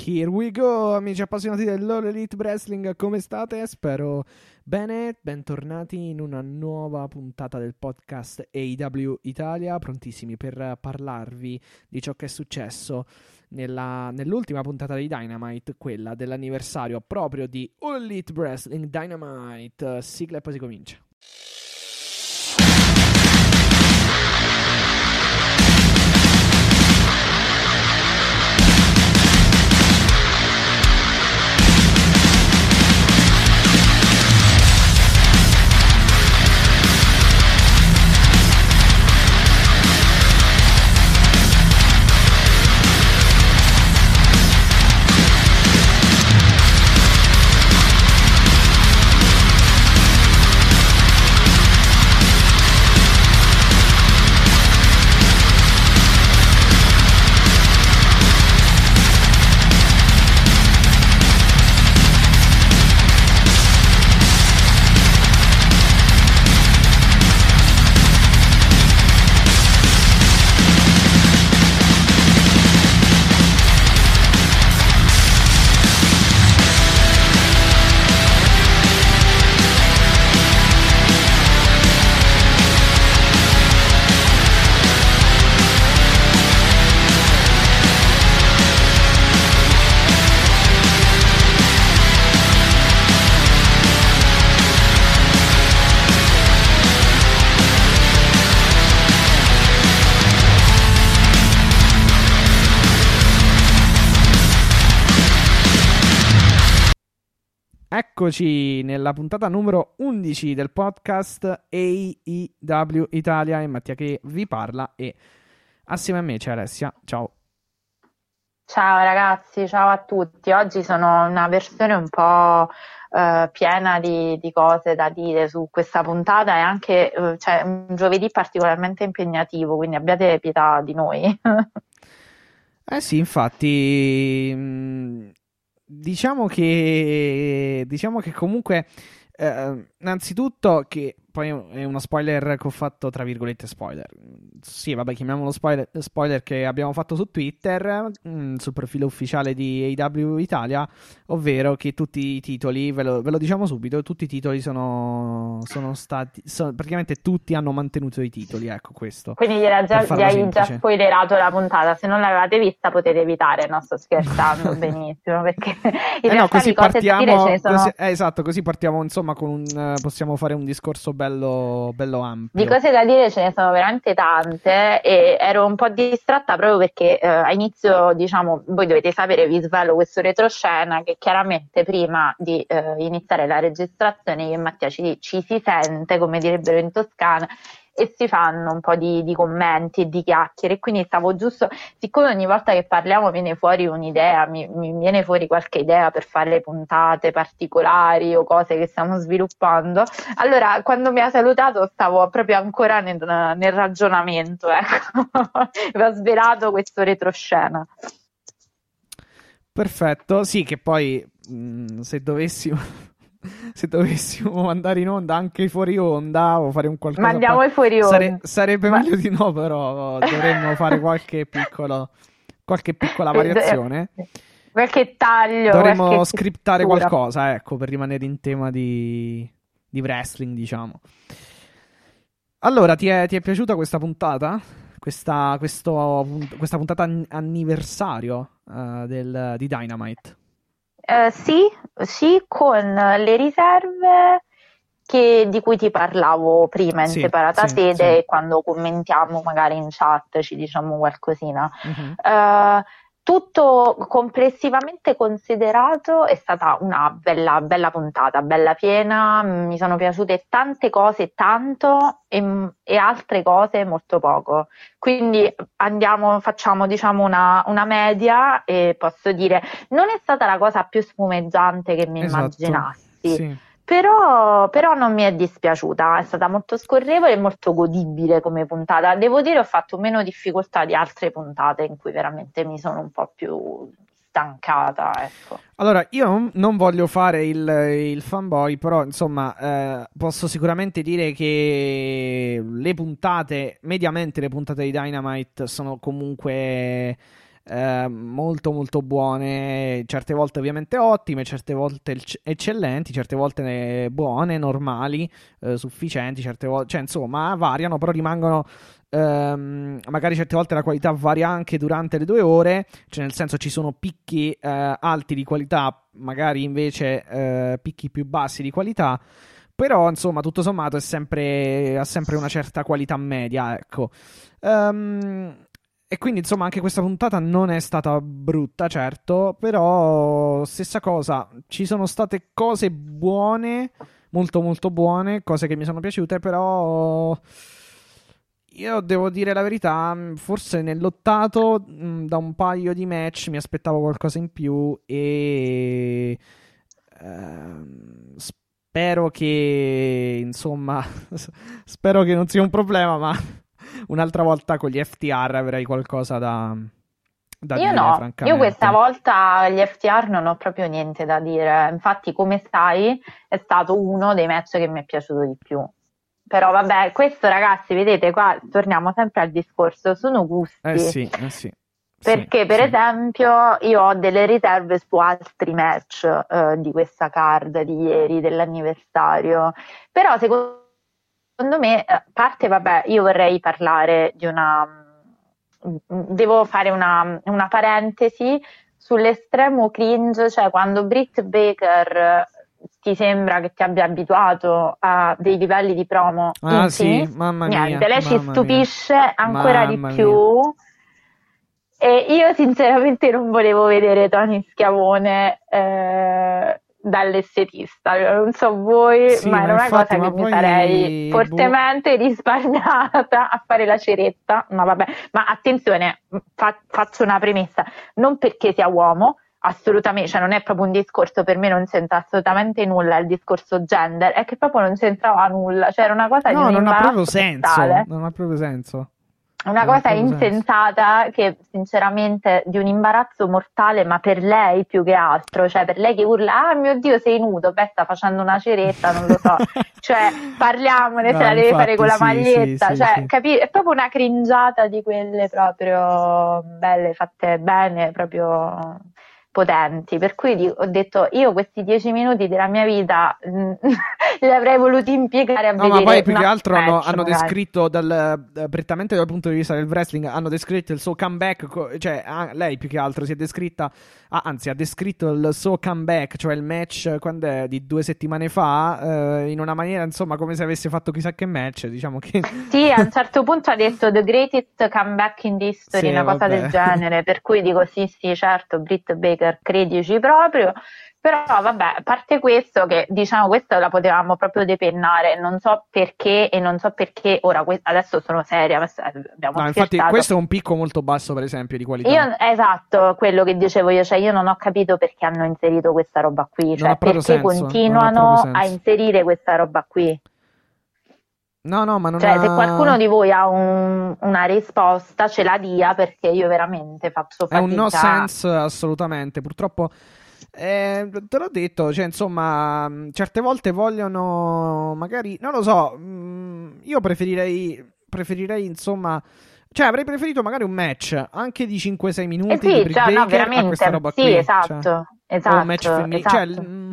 Here we go, amici appassionati dell'All Elite Wrestling, come state? Spero bene, bentornati in una nuova puntata del podcast AEW Italia, prontissimi per parlarvi di ciò che è successo nell'ultima puntata di Dynamite, quella dell'anniversario proprio di All Elite Wrestling Dynamite. Sigla e poi si comincia. Eccoci nella puntata numero 11 del podcast AEW Italia, e Mattia che vi parla, e assieme a me c'è Alessia. Ciao. Ciao ragazzi, ciao a tutti. Oggi sono una versione un po' piena di cose da dire su questa puntata, e anche c'è un giovedì particolarmente impegnativo, quindi abbiate pietà di noi. Sì, infatti, diciamo che comunque, innanzitutto, che poi è uno spoiler che ho fatto, tra virgolette spoiler. Sì, vabbè, chiamiamolo spoiler che abbiamo fatto su Twitter, sul profilo ufficiale di AEW Italia, ovvero che tutti i titoli, ve lo diciamo subito, tutti i titoli sono stati, praticamente tutti hanno mantenuto i titoli, ecco questo. Quindi gli hai già spoilerato la puntata, se non l'avevate vista potete evitare, no, sto scherzando, benissimo, perché in realtà così di cose partiamo, da dire ce ne sono... esatto, così partiamo, insomma, possiamo fare un discorso bello ampio. Di cose da dire ce ne sono veramente tante, e ero un po' distratta proprio perché a inizio, diciamo, voi dovete sapere, vi svelo questo retroscena, che chiaramente prima di iniziare la registrazione io e Mattia ci si sente, come direbbero in Toscana, e si fanno un po' di commenti e di chiacchiere, quindi stavo giusto, siccome ogni volta che parliamo viene fuori un'idea, mi viene fuori qualche idea per fare puntate particolari o cose che stiamo sviluppando, allora quando mi ha salutato stavo proprio ancora nel ragionamento, ecco. Vi ho svelato questo retroscena. Perfetto, sì, che poi se dovessimo andare in onda anche fuori onda o fare un qualcosa, mandiamo fuori onda, sarebbe meglio di no, però dovremmo fare qualche piccola variazione, qualche taglio, dovremmo scriptare qualcosa, ecco, per rimanere in tema di wrestling, diciamo. Allora, ti è piaciuta questa puntata? Questa puntata anniversario di Dynamite? Sì, con le riserve di cui ti parlavo prima in separata sede, quando commentiamo magari in chat ci diciamo qualcosina. Mm-hmm. Tutto complessivamente considerato è stata una bella puntata, bella piena, mi sono piaciute tante cose tanto e altre cose molto poco, quindi facciamo diciamo una media, e posso dire non è stata la cosa più spumeggiante che mi immaginassi. Sì. Però non mi è dispiaciuta, è stata molto scorrevole e molto godibile come puntata. Devo dire, ho fatto meno difficoltà di altre puntate in cui veramente mi sono un po' più stancata, ecco. Allora, io non voglio fare il fanboy, però insomma posso sicuramente dire che mediamente le puntate di Dynamite sono comunque molto molto buone, certe volte ovviamente ottime, certe volte eccellenti, certe volte buone, normali, sufficienti, certe volte, cioè insomma variano, però rimangono magari certe volte la qualità varia anche durante le 2 ore, cioè nel senso ci sono picchi alti di qualità, magari invece picchi più bassi di qualità, però insomma tutto sommato ha sempre una certa qualità media, ecco. E quindi insomma anche questa puntata non è stata brutta, certo, però stessa cosa, ci sono state cose buone, molto molto buone, cose che mi sono piaciute, però io devo dire la verità, forse nell'ottato da un paio di match mi aspettavo qualcosa in più e spero che insomma spero che non sia un problema, ma un'altra volta con gli FTR avrei qualcosa da Io dire, no, francamente. io questa volta gli FTR non ho proprio niente da dire. Infatti, come sai, è stato uno dei match che mi è piaciuto di più. Però vabbè, questo ragazzi, vedete qua, torniamo sempre al discorso, sono gusti. Sì. Perché per esempio io ho delle riserve su altri match di questa card di ieri, dell'anniversario. Però secondo me, a parte, vabbè, io vorrei parlare di devo fare una parentesi sull'estremo cringe, cioè quando Britt Baker ti sembra che ti abbia abituato a dei livelli di promo sì, infiniti, mamma niente, mia, lei ci stupisce ancora di mamma più. mia. E io sinceramente non volevo vedere Tony Schiavone dall'estetista, non so voi, Sì, ma era una infatti, cosa che mi sarei fortemente risparmiata a fare la ceretta, ma vabbè, ma attenzione, faccio una premessa, non perché sia uomo, assolutamente, cioè non è proprio un discorso, per me non c'entra assolutamente nulla il discorso gender, è che proprio non c'entrava nulla, cioè era una cosa di un non ha proprio imbarazzo senso, totale. non ha proprio senso. Una cosa insensata che sinceramente di un imbarazzo mortale, ma per lei più che altro, cioè per lei che urla, ah mio Dio sei nudo, beh sta facendo una ceretta, non lo so, cioè parliamone, se la deve fare con la maglietta, cioè è proprio una cringiata di quelle proprio belle, fatte bene, proprio potenti, per cui ho detto io questi 10 minuti della mia vita li avrei voluti impiegare a vedere. Ma poi più che altro match, hanno descritto prettamente dal punto di vista del wrestling, hanno descritto il suo comeback, cioè lei più che altro si è descritta, anzi ha descritto il suo comeback, cioè il match quando è di 2 settimane fa, in una maniera insomma come se avesse fatto chissà che match, diciamo che sì, a un certo punto ha detto the greatest comeback in the history, sì, una cosa del genere, per cui dico sì certo, Britt Baker, credici proprio. Però vabbè, a parte questo, che diciamo questa la potevamo proprio depennare, non so perché ora adesso sono seria, abbiamo infatti questo è un picco molto basso per esempio di qualità. Esatto, quello che dicevo io, cioè io non ho capito perché hanno inserito questa roba qui, cioè perché continuano a inserire questa roba qui. No, ma non se qualcuno di voi ha una risposta ce la dia, perché io veramente faccio fatica. È un no sense assolutamente, purtroppo te l'ho detto, cioè insomma certe volte vogliono magari, non lo so, io preferirei insomma, cioè avrei preferito magari un match anche di 5-6 minuti di Britt Baker, no, veramente, a questa roba sì, qui, esatto, o un match femminile, esatto.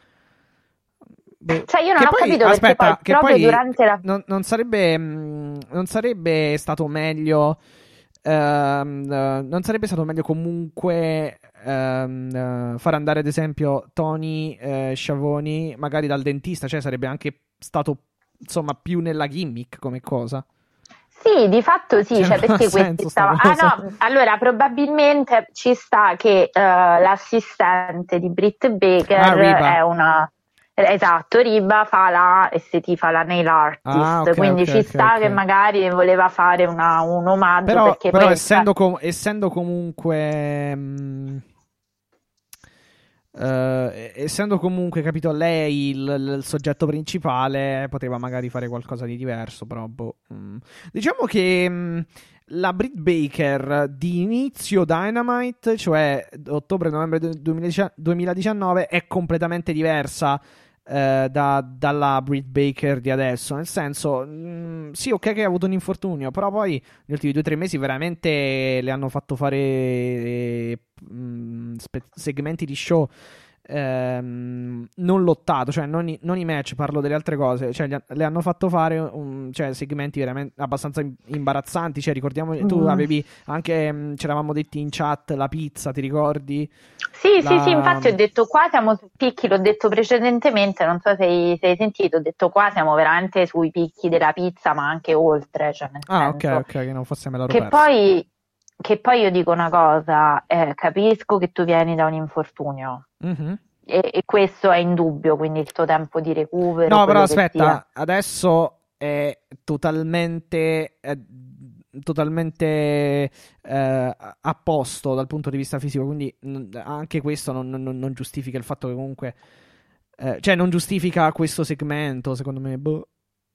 Cioè io non ho capito aspetta, perché poi durante la non sarebbe stato meglio non sarebbe stato meglio comunque far andare ad esempio Tony Schiavone magari dal dentista, cioè sarebbe anche stato insomma più nella gimmick come cosa. Sì, di fatto sì, cioè perché questi stavano. No, allora probabilmente ci sta che l'assistente di Britt Baker è una. Esatto, Riba fa la nail artist, quindi ci sta che magari voleva fare un omaggio, però essendo comunque capito lei il soggetto principale, poteva magari fare qualcosa di diverso, però diciamo che la Britt Baker di inizio Dynamite, cioè ottobre-novembre 2019, è completamente diversa dalla Britt Baker di adesso. Nel senso, sì, ok che ha avuto un infortunio, però poi negli ultimi 2 o 3 mesi veramente le hanno fatto fare segmenti di show non lottato, cioè non i match, parlo delle altre cose, cioè le hanno fatto fare cioè, segmenti veramente abbastanza imbarazzanti, cioè ricordiamo, tu avevi anche, c'eravamo detti in chat, la pizza, ti ricordi? Sì, sì, infatti ho detto qua siamo su picchi, l'ho detto precedentemente, non so se hai sentito, ho detto qua siamo veramente sui picchi della pizza, ma anche oltre, cioè nel senso ok, che non fosse me l'ero che perso. poi io dico una cosa, capisco che tu vieni da un infortunio Mhm. e questo è indubbio, quindi il tuo tempo di recupero, No, però quello che sia. aspetta, adesso è totalmente a posto dal punto di vista fisico, quindi anche questo non giustifica il fatto che comunque, cioè non giustifica questo segmento, secondo me. Boh.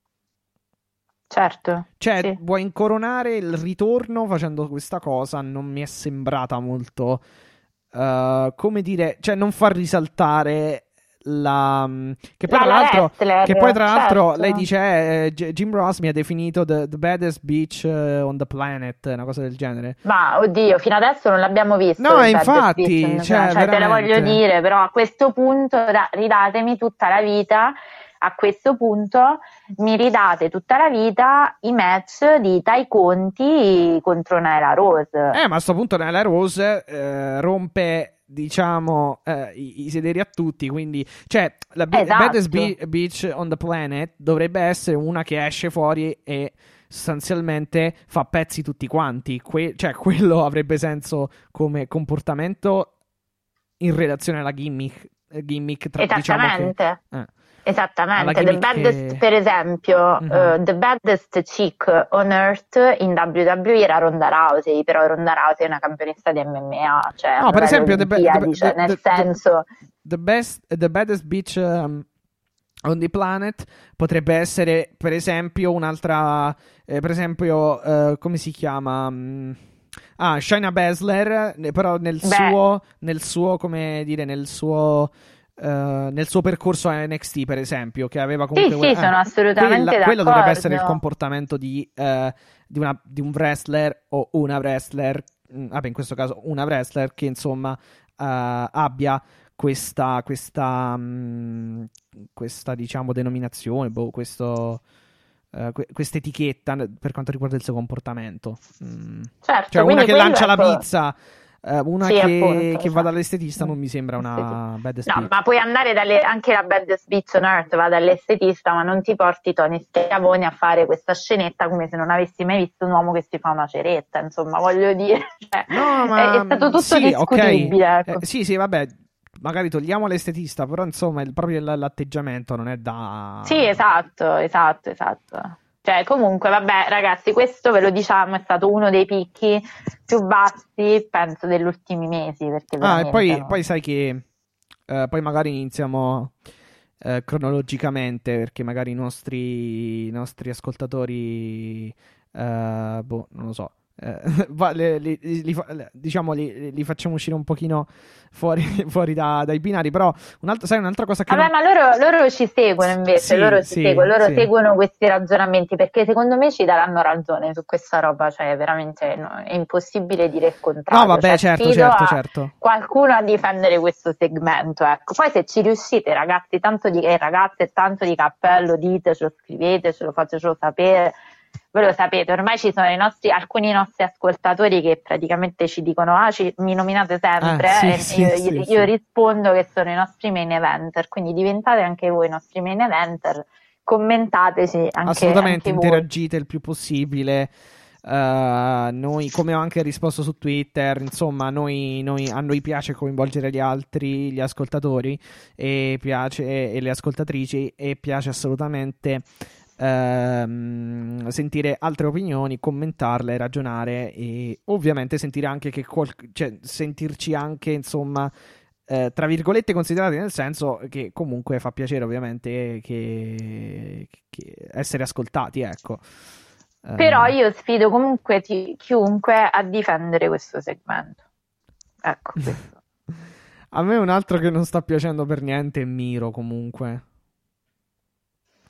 Certo, Cioè, sì. vuoi incoronare il ritorno facendo questa cosa? Non mi è sembrata molto, come dire, cioè non far risaltare che poi tra La l'altro, wrestler, lei certo. dice, Jim Ross mi ha definito the baddest bitch on the planet, una cosa del genere. Ma oddio, fino adesso non l'abbiamo visto No, il Bad Speech, infatti, cioè, cioè te la voglio veramente. dire, però a questo punto ridatemi tutta la vita, a questo punto mi ridate tutta la vita i match di Tai Conti contro Nyla Rose. Ma a sto punto Nyla Rose rompe, diciamo, i sederi a tutti, quindi, cioè, la baddest Esatto, bitch on the planet dovrebbe essere una che esce fuori e sostanzialmente fa pezzi tutti quanti. Cioè, quello avrebbe senso come comportamento in relazione alla gimmick diciamo che... esattamente. alla Esattamente, gimmick che... per esempio, Mhm. The Baddest Chick on Earth in WWE era Ronda Rousey, però Ronda Rousey è una campionessa di MMA, cioè a No, per livello esempio, Olimpiadi, cioè nel senso, the baddest bitch on the planet potrebbe essere, per esempio, un'altra. Per esempio, come si chiama? Shayna Baszler, però beh, nel suo, come dire, nel suo percorso a NXT, per esempio, che aveva sì, comunque sì, sono assolutamente quello dovrebbe essere il d'accordo. comportamento di un wrestler o una wrestler, vabbè, in questo caso una wrestler che insomma abbia questa diciamo denominazione, questa etichetta per quanto riguarda il suo comportamento. Cioè Certo, una quindi che quello lancia la ecco, pizza, una sì, appunto, che va cioè, dall'estetista non mi sembra sì. una bad No, speech. ma puoi andare anche la Bad Beach on Earth va dall'estetista, ma non ti porti Tony Schiavone a fare questa scenetta come se non avessi mai visto un uomo che si fa una ceretta, insomma, voglio dire, cioè, No, è ma stato tutto sì, ok. discutibile, ecco. Sì, vabbè, magari togliamo l'estetista, però insomma, proprio l'atteggiamento non è Sì, da... esatto, esatto, esatto. Cioè, comunque, vabbè, ragazzi, questo ve lo diciamo, è stato uno dei picchi più bassi, penso, degli ultimi mesi, perché E veramente poi sai che poi magari iniziamo cronologicamente, perché magari i nostri ascoltatori, boh, non lo so, diciamo li facciamo uscire un pochino fuori, fuori dai binari, però sai un'altra cosa che vabbè, non... ma loro ci seguono invece, Sì, loro ci sì, seguono, loro sì. seguono questi ragionamenti perché secondo me ci daranno ragione su questa roba, cioè veramente no, è impossibile dire il No, contrario, vabbè, cioè certo, sfido certo, a certo. qualcuno a difendere questo segmento, ecco. Poi se ci riuscite ragazzi, ragazze, tanto di cappello, ditecelo, scrivetecelo, fatecelo sapere. Voi lo sapete, ormai ci sono alcuni nostri ascoltatori che praticamente ci dicono: mi nominate Sì, sempre, e sì, sì, io sì. rispondo che sono i nostri main eventer. Quindi diventate anche voi i nostri main eventer, commentateci anche Assolutamente, voi. interagite il più possibile. Noi, come ho anche risposto su Twitter, insomma, a noi piace coinvolgere gli ascoltatori e le ascoltatrici, e piace assolutamente sentire altre opinioni, commentarle, ragionare e ovviamente sentire anche cioè, sentirci anche, insomma, tra virgolette considerati, nel senso che comunque fa piacere ovviamente che essere ascoltati, ecco. Però Eh, io sfido comunque chiunque a difendere questo segmento. Ecco questo. A me un altro che non sta piacendo per niente è Miro, comunque.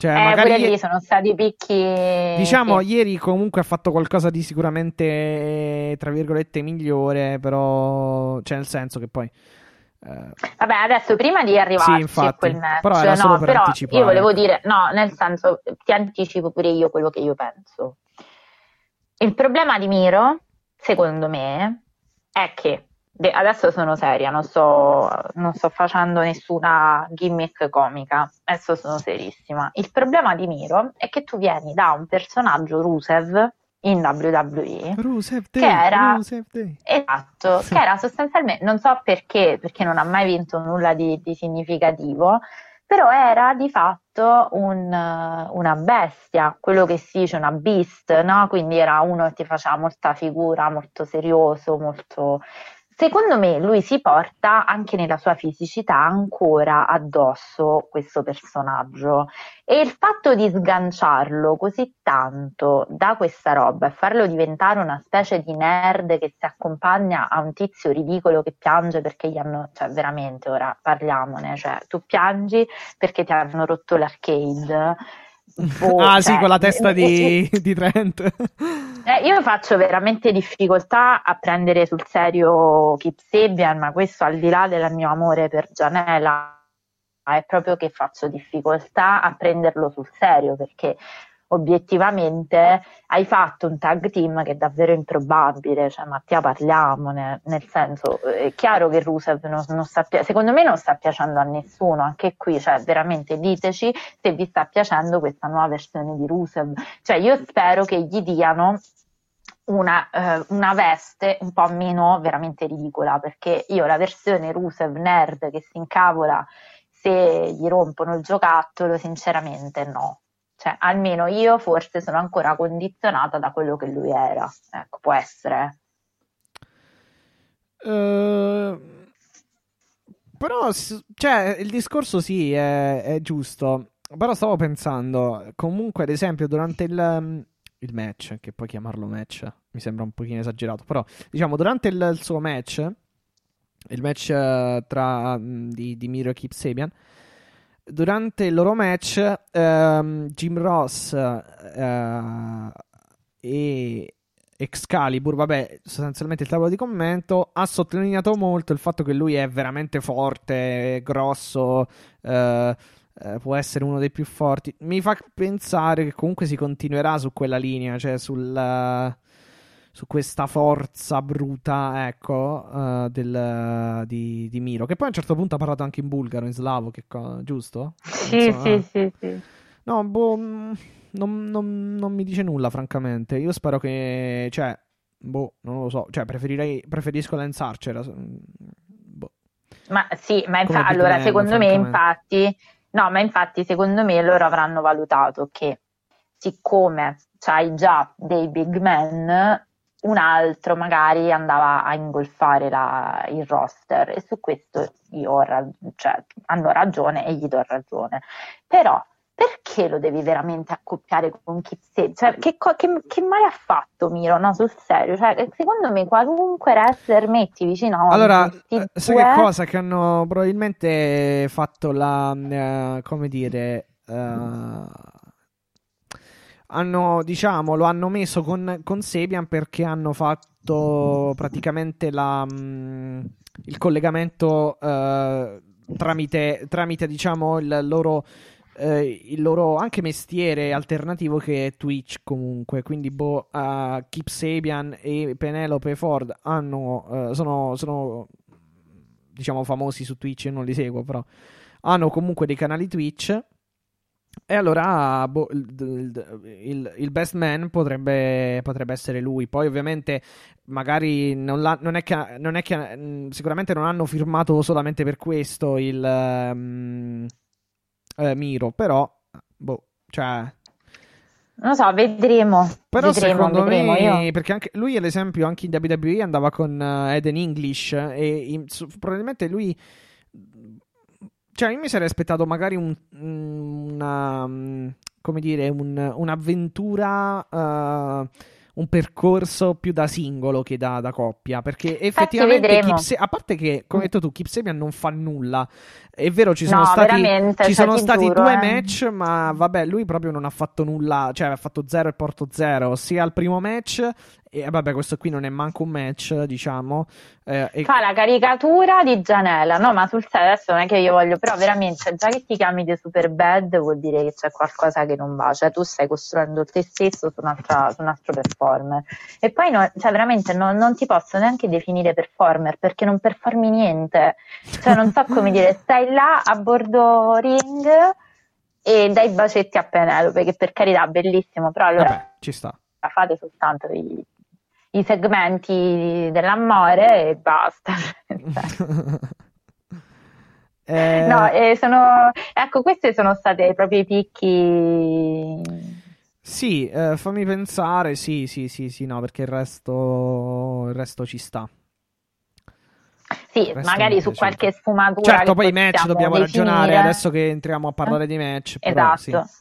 Cioè, magari pure lì sono stati picchi. diciamo, Sì. ieri comunque ha fatto qualcosa di sicuramente, tra virgolette, migliore, però, cioè, nel senso che poi, Vabbè, adesso prima di sì, arrivarci a quel infatti, però match, era solo no, per però io anticipare, volevo ecco. dire, no, nel senso, ti anticipo pure io quello che io penso. Il problema di Miro, secondo me, è che, adesso sono seria, non sto facendo nessuna gimmick comica, adesso sono serissima. Il problema di Miro è che tu vieni da un personaggio Rusev in WWE Rusev che Day, era, Rusev Day. esatto, che era sostanzialmente, non so perché non ha mai vinto nulla di significativo, però era di fatto una bestia, quello che si dice una beast, no? Quindi era uno che ti faceva molta figura, molto serioso, molto... Secondo me lui si porta anche nella sua fisicità ancora addosso questo personaggio e il fatto di sganciarlo così tanto da questa roba e farlo diventare una specie di nerd che si accompagna a un tizio ridicolo che piange perché gli hanno, cioè veramente ora parliamone, cioè tu piangi perché ti hanno rotto l'arcade. Boh, Ah, sì, cioè, con la testa di Trent. io faccio veramente difficoltà a prendere sul serio Kip Sabian, ma questo al di là del mio amore per Gianella, è proprio che faccio difficoltà a prenderlo sul serio perché obiettivamente hai fatto un tag team che è davvero improbabile, cioè Mattia parliamone, nel senso è chiaro che Rusev non sta secondo me non sta piacendo a nessuno, anche qui, cioè veramente diteci se vi sta piacendo questa nuova versione di Rusev, cioè io spero che gli diano una veste un po' meno veramente ridicola, perché io la versione Rusev nerd che si incavola se gli rompono il giocattolo, sinceramente no. Cioè, almeno io forse sono ancora condizionata da quello che lui era. Ecco, può essere. Eh, però, cioè, il discorso sì, è giusto. Però stavo pensando, comunque, ad esempio, durante il match, che puoi chiamarlo match, mi sembra un pochino esagerato, però, diciamo, durante il suo match, il match tra di Miro e Kip Sabian, durante il loro match, Jim Ross e Excalibur, vabbè, sostanzialmente il tavolo di commento, ha sottolineato molto il fatto che lui è veramente forte, è grosso, può essere uno dei più forti. Mi fa pensare che comunque si continuerà su quella linea, cioè su questa forza bruta, ecco, di Miro, che poi a un certo punto ha parlato anche in bulgaro, in slavo, giusto? Non Sì, so, sì, sì, sì. No, boh, non mi dice nulla, francamente. Io spero che, cioè, boh, non lo so, cioè, preferisco Lance Archer, boh, Ma sì, ma come Big allora Man, secondo me francamente. infatti, no, ma infatti secondo me loro avranno valutato che siccome c'hai già dei big men, un altro magari andava a ingolfare il roster e su questo cioè, hanno ragione e gli do ragione. Però perché lo devi veramente accoppiare con Kip Sabian? Cioè, che male ha fatto Miro, no, sul serio? Cioè, secondo me qualunque wrestler metti vicino a Allora, questi sai che due. cosa? Che hanno probabilmente fatto come dire, hanno, diciamo, lo hanno messo con Sabian perché hanno fatto praticamente il collegamento tramite, diciamo, il loro anche mestiere alternativo che è Twitch comunque. Quindi, boh, Kip Sabian e Penelope Ford sono, diciamo, famosi su Twitch. Io non li seguo, però hanno comunque dei canali Twitch. E allora boh, il best man potrebbe essere lui. Poi, ovviamente, magari non è che sicuramente non hanno firmato solamente per questo il Miro. Però, boh, cioè. Non lo so, vedremo, Però vedremo, secondo vedremo. me, Io perché anche lui, ad esempio, anche in WWE andava con Eden English e probabilmente lui, cioè io mi sarei aspettato magari come dire, un'avventura un percorso più da singolo che da coppia, perché Infatti effettivamente vedremo. A parte che, come hai detto tu, Kip Sabian non fa nulla. È vero, No, veramente, ci cioè, sono ti stati giuro, 2 match, ma vabbè, lui proprio non ha fatto nulla, cioè ha fatto 0 e porto 0, sia al primo match, e vabbè, questo qui non è manco un match, diciamo. Fa la caricatura di Gianella, no? Ma sul serio adesso non è che io voglio, però veramente già che ti chiami The Superbad vuol dire che c'è qualcosa che non va, cioè tu stai costruendo te stesso su un altro performer. E poi cioè veramente non ti posso neanche definire performer perché non performi niente, cioè non so come dire, stai là a bordo ring e dai bacetti a Penelope, che per carità bellissimo, però Vabbè, allora ci sta. fate soltanto i segmenti dell'amore e basta. No, ecco, questi sono stati proprio i picchi. Sì, fammi pensare, sì, sì, sì, sì, no, perché il resto ci sta. Sì, Il resto mi è magari su piaciuto. qualche sfumatura Certo, che poi i match possiamo dobbiamo ragionare definire. adesso che entriamo a parlare di match, però sì. Esatto,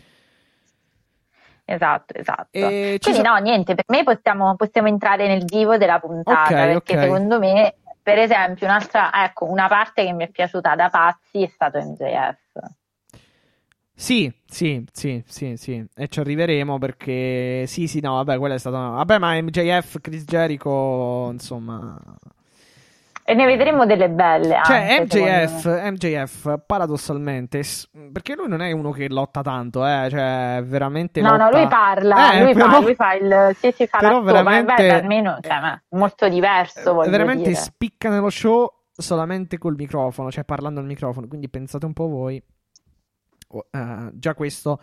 esatto. E Quindi no, niente, per me possiamo entrare nel vivo della Ok, puntata, ok. perché secondo me, per esempio, una parte che mi è piaciuta da pazzi è stato MJF. Sì, sì, sì, sì, sì. E ci arriveremo perché sì, sì, no, vabbè, quella è stata vabbè, ma MJF, Chris Jericho, insomma. E ne vedremo delle belle Cioè, anche, secondo me. MJF, paradossalmente, perché lui non è uno che lotta tanto, cioè, veramente No, no, lui lotta. parla, Però, sì, si fa però l'attore, beh, veramente, almeno, cioè, ma molto diverso, voglio veramente dire. spicca nello show solamente col microfono, cioè parlando al microfono, quindi pensate un po' voi. Già questo,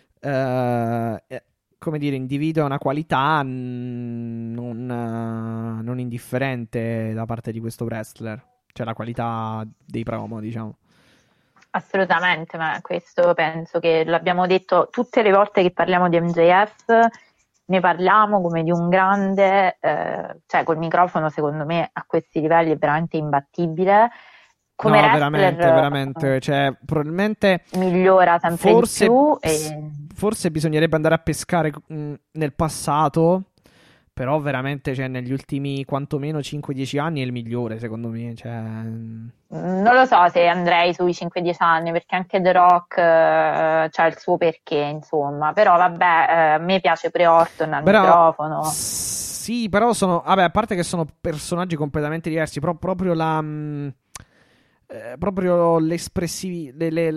come dire, individua una qualità non indifferente da parte di questo wrestler. Cioè la qualità dei promo, diciamo. Assolutamente, ma questo penso che l'abbiamo detto tutte le volte che parliamo di MJF, ne parliamo come di un grande, cioè col microfono secondo me a questi livelli è veramente imbattibile. Come No, veramente, wrestler veramente. Cioè, probabilmente migliora sempre di forse, più e forse bisognerebbe andare a pescare nel passato. Però veramente, cioè, negli ultimi quantomeno 5-10 anni è il migliore, secondo me. Cioè, non lo so se andrei sui 5-10 anni perché anche The Rock c'ha il suo perché, insomma, però vabbè, a me piace Pre-Orton al però microfono. sì, però sono. Vabbè, a parte che sono personaggi completamente diversi, però proprio proprio l'espressivi.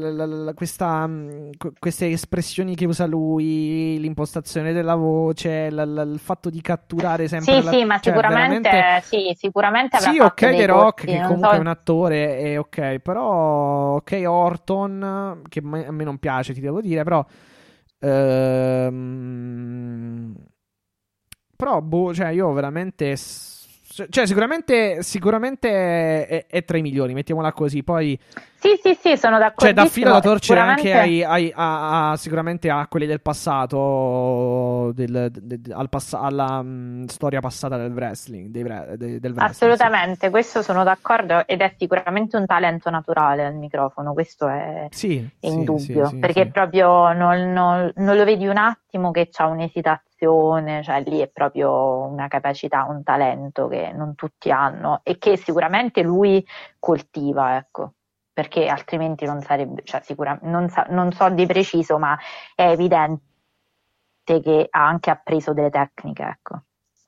Queste espressioni che usa lui, l'impostazione della voce, il fatto di catturare sempre Sì, la. sì, ma Cioè, veramente. sicuramente avrà Sì, ok, fatto dei The Rock, corsi, che non comunque è un so. attore, è ok, però. Ok, Orton, che a me non piace, ti devo dire, però. Ehm, Però, boh, cioè, io veramente. Cioè, sicuramente è tra i migliori, mettiamola così. Poi, Sì, sì, sì, sono cioè, dà filo da d'accordissimo, torcere anche sicuramente. sicuramente a quelli del passato, alla storia passata del wrestling, del wrestling, sì. Assolutamente, questo sono d'accordo ed è sicuramente un talento naturale al microfono, questo Sì, è sì, sì, indubbio, sì, perché sì. proprio non lo vedi un attimo che c'ha un'esitazione, cioè lì è proprio una capacità, un talento che non tutti hanno e che sicuramente lui coltiva, ecco, perché altrimenti non sarebbe, cioè non so di preciso, ma è evidente che ha anche appreso delle tecniche, ecco.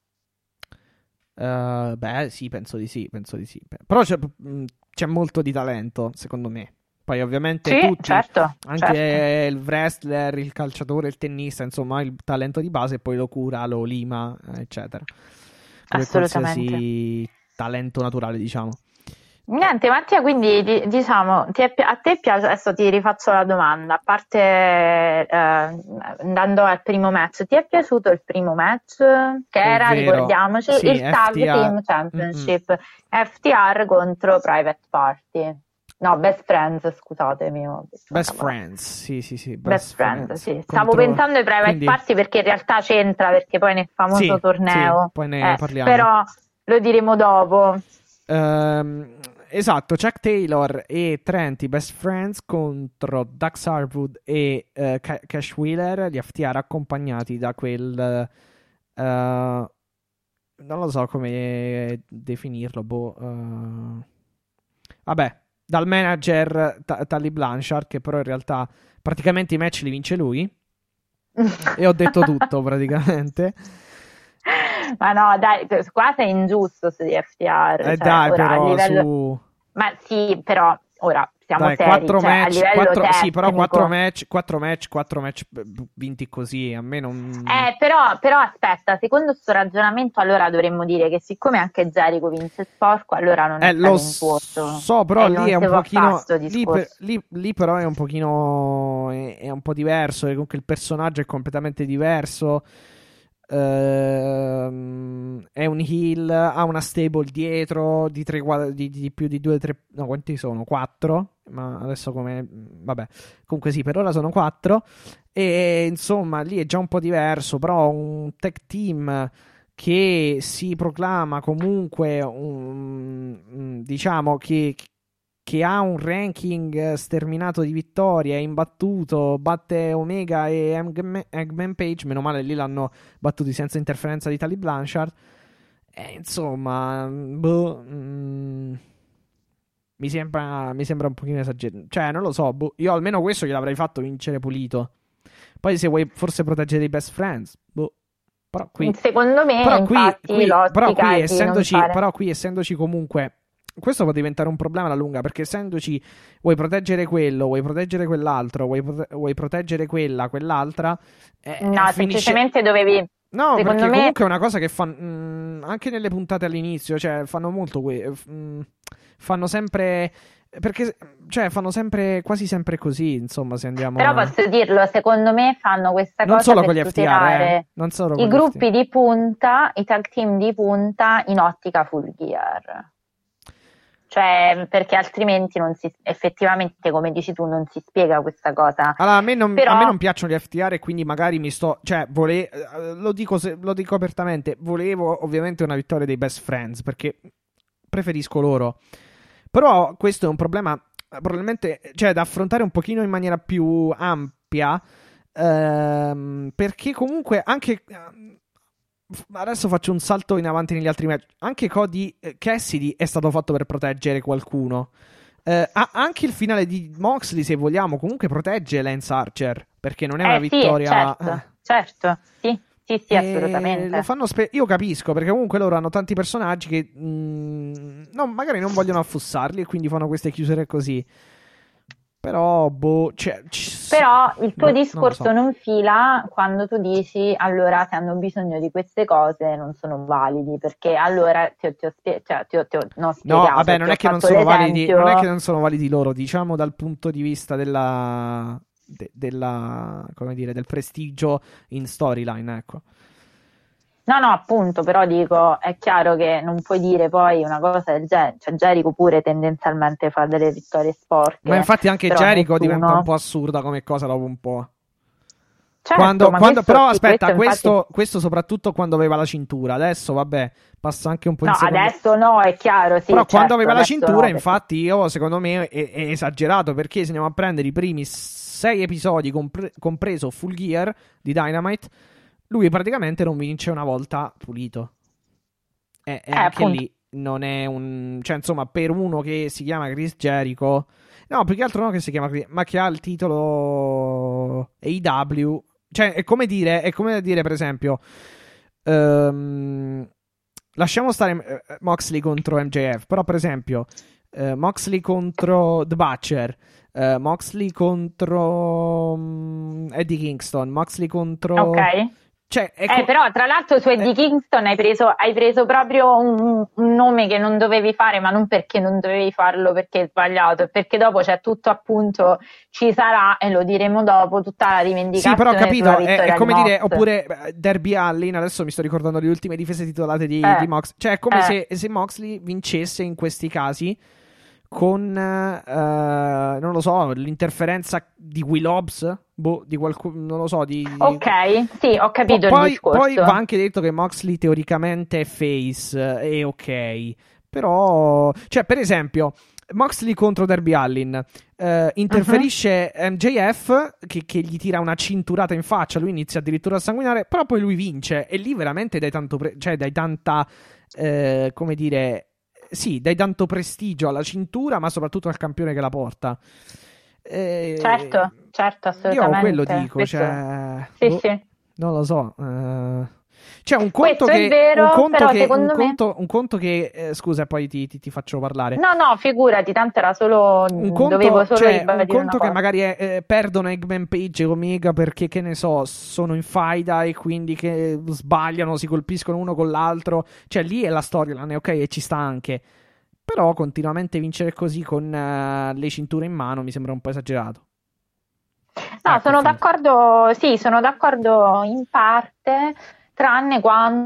Beh, sì, penso di sì, penso di sì. Però c'è molto di talento, secondo me. Poi ovviamente Sì, tutti, certo, certo. anche il wrestler, il calciatore, il tennista, insomma, il talento di base e poi lo cura, lo lima, eccetera. Come Assolutamente. qualsiasi talento naturale, diciamo. Eh, Niente, Mattia, quindi diciamo, a te piace, adesso ti rifaccio la domanda, a parte andando al primo match, ti è piaciuto il primo match che era, ovvero, ricordiamoci, sì, il Tag FTR. Team Mm-mm. Championship, FTR contro Private Party, no, Best Friends, scusatemi, ho detto una Best cavolata. Friends, sì, sì, sì, Best Best Friends, Friends sì. Stavo contro. pensando ai Private Quindi, Party perché in realtà c'entra, perché poi nel sì, famoso sì, torneo, poi ne parliamo. però lo diremo dopo. Esatto, Chuck Taylor e Trent, i best friends, contro Dax Harwood e Cash Wheeler, gli FTR accompagnati da quel Non lo so come definirlo, vabbè, dal manager Tully Blanchard, che però in realtà praticamente i match li vince lui. E ho detto tutto praticamente. Ma no, dai, qua sei ingiusto su di FTR. Cioè, Dai, ora, però a livello... su... Ma sì, però ora siamo Dai, seri, 4 cioè, a match, livello sì, però tecnico. 4 match vinti così, a me non... Però aspetta, secondo sto ragionamento allora dovremmo dire che siccome anche Jericho vince il sporco, allora non è Lo talent so, però e lì non è si un può fare pochino... sto discorso. Lì però è un pochino... È un po' diverso, e comunque il personaggio è completamente diverso. È un heel, ha una stable dietro di, di più di 2-3... No, quanti sono? 4? Ma adesso come... Vabbè, comunque sì, per ora sono 4. E insomma, lì è già un po' diverso, però un tag team che si proclama comunque diciamo che ha un ranking sterminato di vittorie, è imbattuto, batte Omega e Eggman Page, meno male lì l'hanno battuti senza interferenza di Tully Blanchard. E insomma, mi sembra un pochino esagerato. Cioè, non lo so, io almeno questo gliel'avrei fatto vincere pulito. Poi se vuoi forse proteggere i best friends, però qui... Secondo me, infatti, l'ottica è di non fare. Però qui essendoci comunque... Questo può diventare un problema alla lunga, perché essendoci vuoi proteggere quello, vuoi proteggere quell'altro, vuoi proteggere quell'altra, No, finisce... semplicemente dovevi. No, Secondo perché me. comunque è una cosa che fanno anche nelle puntate all'inizio, cioè fanno molto fanno sempre... Perché, cioè, fanno sempre, quasi sempre così, insomma, se andiamo Però a... posso dirlo, secondo me fanno questa Non cosa solo per con gli FTR, tutelare non solo i con gli FTR. gruppi di punta, i tag team di punta in ottica full gear. Cioè, perché altrimenti effettivamente, come dici tu, non si spiega questa cosa. Allora, Però, a me non piacciono gli FTR e quindi magari cioè, lo dico apertamente, volevo ovviamente una vittoria dei best friends, perché preferisco loro. Però questo è un problema, probabilmente, cioè, da affrontare un pochino in maniera più ampia, perché comunque anche... Adesso faccio un salto in avanti negli altri match. Anche Cody Cassidy è stato fatto per proteggere qualcuno. Anche il finale di Moxley, se vogliamo, comunque protegge Lance Archer. Perché non è una sì, vittoria. certo, sì, assolutamente. Lo fanno io capisco, perché comunque loro hanno tanti personaggi che no, magari non vogliono affussarli e quindi fanno queste chiusure così. Però, Però il tuo non lo so. discorso non fila quando tu dici allora se hanno bisogno di queste cose non sono validi, perché allora ti ho non No, spiegato, vabbè, ti non ho è che non fatto sono validi, non è che l'esempio. non sono validi loro, diciamo dal punto di vista come dire, del prestigio in storyline, ecco. No, appunto, però dico, è chiaro che non puoi dire poi una cosa del genere, cioè Jericho pure tendenzialmente fa delle vittorie Ma sporche, infatti anche però Jericho diventa un nessuno. po' assurda come cosa dopo un po'. Certo, ma questo, Però sì, aspetta, infatti. questo soprattutto quando aveva la cintura. Adesso, vabbè, passa anche un po' in No, secondo. adesso no, è chiaro, sì, Però quando certo, aveva la adesso cintura, no, perché. infatti, secondo me è esagerato, perché se andiamo a prendere i primi 6 episodi, compreso Full Gear di Dynamite, lui praticamente non vince una volta pulito. E anche Appunto. lì non è un... Cioè, insomma, per uno che si chiama Chris Jericho... No, più che altro no che si chiama Chris, ma che ha il titolo AEW. Cioè, è come da dire, per esempio... lasciamo stare Moxley contro MJF, però per esempio Moxley contro The Butcher, Moxley contro Eddie Kingston, Moxley contro... Ok. Cioè, Però tra l'altro su Eddie Kingston hai preso proprio un nome che non dovevi fare, ma non perché non dovevi farlo perché è sbagliato, è perché dopo c'è tutto appunto, ci sarà, e lo diremo dopo, tutta la sì, però ho rivendicazione sulla capito, è vittoria di come dire, Mox. oppure Derby Allin, adesso mi sto ricordando le ultime difese titolate di Mox, cioè è come se Moxley vincesse in questi casi con, non lo so, l'interferenza di Will Hobbs, di qualcuno, non lo so, Ok, sì, ho capito il poi va discorso. anche detto che Moxley teoricamente è face, è ok, però, cioè per esempio... Moxley contro Darby Allin. Interferisce MJF che gli tira una cinturata in faccia, lui inizia addirittura a sanguinare, però poi lui vince e lì veramente dai tanta come dire, sì, dai tanto prestigio alla cintura, ma soprattutto al campione che la porta. Certo, assolutamente. Io quello dico, questo... cioè, sì. non lo so. C'è un conto questo che è vero, un conto però che secondo me un conto che scusa, poi ti faccio parlare. no, figurati, tanto era solo dovevo solo ribadire un conto una che cosa. magari perdono Eggman Page e Omega perché, che ne so, sono in faida e quindi che sbagliano, si colpiscono uno con l'altro, cioè lì è la storyline, ok, e ci sta anche. Però continuamente vincere così con le cinture in mano mi sembra un po' esagerato. No, Ecco, sono d'accordo, sì, sono d'accordo in parte, tranne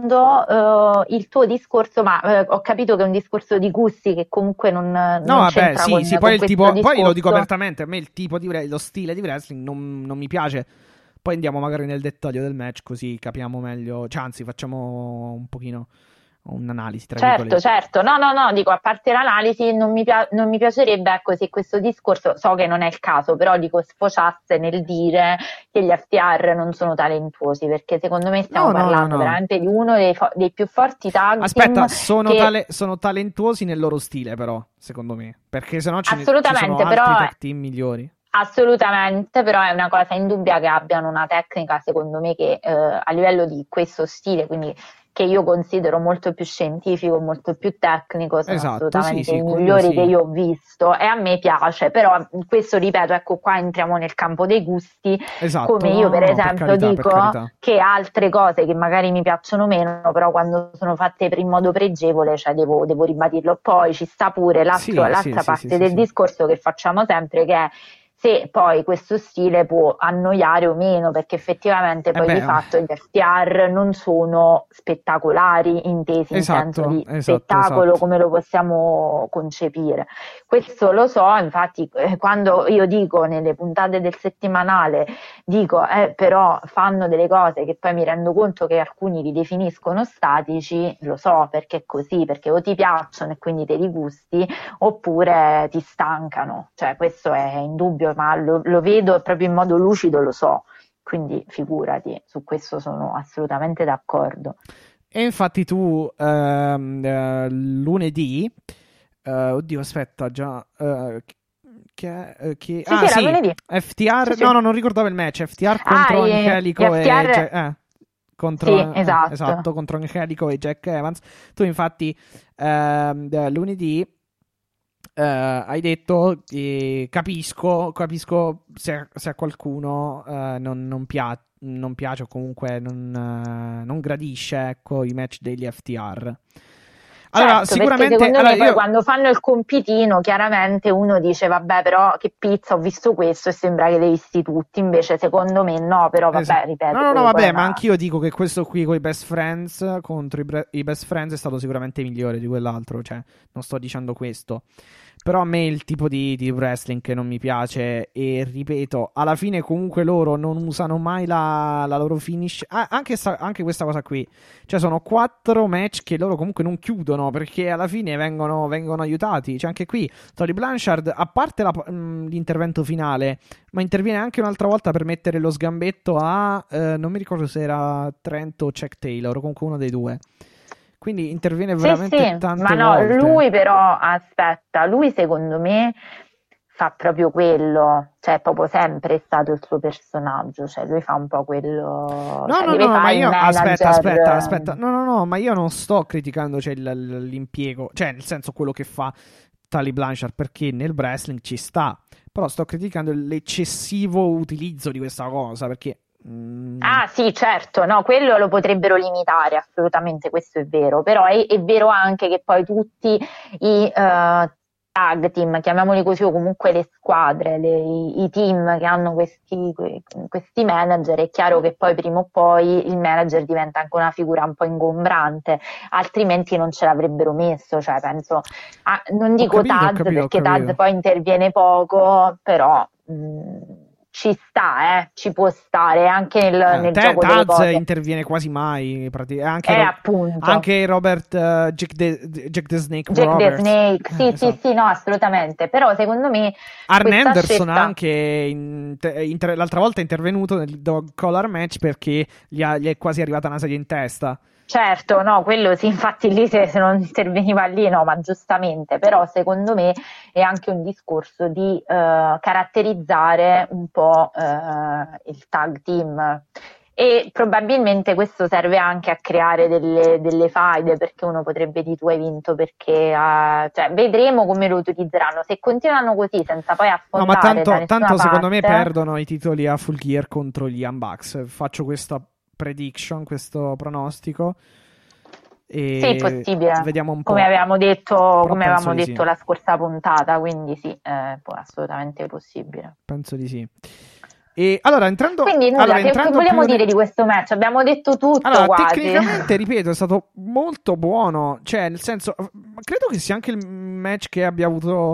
quando il tuo discorso, ma ho capito che è un discorso di gusti che comunque non No, vabbè, c'entra sì, con poi il questo tipo, poi lo dico discorso. apertamente, a me il tipo lo stile di wrestling non mi piace. Poi andiamo magari nel dettaglio del match così capiamo meglio, cioè anzi facciamo un pochino un'analisi tra virgolette. Certo, no, dico, a parte l'analisi, non mi piacerebbe, ecco, se questo discorso, so che non è il caso, però dico, sfociasse nel dire che gli FTR non sono talentuosi, perché secondo me stiamo parlando veramente di uno dei più forti tag Aspetta, team sono talentuosi nel loro stile, però, secondo me, perché sennò ci sono però altri tag team migliori. Assolutamente, però è una cosa indubbia che abbiano una tecnica, secondo me, che a livello di questo stile, quindi che io considero molto più scientifico, molto più tecnico, sono assolutamente i migliori che io ho visto e a me piace, però questo ripeto, ecco qua entriamo nel campo dei gusti, come io per esempio dico che altre cose che magari mi piacciono meno, però quando sono fatte in modo pregevole, cioè devo ribadirlo. Poi ci sta pure l'altra parte del discorso che facciamo sempre, che è se poi questo stile può annoiare o meno, perché effettivamente poi di fatto gli FTR non sono spettacolari intesi in senso di spettacolo come lo possiamo concepire. Questo lo so, infatti quando io dico nelle puntate del settimanale, dico però fanno delle cose che poi mi rendo conto che alcuni li definiscono statici, lo so perché è così, perché o ti piacciono e quindi te li gusti, oppure ti stancano, cioè questo è indubbio, ma lo vedo proprio in modo lucido, lo so, quindi figurati, su questo sono assolutamente d'accordo. E infatti tu lunedì, oddio aspetta già, sì, lunedì. FTR, no, non ricordavo il match, FTR contro Angelico e contro Angelico e Jack Evans. Tu infatti lunedì hai detto capisco se a qualcuno non piace o comunque non gradisce, ecco, i match degli FTR. Allora, sicuramente secondo me poi quando fanno il compitino chiaramente uno dice vabbè, però che pizza, ho visto questo e sembra che li hai visti tutti, invece secondo me no, però vabbè, ripeto. No, vabbè, ma anch'io dico che questo qui con i Best Friends contro i Best Friends è stato sicuramente migliore di quell'altro, cioè non sto dicendo questo. Però a me il tipo di wrestling che non mi piace, e ripeto, alla fine comunque loro non usano mai la loro finish, anche questa cosa qui, cioè sono 4 match che loro comunque non chiudono perché alla fine vengono aiutati, cioè anche qui Tully Blanchard, a parte l'intervento finale, ma interviene anche un'altra volta per mettere lo sgambetto a non mi ricordo se era Trent o Chuck Taylor, comunque uno dei due. Quindi interviene veramente tante volte. Ma no, lui però, aspetta, lui secondo me fa proprio quello, cioè proprio sempre è stato il suo personaggio, cioè lui fa un po' quello... No, ma io... Aspetta, no, ma io non sto criticando l'impiego, cioè nel senso quello che fa Tully Blanchard, perché nel wrestling ci sta, però sto criticando l'eccessivo utilizzo di questa cosa, perché... Ah sì, certo, no, quello lo potrebbero limitare, assolutamente, questo è vero, però è vero anche che poi tutti i tag team, chiamiamoli così, o comunque le squadre, i team che hanno questi manager, è chiaro che poi prima o poi il manager diventa anche una figura un po' ingombrante, altrimenti non ce l'avrebbero messo, cioè penso, non dico Taz perché Taz poi interviene poco, però... ci sta, ci può stare anche nel gioco delle Taz cose. interviene quasi mai, anche, Appunto. anche Robert Jack the Snake Jack the Roberts. Snake, sì, Esatto. sì, no, assolutamente. Però secondo me Arn questa Anderson scelta... anche l'altra volta è intervenuto nel Dog Collar Match perché gli è quasi arrivata una sedia in testa. Certo, no, quello sì, infatti lì se non interveniva lì, no, ma giustamente, però secondo me è anche un discorso di caratterizzare un po' il tag team e probabilmente questo serve anche a creare delle faide, perché uno potrebbe dire tu hai vinto perché, cioè, vedremo come lo utilizzeranno, se continuano così senza poi No, ma affondare da nessuna tanto secondo me parte. perdono i titoli a Full Gear contro gli Young Bucks. Faccio questa prediction, questo pronostico. Sì, E possibile, vediamo un come po'. avevamo detto, Però penso di sì. la scorsa puntata, quindi sì, assolutamente possibile. Penso di sì. E allora, Quindi nulla, che vogliamo dire di questo match? Abbiamo detto tutto allora, quasi. tecnicamente, ripeto, è stato molto buono. Cioè, nel senso, credo che sia anche il match che abbia avuto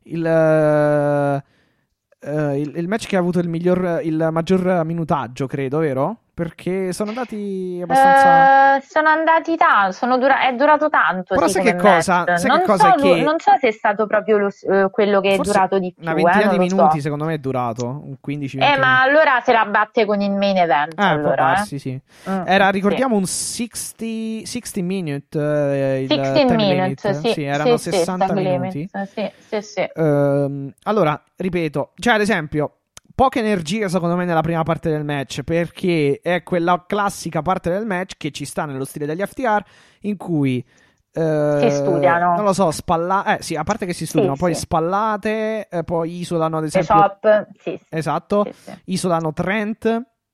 il match che ha avuto il maggior minutaggio, credo, vero? Perché sono andati abbastanza... Sono andati tanto, è durato tanto, Però sì, sai come che cosa? match. Sai che cosa è che... Non so se è stato proprio quello che è Forse durato di una più, ventina non di lo minuti, so. secondo me, è durato. Un 15-20 Ma minuti. allora se la batte con il main event, Può allora, darsi, sì. Era, sì. ricordiamo, un 60 minute, il 16 time minutes, limit. sì, Sì, erano sì, 60 time minuti. limits, sì. Allora, ripeto, cioè, ad esempio, poca energia secondo me nella prima parte del match, perché è quella classica parte del match che ci sta nello stile degli FTR, in cui... si studiano. Non lo so, sì, a parte che si studiano, poi spallate, poi isolano ad esempio... Chop, sì. Esatto, sì. isolano Trent.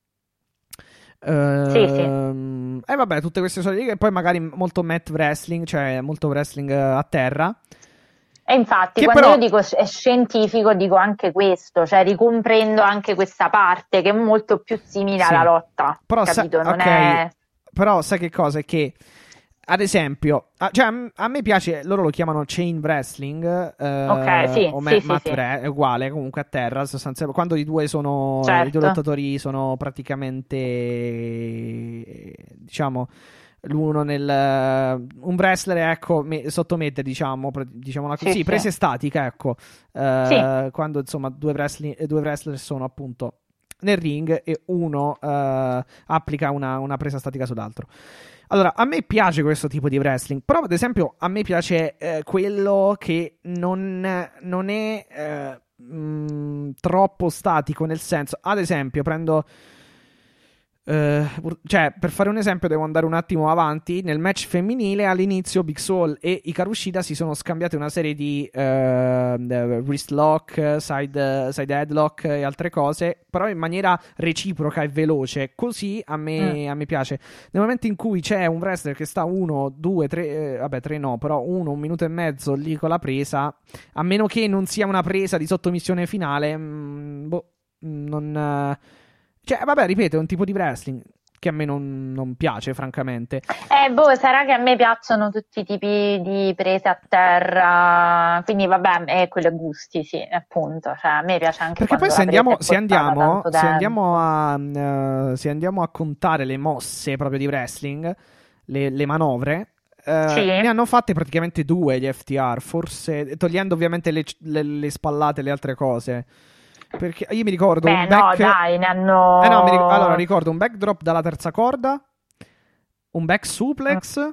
E vabbè, tutte queste solite. E poi magari molto mat wrestling, cioè molto wrestling a terra. E infatti, che quando però... io dico è scientifico, dico anche questo, cioè ricomprendo anche questa parte che è molto più simile alla lotta. Però capito? Non ok, è... però sai che cosa? È che ad esempio, cioè, a me piace, loro lo chiamano chain wrestling, Ok, sì, o sì, mat sì. è uguale, comunque a terra, sostanzialmente, quando i due lottatori sono praticamente, diciamo, l'uno un wrestler, ecco, sottomette, diciamola così, presa statica, ecco, quando insomma due wrestler sono appunto nel ring e uno applica una presa statica sull'altro. Allora, a me piace questo tipo di wrestling, però ad esempio a me piace quello che non è troppo statico, nel senso, ad esempio, prendo... cioè, per fare un esempio, devo andare un attimo avanti. Nel match femminile, all'inizio, Big Swole e Hikaru Shida si sono scambiati una serie di wrist lock, side headlock e altre cose, però in maniera reciproca e veloce. Così a me piace. Nel momento in cui c'è un wrestler che sta 1, 2, 3, vabbè, 3 no, però 1 minuto e mezzo lì con la presa, a meno che non sia una presa di sottomissione finale, non. Cioè, vabbè, ripeto, è un tipo di wrestling che a me non piace, francamente. Sarà che a me piacciono tutti i tipi di prese a terra, quindi vabbè, è quello è gusti, sì, appunto. Cioè, a me piace anche perché quando poi se andiamo a contare le mosse proprio di wrestling, le manovre, sì. ne hanno fatte praticamente 2 gli FTR, forse, togliendo ovviamente le spallate e le altre cose. Perché io mi ricordo un back... no, dai, ne hanno... allora, ricordo un backdrop dalla terza corda, un back suplex,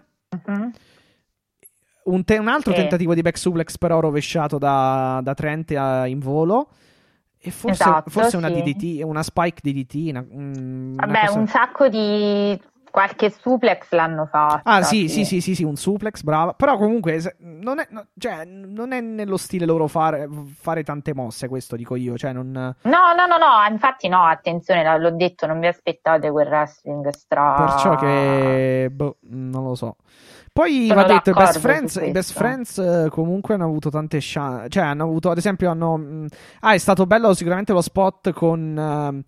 un altro tentativo di back suplex però rovesciato da Trent in volo, e forse una DDT, una spike DDT. Vabbè, un sacco di... qualche suplex l'hanno fatta. Ah, sì, un suplex, brava. Però comunque non è nello stile loro fare tante mosse, questo dico io. Cioè non... No, infatti no, attenzione, l'ho detto, non vi aspettate quel wrestling Perciò che... non lo so. Poi va detto, i Best Friends comunque hanno avuto tante chance. Cioè hanno avuto, ad esempio, è stato bello sicuramente lo spot con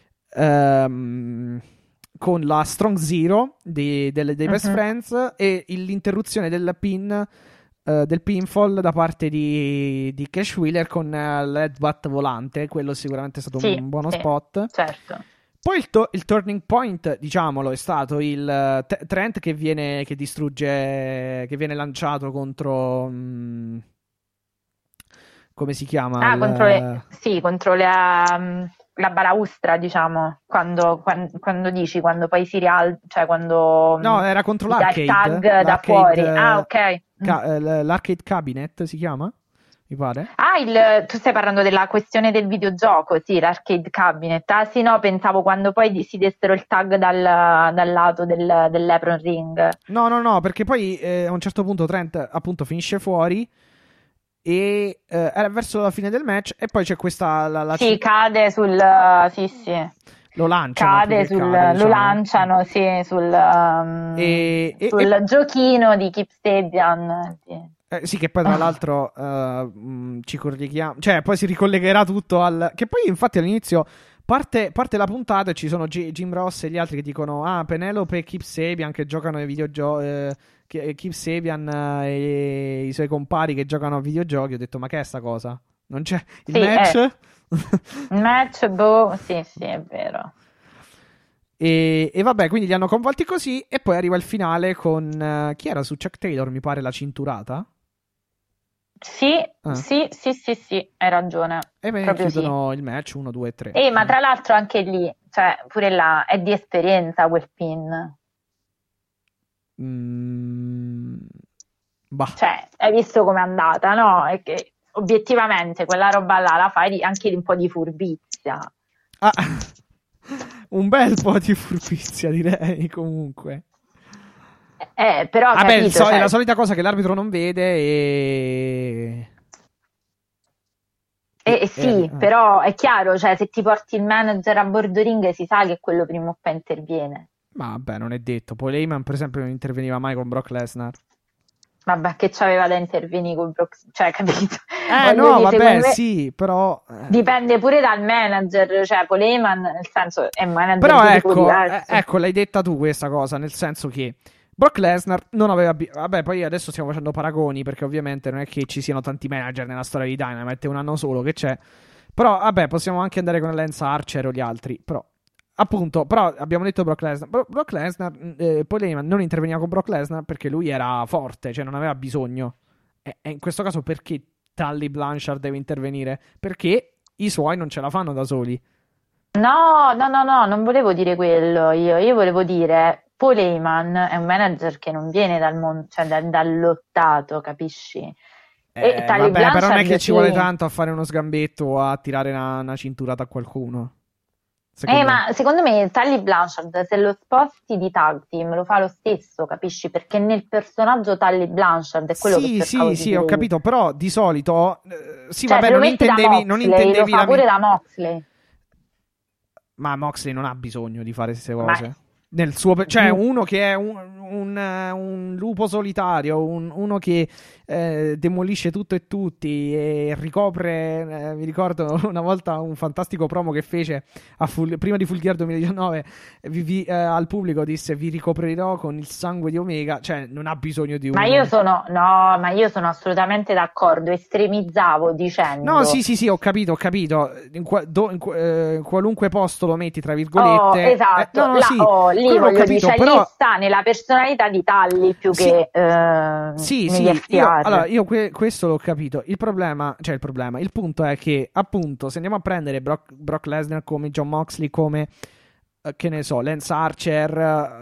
la Strong Zero dei Best Friends e l'interruzione della pin del pinfall da parte di Cash Wheeler con l'headbutt volante. Quello sicuramente è stato Sì, un buono sì, spot. certo. Poi il turning point, diciamolo, è stato il Trent che distrugge, che viene lanciato contro, come si chiama? Ah, contro la balaustra, diciamo, quando dici, quando poi si rialza, cioè quando No, era contro gli dà il l'arcade. tag da fuori. Ah, ok. L'arcade cabinet si chiama? Mi pare. Ah, tu stai parlando della questione del videogioco, sì, l'arcade cabinet. Ah, sì, no, pensavo quando poi si dessero il tag dal lato dell'apron ring. No, perché poi a un certo punto Trent appunto finisce fuori e era verso la fine del match e poi c'è questa Sì, cade sì, sì. lo lanciano più che cade, Lo diciamo. lanciano, sì, sul giochino di Keep Stadium. Sì. Sì, che poi tra l'altro ci colleghiamo, cioè poi si ricollegherà tutto che poi infatti all'inizio parte la puntata e ci sono Jim Ross e gli altri che dicono Penelope e Keep Sabian che giocano ai videogiochi, Keep Sabian e i suoi compari che giocano a videogiochi. Ho detto ma che è sta cosa? Non c'è il Sì, match? Il match, boh, sì, è vero. E vabbè, quindi li hanno coinvolti così e poi arriva il finale con chi era su Chuck Taylor, mi pare la cinturata. Sì, hai ragione. E beh, Proprio chiudono sì. il match 1, 2, 3. Ma tra l'altro anche lì, cioè pure là, è di esperienza quel pin. Bah. Cioè, hai visto com'è andata, no? È che obiettivamente quella roba là la fai anche di un po' di furbizia. Un bel po' di furbizia, direi, comunque. Però capito, è la solita cosa che l'arbitro non vede sì, però è chiaro, cioè se ti porti il manager a bordo ring si sa che quello prima o poi interviene. Ma vabbè, non è detto. Paul Heyman, per esempio, non interveniva mai con Brock Lesnar. Vabbè, che c'aveva da intervenire con Brock, cioè, capito? No, vabbè, sì, però dipende pure dal manager, cioè Paul Heyman, nel senso, è un manager però di tipo diverso. ecco, l'hai detta tu questa cosa, nel senso che Brock Lesnar non aveva vabbè, poi adesso stiamo facendo paragoni perché ovviamente non è che ci siano tanti manager nella storia di Dynamite, è un anno solo che c'è. Però vabbè, possiamo anche andare con Lance Archer o gli altri, però appunto, però abbiamo detto Brock Lesnar. Brock Lesnar, Paul Heyman non interveniva con Brock Lesnar perché lui era forte, cioè non aveva bisogno. E in questo caso perché Tully Blanchard deve intervenire? Perché i suoi non ce la fanno da soli. No, non volevo dire quello io volevo dire Paul Heyman è un manager che non viene dal mondo, cioè dall'ottato, capisci? E Tully Vabbè, però non è Blanchard che ci sì. vuole tanto a fare uno sgambetto o a tirare una cinturata a qualcuno. Ma secondo me Tully Blanchard se lo sposti di tag team lo fa lo stesso, capisci? Perché nel personaggio Tully Blanchard è quello che cercavo di Sì, dire ho io. capito, però di solito sì, Cioè, vabbè, se lo metti da Moxley, lo fa pure da Moxley. Ma Moxley non ha bisogno di fare queste Ma cose. Nel suo, cioè, uno che è un lupo solitario, uno che demolisce tutto e tutti e ricopre. Mi ricordo una volta un fantastico promo che fece prima di Full Gear 2019. Al pubblico disse: vi ricoprirò con il sangue di Omega. Cioè, non ha bisogno di uno. ma io sono assolutamente d'accordo. Estremizzavo dicendo: No, sì, ho capito. In qualunque posto lo metti, tra virgolette. Esatto, lì voglio dire, cioè, lì sta nella personalità di Tully più che negli FTR. Io questo l'ho capito. Il punto è che, appunto, se andiamo a prendere Brock Lesnar come John Moxley, come che ne so, Lance Archer,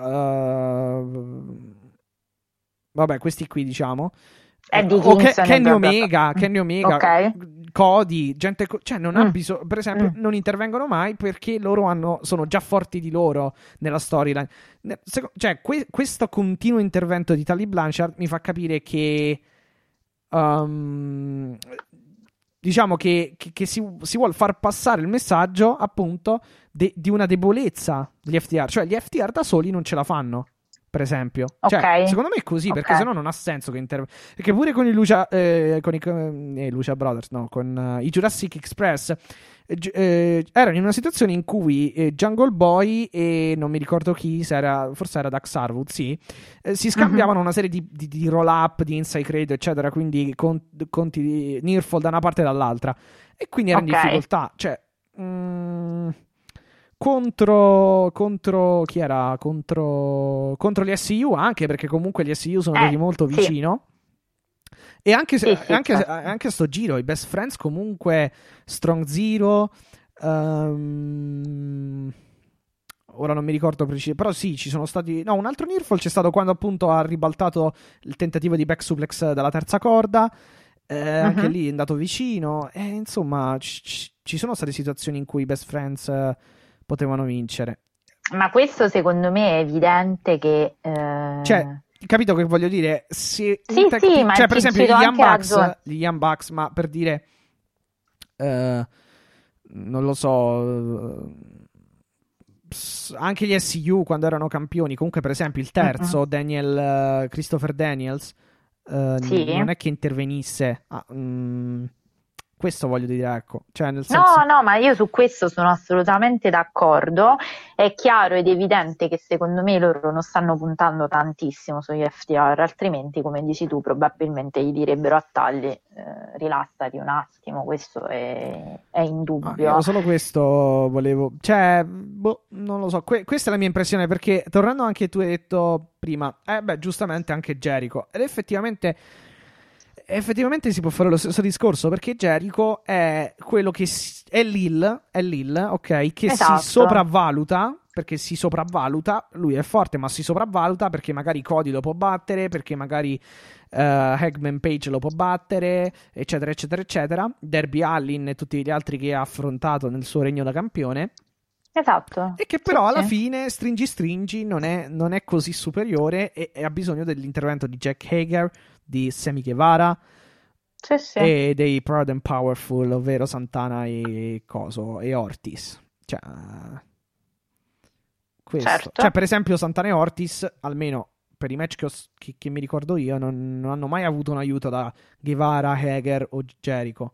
vabbè, questi qui, diciamo. Kenny Omega, okay. Cody, gente, cioè non ha bisogno, per esempio, non intervengono mai perché loro sono già forti di loro nella storyline. Cioè, questo continuo intervento di Tully Blanchard mi fa capire che diciamo che si vuole far passare il messaggio, appunto, di una debolezza degli FTR, cioè gli FTR da soli non ce la fanno. per esempio. Ok. Cioè, secondo me è così, perché Ok. sennò non ha senso che perché pure con i Lucia Brothers, no, con i Jurassic Express erano in una situazione in cui Jungle Boy e non mi ricordo chi, forse era Dax Harwood, sì, si Mhm. scambiavano una serie di roll up, di inside credo, eccetera, quindi conti di Nearfall da una parte e dall'altra, e quindi era in Ok. difficoltà, cioè contro chi era? Contro gli SU, anche perché comunque gli SU sono andati molto Sì, vicino. E anche, sì, sì, certo. anche a sto giro, i Best Friends comunque, Strong Zero, ehm, ora non mi ricordo preciso, però sì, ci sono stati... No, un altro Nearfall c'è stato quando appunto ha ribaltato il tentativo di back suplex dalla terza corda, anche Mhm. lì è andato vicino, e insomma ci sono state situazioni in cui i Best Friends potevano vincere. Ma questo secondo me è evidente che... Cioè, capito che voglio dire? Se un Sì, tag sì, team, ma cioè, per esempio, ci do anche ragione. Gli Young Bucks, ma per dire, eh, non lo so, anche gli SU quando erano campioni, comunque, per esempio, il Mm-mm. terzo, Christopher Daniels, Sì. non è che intervenisse. Questo voglio dire, ecco, cioè, nel senso. No, no, ma io su questo sono assolutamente d'accordo. È chiaro ed evidente che secondo me loro non stanno puntando tantissimo sugli FTR, altrimenti, come dici tu, probabilmente gli direbbero a tagli, rilassati un attimo, questo è Io indubbio. solo questo volevo, cioè, boh, non lo so. Questa è la mia impressione perché tornando anche tu hai detto prima, beh, giustamente anche Jericho. Ed effettivamente si può fare lo stesso discorso perché Jericho è quello che è Lil, ok, che si Esatto, sopravvaluta. Perché si sopravvaluta, lui è forte, ma si sopravvaluta perché magari Cody lo può battere, perché magari Hangman Page lo può battere, eccetera, eccetera, eccetera. Darby Allin e tutti gli altri che ha affrontato nel suo regno da campione. esatto. E che Sì, però alla sì, fine Stringi non è così superiore e ha bisogno dell'intervento di Jack Hager, di Sammy Guevara sì, sì, e dei Proud and Powerful, ovvero Santana e Coso e Ortiz. Cioè, questo. Cioè, certo. per esempio, Santana e Ortiz, almeno per i match che mi ricordo io, non hanno mai avuto un aiuto da Guevara, Hager o Jericho.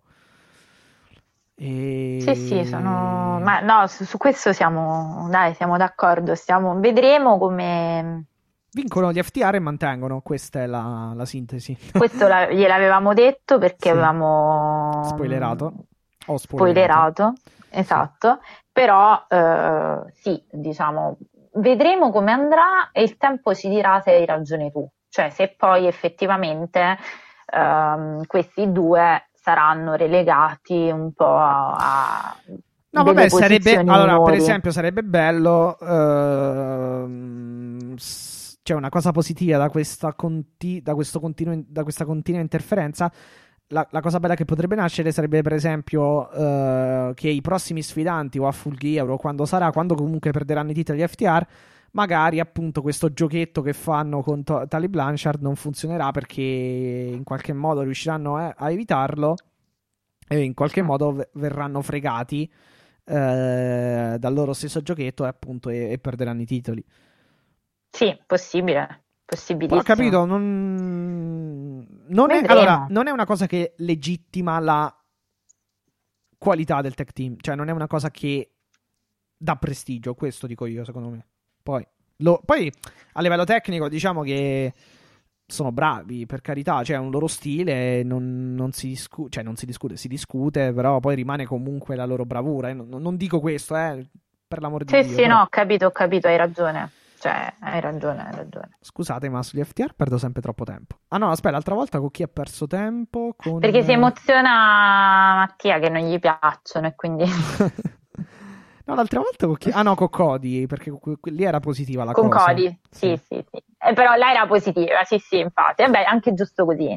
Sì, sì, sono... E Ma no, su questo siamo, dai, siamo d'accordo. Vedremo come... vincono gli FTR e mantengono. Questa è la sintesi. Questo gliel'avevamo detto perché Sì. avevamo Spoilerato. Ho spoilerato. spoilerato, Sì. esatto, però sì, diciamo, vedremo come andrà e il tempo ci dirà se hai ragione tu, cioè se poi effettivamente questi due saranno relegati un po' a No, delle vabbè, sarebbe. posizioni Allora, per minori. esempio, sarebbe bello. C'è una cosa positiva da questa continua interferenza. La cosa bella che potrebbe nascere sarebbe, per esempio, che i prossimi sfidanti o a Full Gear o quando sarà, quando comunque perderanno i titoli FTR, magari appunto questo giochetto che fanno con Tali Blanchard non funzionerà perché in qualche modo riusciranno a evitarlo e in qualche modo verranno fregati dal loro stesso giochetto e appunto e perderanno i titoli. Sì, possibile, Però possibilissimo. capito, non è, allora, Vedremo. non è una cosa che legittima la qualità del tech team, cioè non è una cosa che dà prestigio, questo dico io, secondo me. Poi a livello tecnico, diciamo che sono bravi, per carità, cioè è un loro stile, non si discute, cioè non si discute, si discute, però poi rimane comunque la loro bravura. Non dico questo, per l'amor di Sì, Dio, sì, però no, ho capito, hai ragione. Cioè, hai ragione, hai ragione. scusate, ma sugli FTR perdo sempre troppo tempo. Ah no, aspetta, l'altra volta con chi ha perso tempo? Perché si Con... emoziona Mattia che non gli piacciono e quindi No, l'altra volta con chi... Ah no, con Cody, perché lì era positiva la con cosa. Cody. Sì. Sì, sì, sì. Però lei era positiva, sì, sì, infatti. E beh, anche giusto così.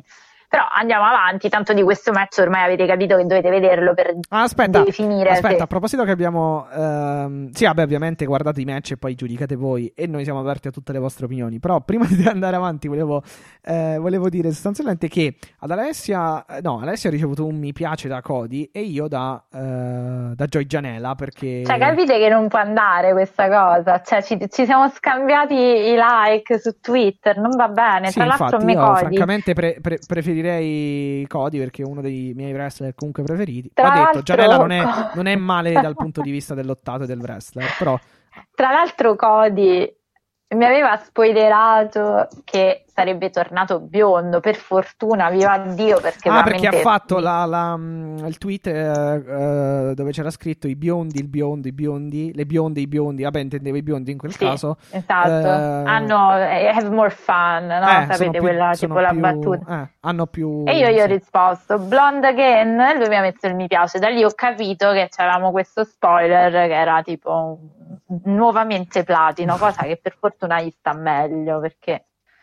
Però andiamo avanti, tanto di questo match ormai avete capito che dovete vederlo per definire. Aspetta, a proposito che abbiamo... sì, vabbè, ovviamente guardate i match e poi giudicate voi e noi siamo aperti a tutte le vostre opinioni, però prima di andare avanti volevo dire sostanzialmente che Alessia ha ricevuto un mi piace da Cody e io da Joy Janela, perché... Cioè, capite che non può andare questa cosa, cioè ci siamo scambiati i like su Twitter, non va bene. Sì, tra l'altro infatti me io Cody, francamente preferirei Cody, perché è uno dei miei wrestler comunque preferiti. tra Va detto, l'altro Janela non è male dal punto di vista dell'ottato e del wrestler, però... Tra l'altro Cody mi aveva spoilerato che sarebbe tornato biondo, per fortuna, viva Dio, perché perché ha veramente... fatto il tweet dove c'era scritto i biondi, il biondo, i biondi, le bionde, i biondi, vabbè, intendevo i biondi in quel caso. Esatto, have more fun, no? Sapete, quella tipo la battuta. Hanno più... E io gli ho risposto, blonde again, e lui mi ha messo il mi piace. Da lì ho capito che c'avevamo questo spoiler che era tipo nuovamente platino, cosa che per fortuna gli sta meglio, perché...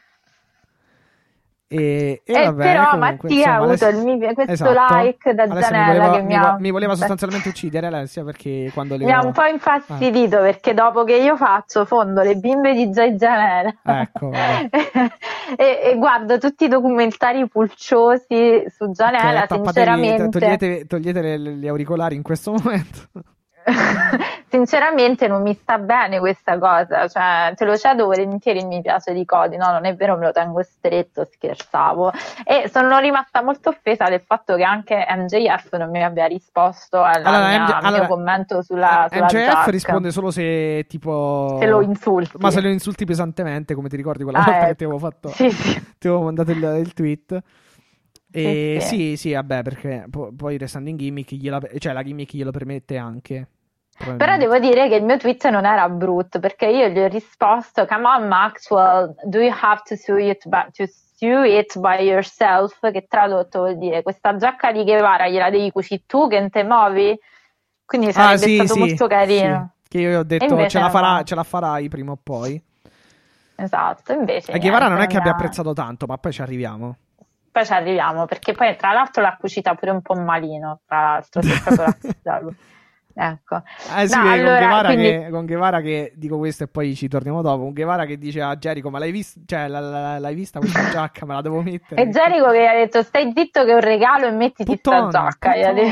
E vabbè, però comunque, Mattia ha avuto questo esatto. like da Alessia Janela mi voleva sostanzialmente uccidere, Alessia, perché quando mi ha un po' infastidito perché dopo che io faccio fondo le bimbe di Joy Janela ecco, e guardo tutti i documentari pulciosi su Janela, sinceramente togliete gli auricolari in questo momento. Sinceramente non mi sta bene questa cosa, cioè te lo cedo volentieri il mi piace di Cody, no, non è vero, me lo tengo stretto, scherzavo, e sono rimasta molto offesa del fatto che anche MJF non mi abbia risposto al mio commento sulla MJF Jack. risponde solo se tipo se lo insulti, ma se lo insulti pesantemente, come ti ricordi quella volta che ti avevo fatto sì. ti avevo mandato il tweet. E sì, vabbè, perché poi restando in gimmick la gimmick glielo permette anche. Però devo dire che il mio tweet non era brutto, perché io gli ho risposto: come on Maxwell, do you have to sew it by yourself? Che tradotto vuol dire questa giacca di Guevara gliela devi cucire tu che non te muovi? Quindi sarebbe stato molto carino. Sì. Che io ho detto ce la farai prima o poi. Esatto, invece e Guevara non è che abbia apprezzato tanto, ma poi ci arriviamo. Perché poi tra l'altro l'ha cucita pure un po' malino, tra l'altro, se proprio l'ha cucita lui. Ecco. Sì, allora, con Guevara che dico questo e poi ci torniamo dopo. Con Guevara che dice a Jericho: ma l'hai vista? Cioè, l'hai vista questa giacca? Me la devo mettere. E Jericho che gli ha detto: stai zitto che è un regalo e mettiti sta giacca.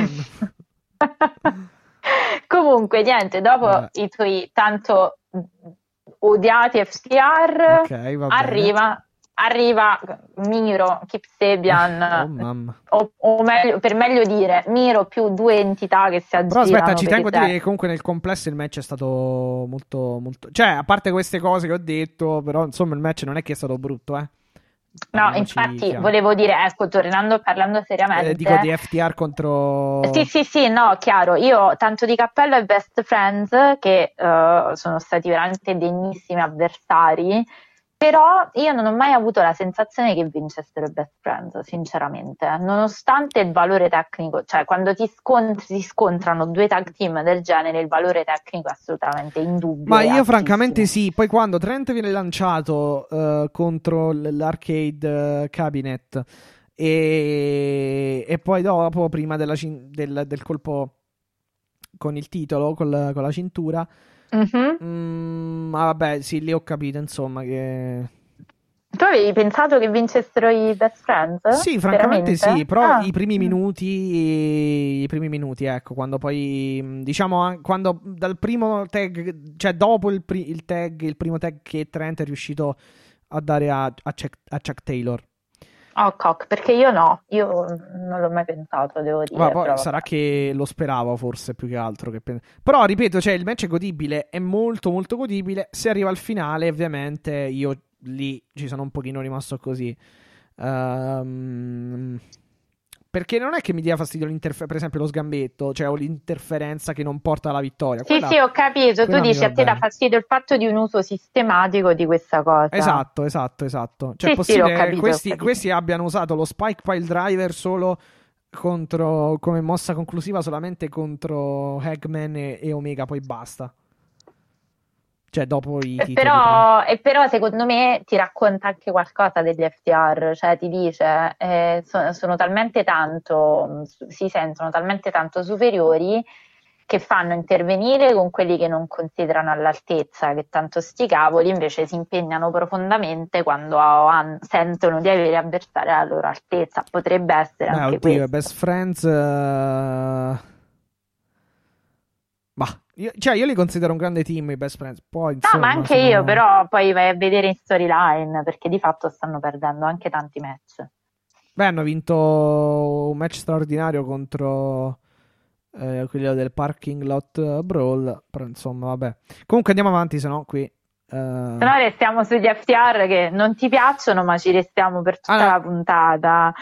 Comunque, niente, dopo i tuoi tanto odiati FTR, arriva Miro, Kip Sabian, o meglio, per meglio dire, Miro più due entità che si aggirano. Però aspetta, ci tengo a dire che comunque nel complesso il match è stato molto, molto... Cioè, a parte queste cose che ho detto, però insomma il match non è che è stato brutto, No, infatti volevo dire, ecco, parlando seriamente, dico di FTR contro... Sì, no, chiaro, io tanto di cappello ai Best Friends, che sono stati veramente degnissimi avversari, però io non ho mai avuto la sensazione che vincessero i Best Friends, sinceramente, nonostante il valore tecnico, cioè quando si scontrano due tag team del genere, il valore tecnico è assolutamente indubbio. Ma io francamente sì, poi quando Trent viene lanciato contro l'Arcade Cabinet e poi dopo, prima del colpo con il titolo, con la cintura... ma vabbè, sì, lì ho capito, insomma, che... Tu avevi pensato che vincessero i Best Friends? Sì, francamente veramente? Sì, però i primi minuti, ecco, quando poi, diciamo, quando dal primo tag, cioè dopo il primo tag che Trent è riuscito a dare a Chuck Taylor. Cock, perché io non l'ho mai pensato, devo dire. Ma poi sarà che lo speravo forse più che altro. Però ripeto, cioè, il match è godibile, è molto molto godibile. Se arriva al finale, ovviamente, io lì ci sono un pochino rimasto così. Perché non è che mi dia fastidio per esempio lo sgambetto, cioè o l'interferenza che non porta alla vittoria. Sì, ho capito. Tu dici a te dà fastidio il fatto di un uso sistematico di questa cosa. Esatto. Cioè è possibile che questi abbiano usato lo Spike Pile Driver solo come mossa conclusiva solamente contro Hagman e Omega, poi basta. Cioè, dopo i titoli. Però secondo me ti racconta anche qualcosa degli FTR, cioè ti dice sono talmente tanto, si sentono talmente tanto superiori che fanno intervenire con quelli che non considerano all'altezza, che tanto sti cavoli, invece si impegnano profondamente quando sentono di avere avversari alla loro altezza. Potrebbe essere anche questo. Best Friends... io li considero un grande team, i Best Friends. Poi, insomma, ma anche io, però poi vai a vedere in storyline, perché di fatto stanno perdendo anche tanti match. Beh, hanno vinto un match straordinario contro quello del Parking Lot Brawl, però insomma, vabbè. Comunque andiamo avanti, se no qui... Se no restiamo sugli FTR che non ti piacciono, ma ci restiamo per tutta la puntata.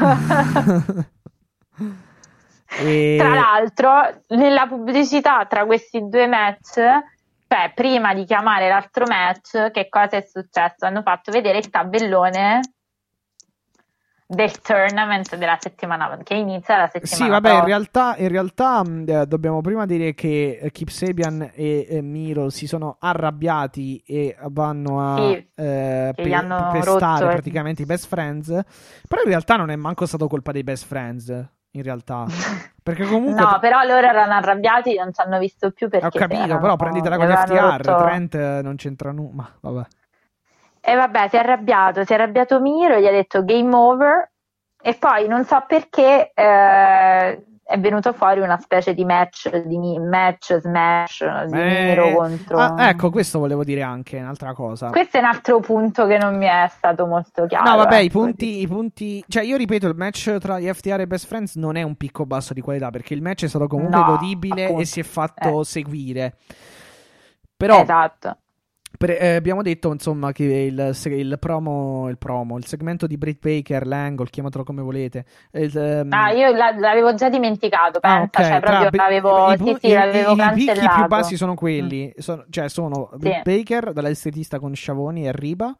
Tra l'altro, nella pubblicità tra questi due match, cioè prima di chiamare l'altro match, che cosa è successo? Hanno fatto vedere il tabellone del tournament della settimana che inizia la settimana. Sì, vabbè, in realtà dobbiamo prima dire che Kip Sabian e Miro si sono arrabbiati e vanno a pestare praticamente i Best Friends, però in realtà non è manco stato colpa dei Best Friends. In realtà, perché comunque no, però loro erano arrabbiati, non ci hanno visto più perché ho capito, però prenditela con gli FTR, Trent non c'entra nulla, ma vabbè. E vabbè, si è arrabbiato Miro, gli ha detto game over e poi non so perché è venuto fuori una specie di match smash di Miro contro... ecco, questo volevo dire anche, un'altra cosa. Questo è un altro punto che non mi è stato molto chiaro. No, vabbè, i punti... Cioè, io ripeto, il match tra gli FTR e Best Friends non è un picco basso di qualità, perché il match è stato comunque godibile, appunto, e si è fatto seguire. Però... Esatto. Abbiamo detto insomma che il segmento di Britt Baker, l'angle, chiamatelo come volete. Io l'avevo già dimenticato, pensa, okay. Cioè proprio l'avevo cancellato. I picchi più bassi sono quelli, sono Britt Baker dall'estetista con Schiavoni e Riba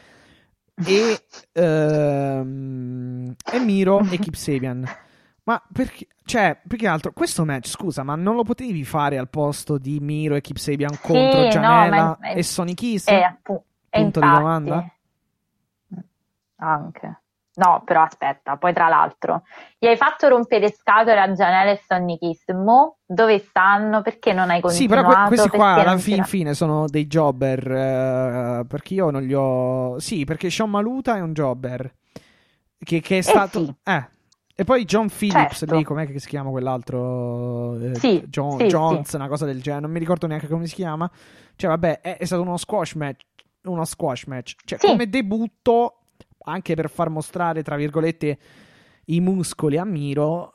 e Miro e Kip Sabian. Ma perché, cioè, più che altro, questo match, scusa, ma non lo potevi fare al posto di Miro e Kip Sabian contro Janela e Sonny Kiss? Punto infatti, di domanda? Anche. No, però aspetta, poi tra l'altro, gli hai fatto rompere scatole a Janela e Sonny Kiss, mo dove stanno? Perché non hai continuato? Sì, però questi qua alla fine sono dei jobber, perché io non li ho... Sì, perché Sean Maluta è un jobber, che è stato... Sì. E poi John Phillips, certo, lì, com'è che si chiama quell'altro? Jones, una cosa del genere, non mi ricordo neanche come si chiama. Cioè, vabbè, è stato uno squash match. Cioè, come debutto, anche per far mostrare, tra virgolette, i muscoli a Miro,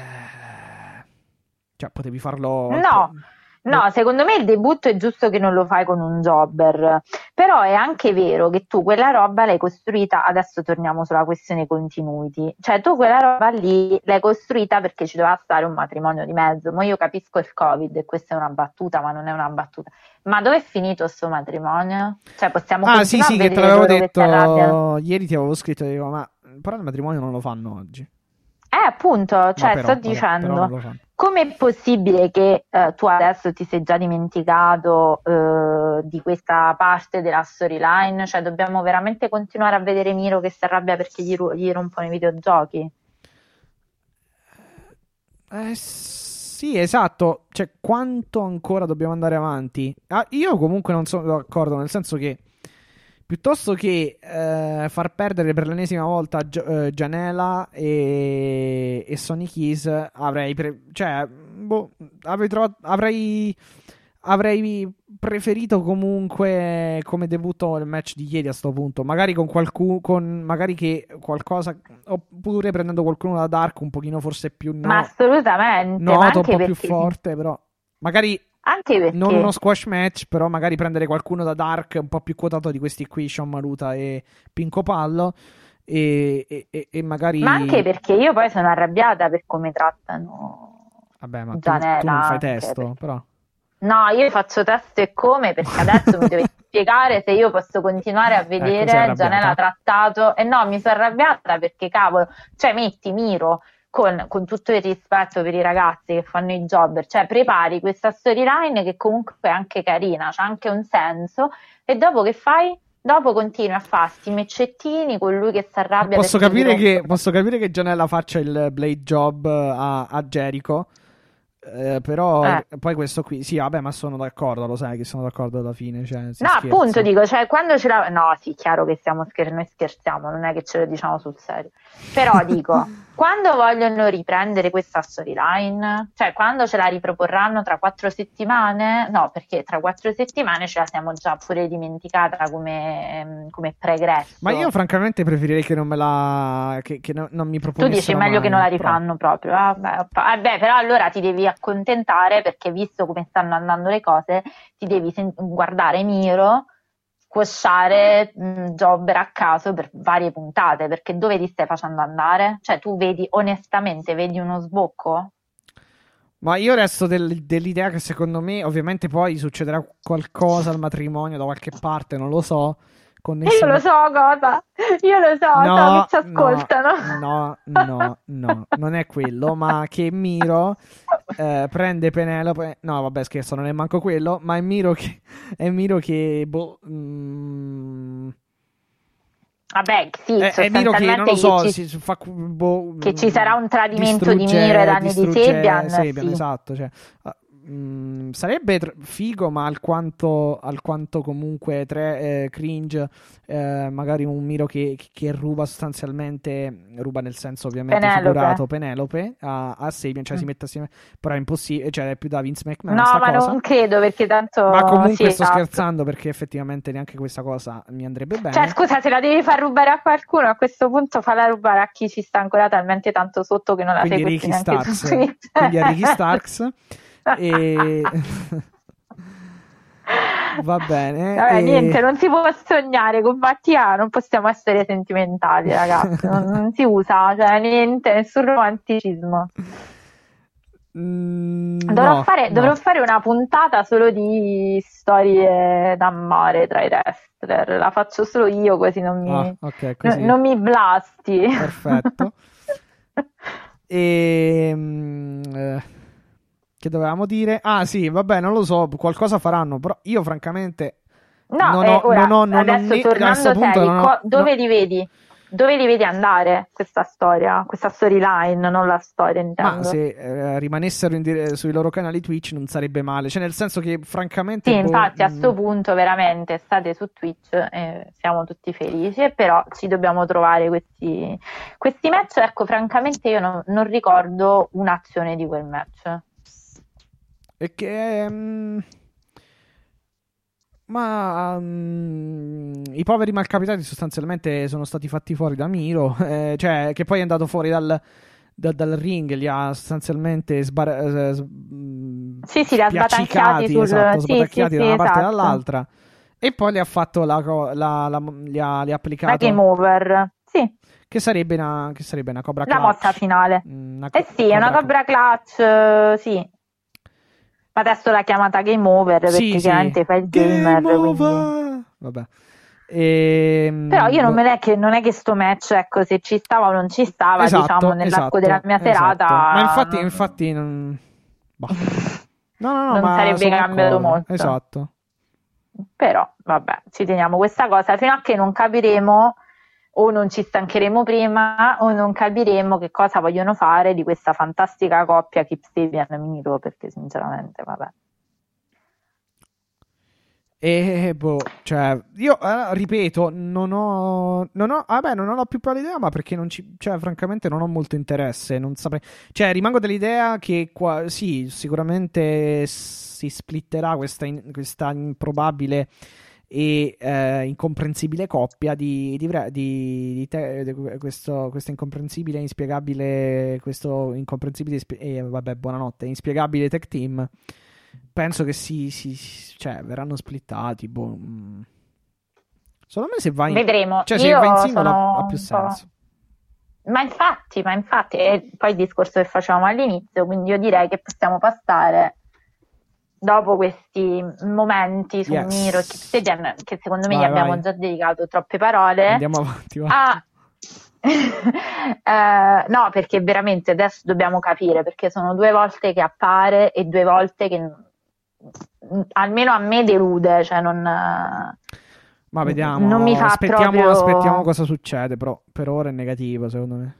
cioè, potevi farlo... No, secondo me il debutto è giusto che non lo fai con un jobber, però è anche vero che tu quella roba l'hai costruita, adesso torniamo sulla questione continuity, cioè tu quella roba lì l'hai costruita perché ci doveva stare un matrimonio di mezzo, ma io capisco il Covid e questa è una battuta, ma non è una battuta, ma dove è finito sto matrimonio? Cioè possiamo continuare a vedere che te l'avevo detto, ieri ti avevo scritto, dico, ma però il matrimonio non lo fanno oggi. Appunto, cioè sto dicendo, com'è possibile che tu adesso ti sei già dimenticato di questa parte della storyline? Cioè dobbiamo veramente continuare a vedere Miro che si arrabbia perché gli rompono i videogiochi? Sì, esatto, cioè quanto ancora dobbiamo andare avanti? Io comunque non sono d'accordo, nel senso che piuttosto che far perdere per l'ennesima volta Janela e Sonny Kiss, avrei preferito comunque come debutto il match di ieri a sto punto. Magari con magari che qualcosa, oppure prendendo qualcuno da Dark un pochino forse più ma assolutamente, noto, un po' più forte, però magari... Anche perché... Non uno squash match, però magari prendere qualcuno da Dark un po' più quotato di questi qui, Sean Maluta e Pinco Pallo, e magari... Ma anche perché io poi sono arrabbiata per come trattano Vabbè, ma Janela, tu non fai testo, però... No, io faccio testo e come, perché adesso mi devi spiegare se io posso continuare a vedere Janela trattato... E no, mi sono arrabbiata perché, cavolo, cioè metti Miro con tutto il rispetto per i ragazzi che fanno i jobber, cioè prepari questa storyline che comunque è anche carina, c'ha anche un senso, e dopo che fai? Dopo continui a farti i meccettini con lui che si arrabbia. Posso capire che Gianella faccia il blade job a Jericho, però poi questo qui, sì, vabbè, ma sono d'accordo, lo sai che sono d'accordo alla fine, cioè, No, appunto dico, cioè quando ce la... No, sì, chiaro che noi scherziamo, non è che ce lo diciamo sul serio. Però dico, quando vogliono riprendere questa storyline, cioè quando ce la riproporranno tra 4 settimane? No, perché tra 4 settimane ce la siamo già pure dimenticata come pregresso. Ma io francamente preferirei che non me la... che non mi proponessero. Tu dici meglio mai, che non la rifanno proprio. Vabbè, però allora ti devi accontentare, perché visto come stanno andando le cose, ti devi guardare Miro, squasciare jobber a caso per varie puntate, perché dove ti stai facendo andare? Cioè tu vedi, onestamente, vedi uno sbocco? Ma io resto dell'idea che secondo me ovviamente poi succederà qualcosa al matrimonio da qualche parte, non lo so. Io lo so cosa, io lo so, no, che ci ascoltano. No, non è quello, ma che Miro prende Penelope. No, vabbè, scherzo, non è manco quello, ma è Miro che Vabbè, sì, è Miro che non lo so, che ci sarà un tradimento di Miro ai danni di Sabian, sì. Esatto, cioè, sarebbe figo, ma alquanto comunque cringe, magari un Miro che ruba sostanzialmente, ruba nel senso ovviamente figurato Penelope a Sabian, cioè si mette assieme, però è impossibile, cioè è più da Vince McMahon. No, ma cosa. Non credo, perché tanto... Ma comunque sto esatto. scherzando, perché effettivamente neanche questa cosa mi andrebbe bene. Cioè scusa, se la devi far rubare a qualcuno, a questo punto falla rubare a chi ci sta ancora talmente tanto sotto che non la segui neanche su Twitter. Quindi a Ricky Starks. E va bene. Vabbè, niente, non si può sognare con Mattia, non possiamo essere sentimentali, ragazzi. non si usa, cioè niente, nessun romanticismo. Dovrò fare una puntata solo di storie d'amore tra i wrestler. La faccio solo io, così non mi blasti. Perfetto. Che dovevamo dire? Ah sì, vabbè, non lo so, qualcosa faranno, però io francamente dove li vedi? Dove li vedi andare questa storia, questa storyline, non la storia, intendo. Ma se rimanessero sui loro canali Twitch non sarebbe male, cioè nel senso che francamente... Sì, infatti a sto punto veramente state su Twitch e siamo tutti felici, però ci dobbiamo trovare questi match. Ecco, francamente io non ricordo un'azione di quel match. E che... i poveri malcapitati sostanzialmente sono stati fatti fuori da Miro, cioè che poi è andato fuori dal ring, li ha sostanzialmente li ha sbatacchiati sbatacchiati da una parte e dall'altra, e poi li ha fatto li ha applicato la game over, sì. Che sarebbe una cobra clutch. La mossa finale. Sì, è una cobra clutch, sì. Ma adesso l'ha chiamata game over, perché chiaramente fa il gamer. Quindi... Vabbè. Però io non è che sto match, ecco, se ci stava o non ci stava, diciamo, nell'arco della mia serata. Ma infatti non... No, non sarebbe cambiato molto. Esatto. Però, vabbè, ci teniamo questa cosa fino a che non capiremo, o non ci stancheremo prima, o non capiremo che cosa vogliono fare di questa fantastica coppia Kip Sabian e Miro, perché sinceramente, vabbè. Cioè, io ripeto, non ho più pallida idea, ma perché cioè, francamente non ho molto interesse, non saprei, cioè, rimango dell'idea che sì, sicuramente si splitterà questa improbabile e incomprensibile coppia questa incomprensibile e inspiegabile, questo incomprensibile vabbè, buonanotte, inspiegabile tag team. Penso che cioè, verranno splittati. Secondo me se vai vedremo. Cioè, se vai in singolo ha più senso. Ma infatti, è poi il discorso che facevamo all'inizio, quindi io direi che possiamo passare, dopo questi momenti su Miro e Kip Sabian, che secondo me gli abbiamo già dedicato troppe parole, andiamo avanti. No, perché veramente adesso dobbiamo capire, perché sono 2 volte che appare e 2 volte che almeno a me delude, cioè Ma non mi vediamo, fa aspettiamo proprio. cosa succede, però per ora è negativo secondo me.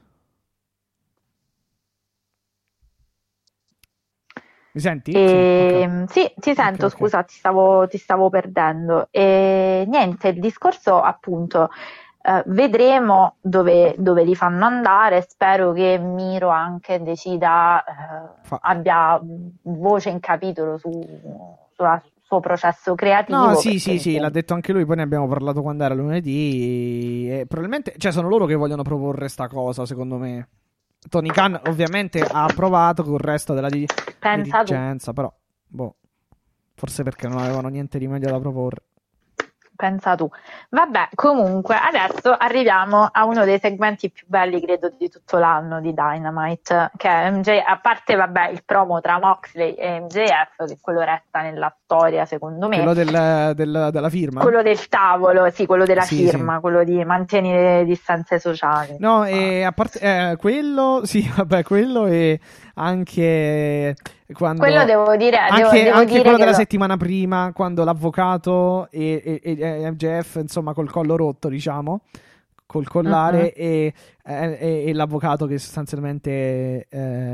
Mi senti? Sì, ok. Sì, ti Ok, sento, ok. scusa, ti stavo perdendo. E niente, il discorso appunto, vedremo dove li fanno andare. Spero che Miro anche decida, Fa- abbia voce in capitolo sul suo processo No, creativo, sì, perché sì, sì, l'ha insomma, detto anche lui, poi ne abbiamo parlato quando era lunedì. E probabilmente, cioè, sono loro che vogliono proporre sta cosa, secondo me. Tony Khan ovviamente ha approvato con il resto della pensa tu. dirigenza, però, boh, forse perché non avevano niente di meglio da proporre. Pensa tu. Vabbè, comunque, adesso arriviamo a uno dei segmenti più belli, credo, di tutto l'anno di Dynamite, che è a parte, vabbè, il promo tra Moxley e MJF, che quello resta nella storia, secondo me. Quello della firma? Quello del tavolo, sì, quello della Sì, sì. firma, quello di mantieni le distanze sociali, No, insomma. e a parte quello, sì, vabbè, quello e anche Quello quando devo dire, devo anche dire quello che della settimana prima, quando l'avvocato e MJF, insomma, col collo rotto, diciamo, col Mm-mm. collare e l'avvocato che sostanzialmente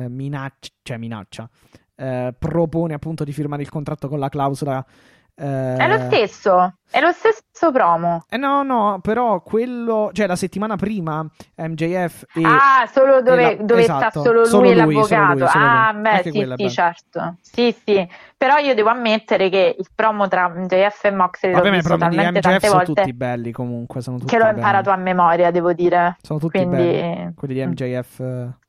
minaccia, propone appunto di firmare il contratto con la clausola. eh, È lo stesso promo. no, no, però quello, cioè la settimana prima MJF Ah, solo dove sta esatto, solo lui e solo lui, l'avvocato. solo lui. Ah, beh, Anche sì, quello è sì, bello. certo. Sì, sì. Però io devo ammettere che il promo tra MJF e Moxley l'ho Vabbè, ma i visto promi di talmente MJF tante sono tutti volte belli comunque, sono che l'ho tutti belli. imparato a memoria, devo dire. Sono tutti Quindi. belli. Quelli di MJF,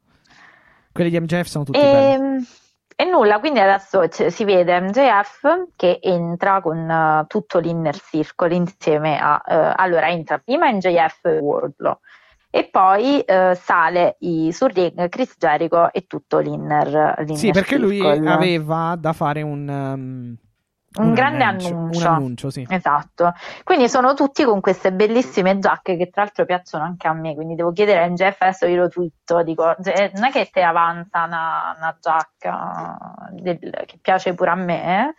quelli di MJF sono tutti belli. E, e nulla, quindi adesso si vede MJF che entra con tutto l'Inner Circle insieme a. Allora, entra prima MJF e Wardlow. E poi sale sul ring Chris Jericho e tutto Sì, l'Inner perché lui Circle. aveva da fare Un grande un annuncio, annuncio, sì. esatto. Quindi sono tutti con queste bellissime giacche che tra l'altro piacciono anche a me, quindi devo chiedere a NGF, adesso io lo twitto, dico, non è che te avanza una giacca che piace pure a me,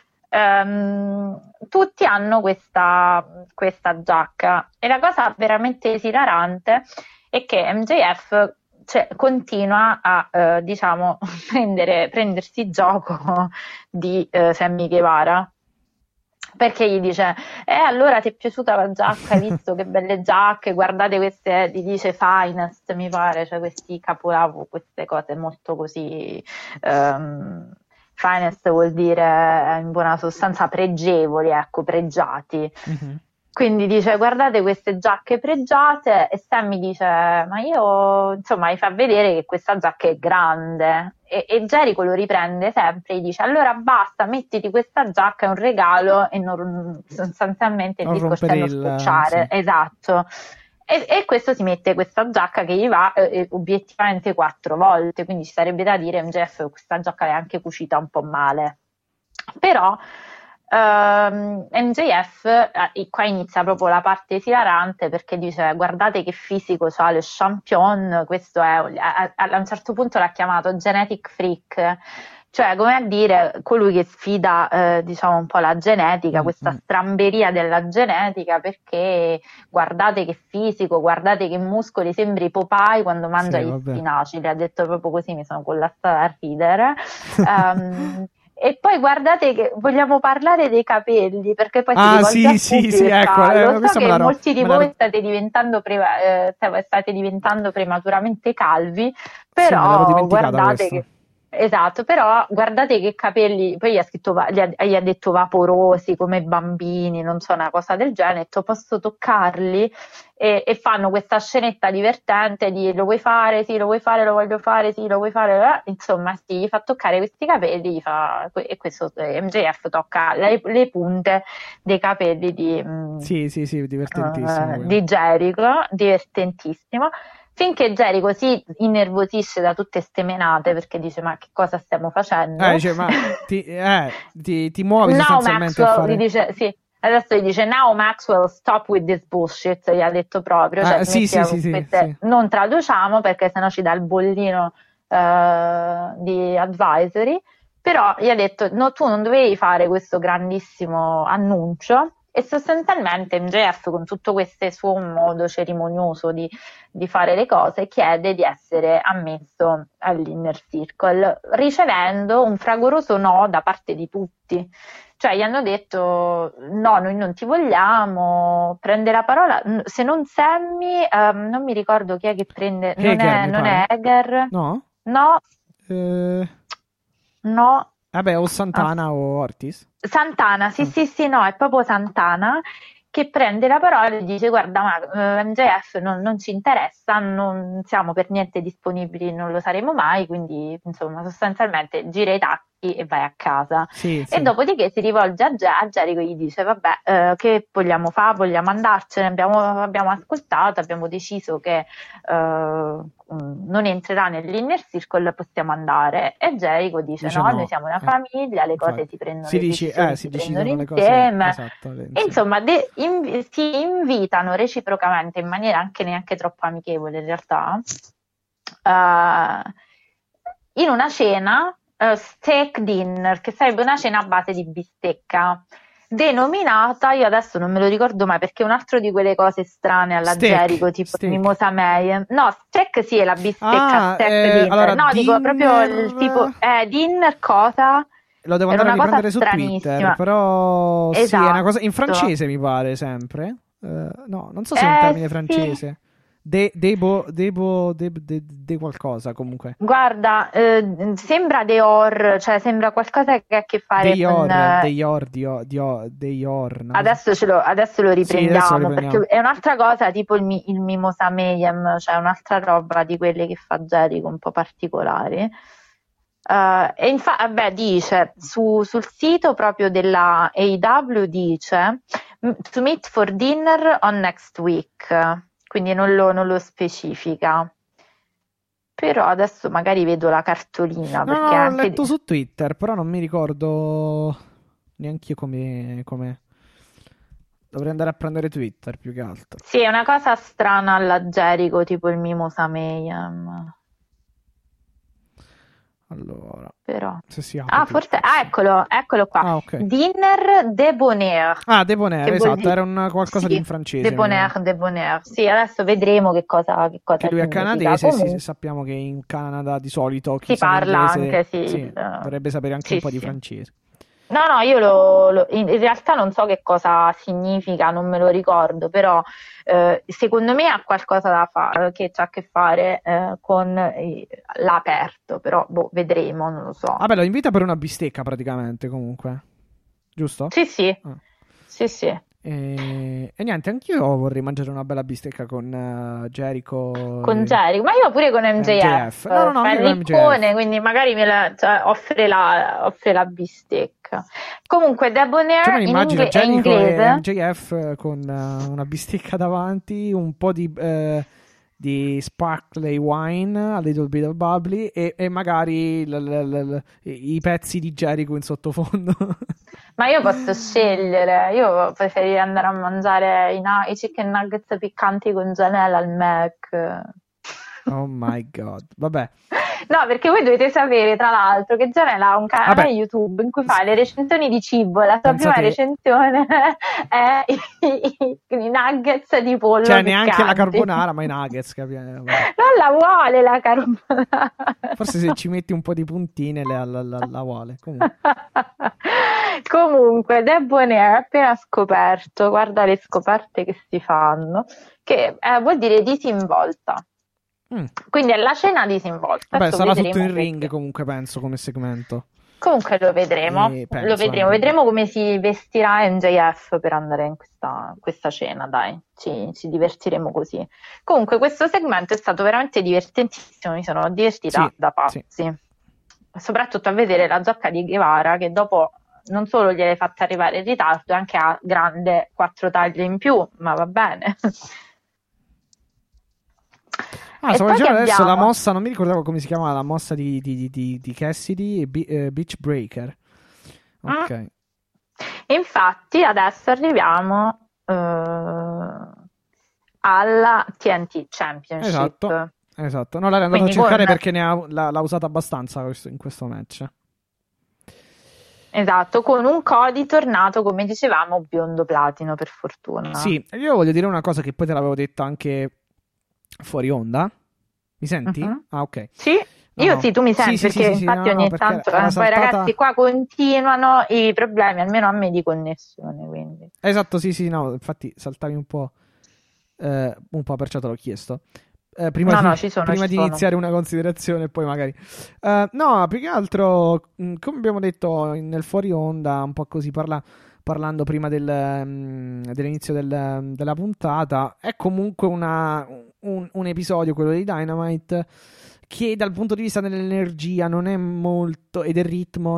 tutti hanno questa giacca e la cosa veramente esilarante è che MJF, cioè, continua a diciamo prendersi gioco di Sammy Guevara, perché gli dice allora ti è piaciuta la giacca, hai visto che belle giacche, guardate queste, gli dice Finest mi pare, cioè questi capolavori, queste cose molto così. ehm, Finest vuol dire in buona sostanza pregevoli, ecco, pregiati. Mhm. Quindi dice guardate queste giacche pregiate e Sammy dice ma io insomma mi fa vedere che questa giacca è grande e Jericho lo riprende sempre e dice allora basta mettiti questa giacca è un regalo e sostanzialmente il Non discorso è rompere non il... scocciare, sì. esatto. E questo si mette questa giacca che gli va obiettivamente 4 volte, quindi ci sarebbe da dire MJF questa giacca l'è anche cucita un po' male. Però MJF qua inizia proprio la parte esilarante perché dice guardate che fisico c'ha lo champion, questo è a un certo punto l'ha chiamato genetic freak, cioè come a dire colui che sfida diciamo un po' la genetica, Mm, questa mm. stramberia della genetica, perché guardate che fisico, guardate che muscoli, sembri Popeye quando mangia Sì, gli vabbè. spinaci, le ha detto proprio così, mi sono collassata a ridere. E poi guardate che vogliamo parlare dei capelli, perché poi si Ah, rivolge sì, al sì, sì, pubblico e ecco, fa: Lo ma so questa che molti di me la voi state diventando prematuramente calvi, sì, me l'ero però dimenticata guardate questa. che. Esatto, però guardate che capelli, poi gli ha scritto, gli ha detto vaporosi come bambini, non so, una cosa del genere, ha detto posso toccarli? E fanno questa scenetta divertente di lo vuoi fare, sì, lo vuoi fare, lo voglio fare, sì, lo vuoi fare, insomma, sì, gli fa toccare questi capelli, e questo MJF tocca le punte dei capelli Sì, sì, sì, divertentissimo quello. di Jericho, divertentissimo. Finché Jericho si innervosisce da tutte ste menate perché dice: Ma che cosa stiamo facendo? Dice, ma ti muovi No, sostanzialmente a Maxwell gli fare... dice: Sì. Adesso gli dice now Maxwell stop with this bullshit, gli ha detto proprio, cioè sì, smettila sì, con sì, queste- sì. non traduciamo perché sennò ci dà il bollino di advisory, però gli ha detto no, tu non dovevi fare questo grandissimo annuncio e sostanzialmente MJF con tutto questo suo modo cerimonioso di fare le cose chiede di essere ammesso all'Inner Circle, ricevendo un fragoroso no da parte di tutti. Cioè gli hanno detto no, noi non ti vogliamo, prende la parola, se non Sammy, non mi ricordo chi è che prende, Hager, mi non è pare. Hager, No? no, Eh, no, vabbè, o ah, Santana o Ortiz. Santana, sì, Ah. sì, sì, no, è proprio Santana che prende la parola e dice guarda, ma MJF non ci interessa, non siamo per niente disponibili, non lo saremo mai, quindi insomma sostanzialmente gira i tacchi e vai a casa. Sì, E sì. dopodiché si rivolge a Jericho e gli dice vabbè, che vogliamo fare? Vogliamo andarcene? Abbiamo ascoltato, abbiamo deciso che non entrerà nell'Inner Circle, possiamo andare. E Jericho dice Dice no, noi no. siamo una famiglia, le cose Infatti. si prendono, Si le dice, decisioni si si prendono decidono le cose. insieme. Esatto. E insomma, si invitano reciprocamente in maniera anche neanche troppo amichevole in realtà, in una cena, steak dinner, che sarebbe una cena a base di bistecca, denominata, io adesso non me lo ricordo mai perché è un altro di quelle cose strane alla Jericho, tipo il Steak. Mimosa Mayhem. No, steak sì, è la bistecca, steak dinner. Allora, No, dico proprio il tipo, dinner. dinner cosa? Lo devo Era andare a una cosa riprendere su Twitter, stranissima. però sì, è una cosa in Esatto. francese mi pare sempre. No, non so se è un termine Sì. francese. De qualcosa comunque. Guarda, sembra Dior, cioè sembra qualcosa che ha a che fare con... Deior, una cosa. adesso lo Sì, adesso lo riprendiamo, perché riprendiamo. è un'altra cosa, tipo il Mimosa Mayhem, cioè un'altra roba di quelle che fa Jericho un po' particolari. E infatti, vabbè, dice sul sito proprio della AEW dice to meet for dinner on next week, quindi non lo specifica. Però adesso magari vedo la cartolina perché No, l'ho anche letto su Twitter, però non mi ricordo neanche io come. Dovrei andare a prendere Twitter più che altro. sì, è una cosa strana alla Jericho, tipo il Mimosa Mayhem. Allora, Però. se si apre Forse. Twitter, sì. Eccolo qua. Ah, ok. Dinner debonair. Debonair, Che vuol esatto, dire? era qualcosa di in Sì, francese. debonair. Sì, adesso vedremo che cosa Che lui è significa. canadese, sì, Comunque sappiamo che in Canada di solito chi si sa parla l'inglese anche, sì. dovrebbe sapere anche un Sì, po' di sì. francese. No, io in realtà non so che cosa significa, non me lo ricordo, però secondo me ha qualcosa da fare, che ha a che fare con l'aperto, però vedremo, non lo so. Vabbè, lo invita per una bistecca praticamente, comunque. Giusto? Sì, sì, Ah. sì. E niente, anch'io vorrei mangiare una bella bistecca con Jericho. Con Jericho, ma io pure con MJF. No, Fa anche il con riccone, MJF. quindi magari offre la bistecca. Comunque, Cioè, Debonair me immagino è Jericho e inglese. MJF con una bistecca davanti, un po' di sparkly wine, a little bit of bubbly e magari i pezzi di Jericho in sottofondo. Ma io posso scegliere, io preferirei andare a mangiare i chicken nuggets piccanti con Janelle al Mac. Oh my god, vabbè. No, perché voi dovete sapere, tra l'altro, che Janelle ha un canale Vabbè. YouTube in cui fa le recensioni di cibo. La sua Pensa prima te. recensione è i nuggets di pollo Cioè, piccanti. neanche la carbonara, ma i nuggets, Non la vuole la carbonara. Forse se ci metti un po' di puntine la vuole. Comunque, Debonair ha appena scoperto, guarda le scoperte che si fanno, che vuol dire disinvolta. Quindi è la cena disinvolta. Vabbè, adesso sarà vedremo tutto in perché. ring comunque, penso, come segmento. Comunque lo vedremo, vedremo come si vestirà MJF per andare in questa cena, dai, ci divertiremo così. Comunque questo segmento è stato veramente divertentissimo, mi sono divertita da pazzi, soprattutto a vedere la giacca di Guevara che dopo non solo gliel'hai fatta arrivare in ritardo, anche a grande 4 taglie in più, ma va bene. Stavo dicendo adesso la mossa, non mi ricordavo come si chiamava la mossa di Cassidy, Beach Breaker. Ok. E infatti adesso arriviamo alla TNT Championship. Esatto. No, l'era andato a Quindi cercare con, perché l'ha usata abbastanza in questo match. esatto, con un Cody tornato, come dicevamo, biondo platino, per fortuna. Sì, io voglio dire una cosa che poi te l'avevo detta anche fuori onda. Mi senti? Mhm. Ah, ok. Sì, No, io no. sì, tu mi senti, Sì, perché infatti no, ogni perché tanto era poi saltata... ragazzi qua continuano i problemi, almeno a me, di connessione, quindi. Esatto, sì, no, infatti saltavi un po', perciò te l'ho chiesto. Prima No, di, no, ci sono, prima ci di sono. iniziare una considerazione, poi magari. No, più che altro, come abbiamo detto nel fuori onda, un po' così parlando prima dell'inizio della puntata, è comunque un episodio, quello di Dynamite, che dal punto di vista dell'energia non è molto, e del ritmo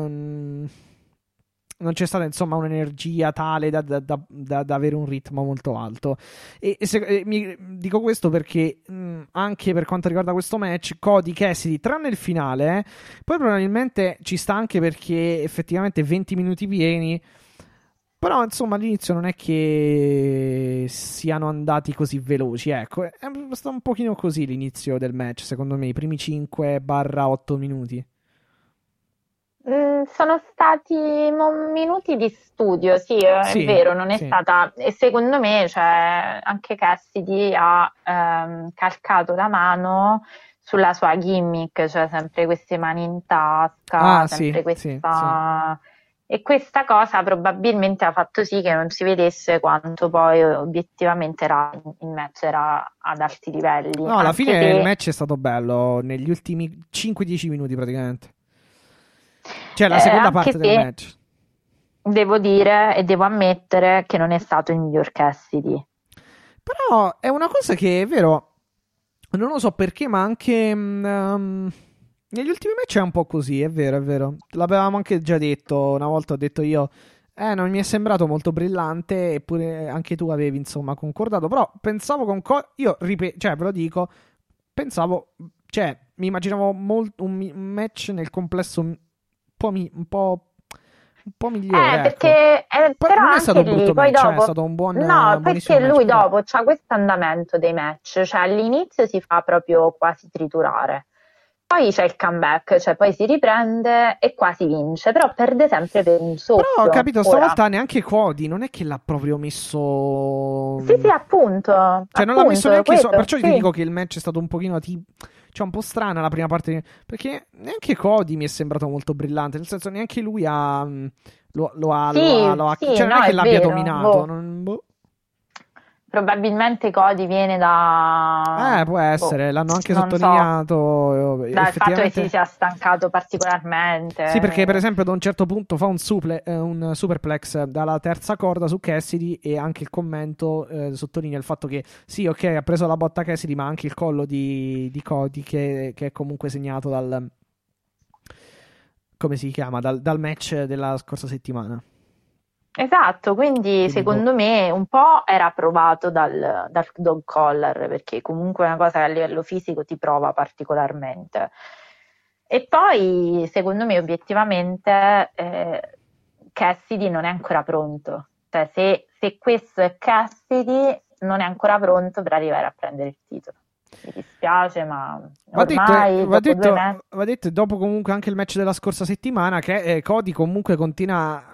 non c'è stata insomma un'energia tale da avere un ritmo molto alto. Dico questo perché anche per quanto riguarda questo match, Cody Cassidy, tranne il finale, poi probabilmente ci sta anche perché effettivamente 20 minuti pieni. Però insomma all'inizio non è che siano andati così veloci, ecco, è stato un pochino così l'inizio del match, secondo me, i primi 5/8 minuti. Sono stati minuti di studio, sì, è Sì, vero, non è sì. stata, e secondo me, cioè, anche Cassidy ha calcato la mano sulla sua gimmick, cioè sempre queste mani in tasca, Ah, sì, sempre sì. questa... E questa cosa probabilmente ha fatto sì che non si vedesse quanto poi obiettivamente il match era ad alti livelli, No, alla anche fine il se match è stato bello negli ultimi 5-10 minuti praticamente. Cioè, la seconda anche parte del se match. devo dire e devo ammettere che non è stato il miglior Cassidy. Però è una cosa che è vero, non lo so perché, ma anche negli ultimi match è un po' così, è vero, è vero. L'avevamo anche già detto, una volta ho detto io, non mi è sembrato molto brillante, eppure anche tu avevi insomma concordato, però pensavo io cioè ve lo dico, pensavo, cioè mi immaginavo un match nel complesso un po' migliore, ecco. Perché Però però non è stato anche un brutto lì, poi match, è dopo, stato un no, buonissimo perché match, lui però... dopo c'ha questo andamento dei match, cioè all'inizio si fa proprio quasi triturare, poi c'è il comeback, cioè poi si riprende e quasi vince, però perde sempre per un Però ho soffio. capito, Ora, stavolta neanche Cody non è che l'ha proprio messo. sì, sì, appunto, Cioè, non l'ha messo neanche. quello, Perciò ti sì. dico che il match è stato un pochino. Cioè, un po' strana la prima parte. Perché neanche Cody mi è sembrato molto brillante. Nel senso, neanche lui ha. Sì, sì, Cioè, non è no, che è l'abbia vero. dominato. Boh. Probabilmente Cody viene da, Può boh, essere, l'hanno anche non so, sottolineato. dal fatto che si Effettivamente. sia stancato Sì, perché per particolarmente. esempio da un certo punto fa un superplex dalla terza corda su Cassidy e anche il commento sottolinea il fatto che sì, ok, ha preso la botta Cassidy, ma anche il collo di Cody che è comunque segnato dal... come si chiama? Dal match della scorsa settimana. Esatto, quindi Quindi boh. secondo me un po' era provato dal dog collar, perché comunque è una cosa che a livello fisico ti prova particolarmente. E poi, secondo me, obiettivamente, Cassidy non è ancora pronto. Cioè, se questo è Cassidy, non è ancora pronto per arrivare a prendere il titolo. Mi dispiace, ma Va detto, ormai va dopo 2 detto, mesi... va detto, dopo comunque anche il match della scorsa settimana, che Cody comunque continua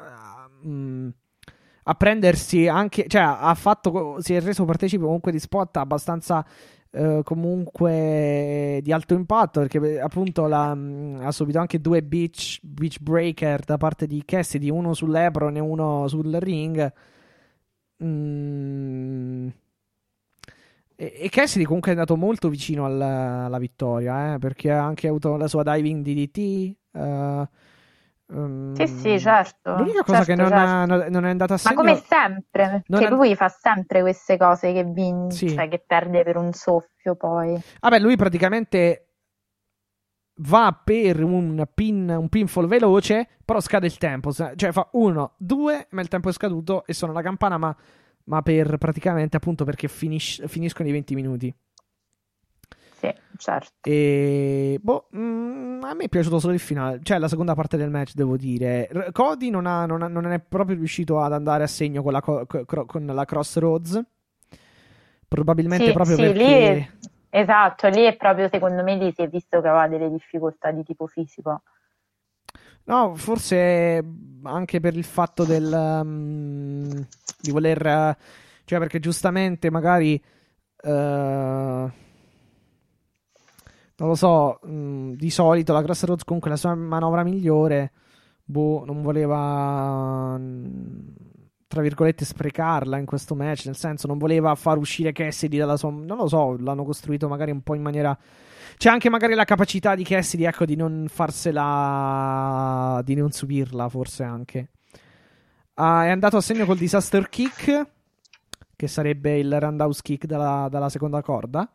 a prendersi anche, cioè si è reso partecipe comunque di spot abbastanza comunque di alto impatto, perché appunto ha subito anche due beach breaker da parte di Cassidy, uno sull'Ebron e uno sul ring. Mm. E Cassidy comunque è andato molto vicino alla vittoria, perché ha anche avuto la sua diving DDT. Sì, sì, certo, L'unica cosa che certo, certo. non è andata a Ma come segno. sempre, Non che è- lui fa sempre queste cose che sì. vince, che perde per un soffio poi. Vabbè, lui praticamente va per un pinfall veloce, però scade il tempo. Cioè fa 1, 2, ma il tempo è scaduto e suona la campana, ma per praticamente appunto perché finiscono i 20 minuti. Sì, certo. E a me è piaciuto solo il finale, cioè la seconda parte del match, devo dire. Cody non è proprio riuscito ad andare a segno con con la Crossroads, probabilmente Sì, proprio sì, lì, perché esatto, lì è proprio secondo me lì si è visto che aveva delle difficoltà di tipo fisico. no, forse anche per il fatto di voler, cioè perché giustamente magari non lo so, di solito la Crossroads comunque la sua manovra migliore, non voleva, tra virgolette, sprecarla in questo match, nel senso non voleva far uscire Cassidy dalla sua... Non lo so, l'hanno costruito magari un po' in maniera... C'è anche magari la capacità di Cassidy, ecco, di non farsela... di non subirla, forse anche. Ah, è andato a segno col Disaster Kick, che sarebbe il roundhouse kick dalla seconda corda.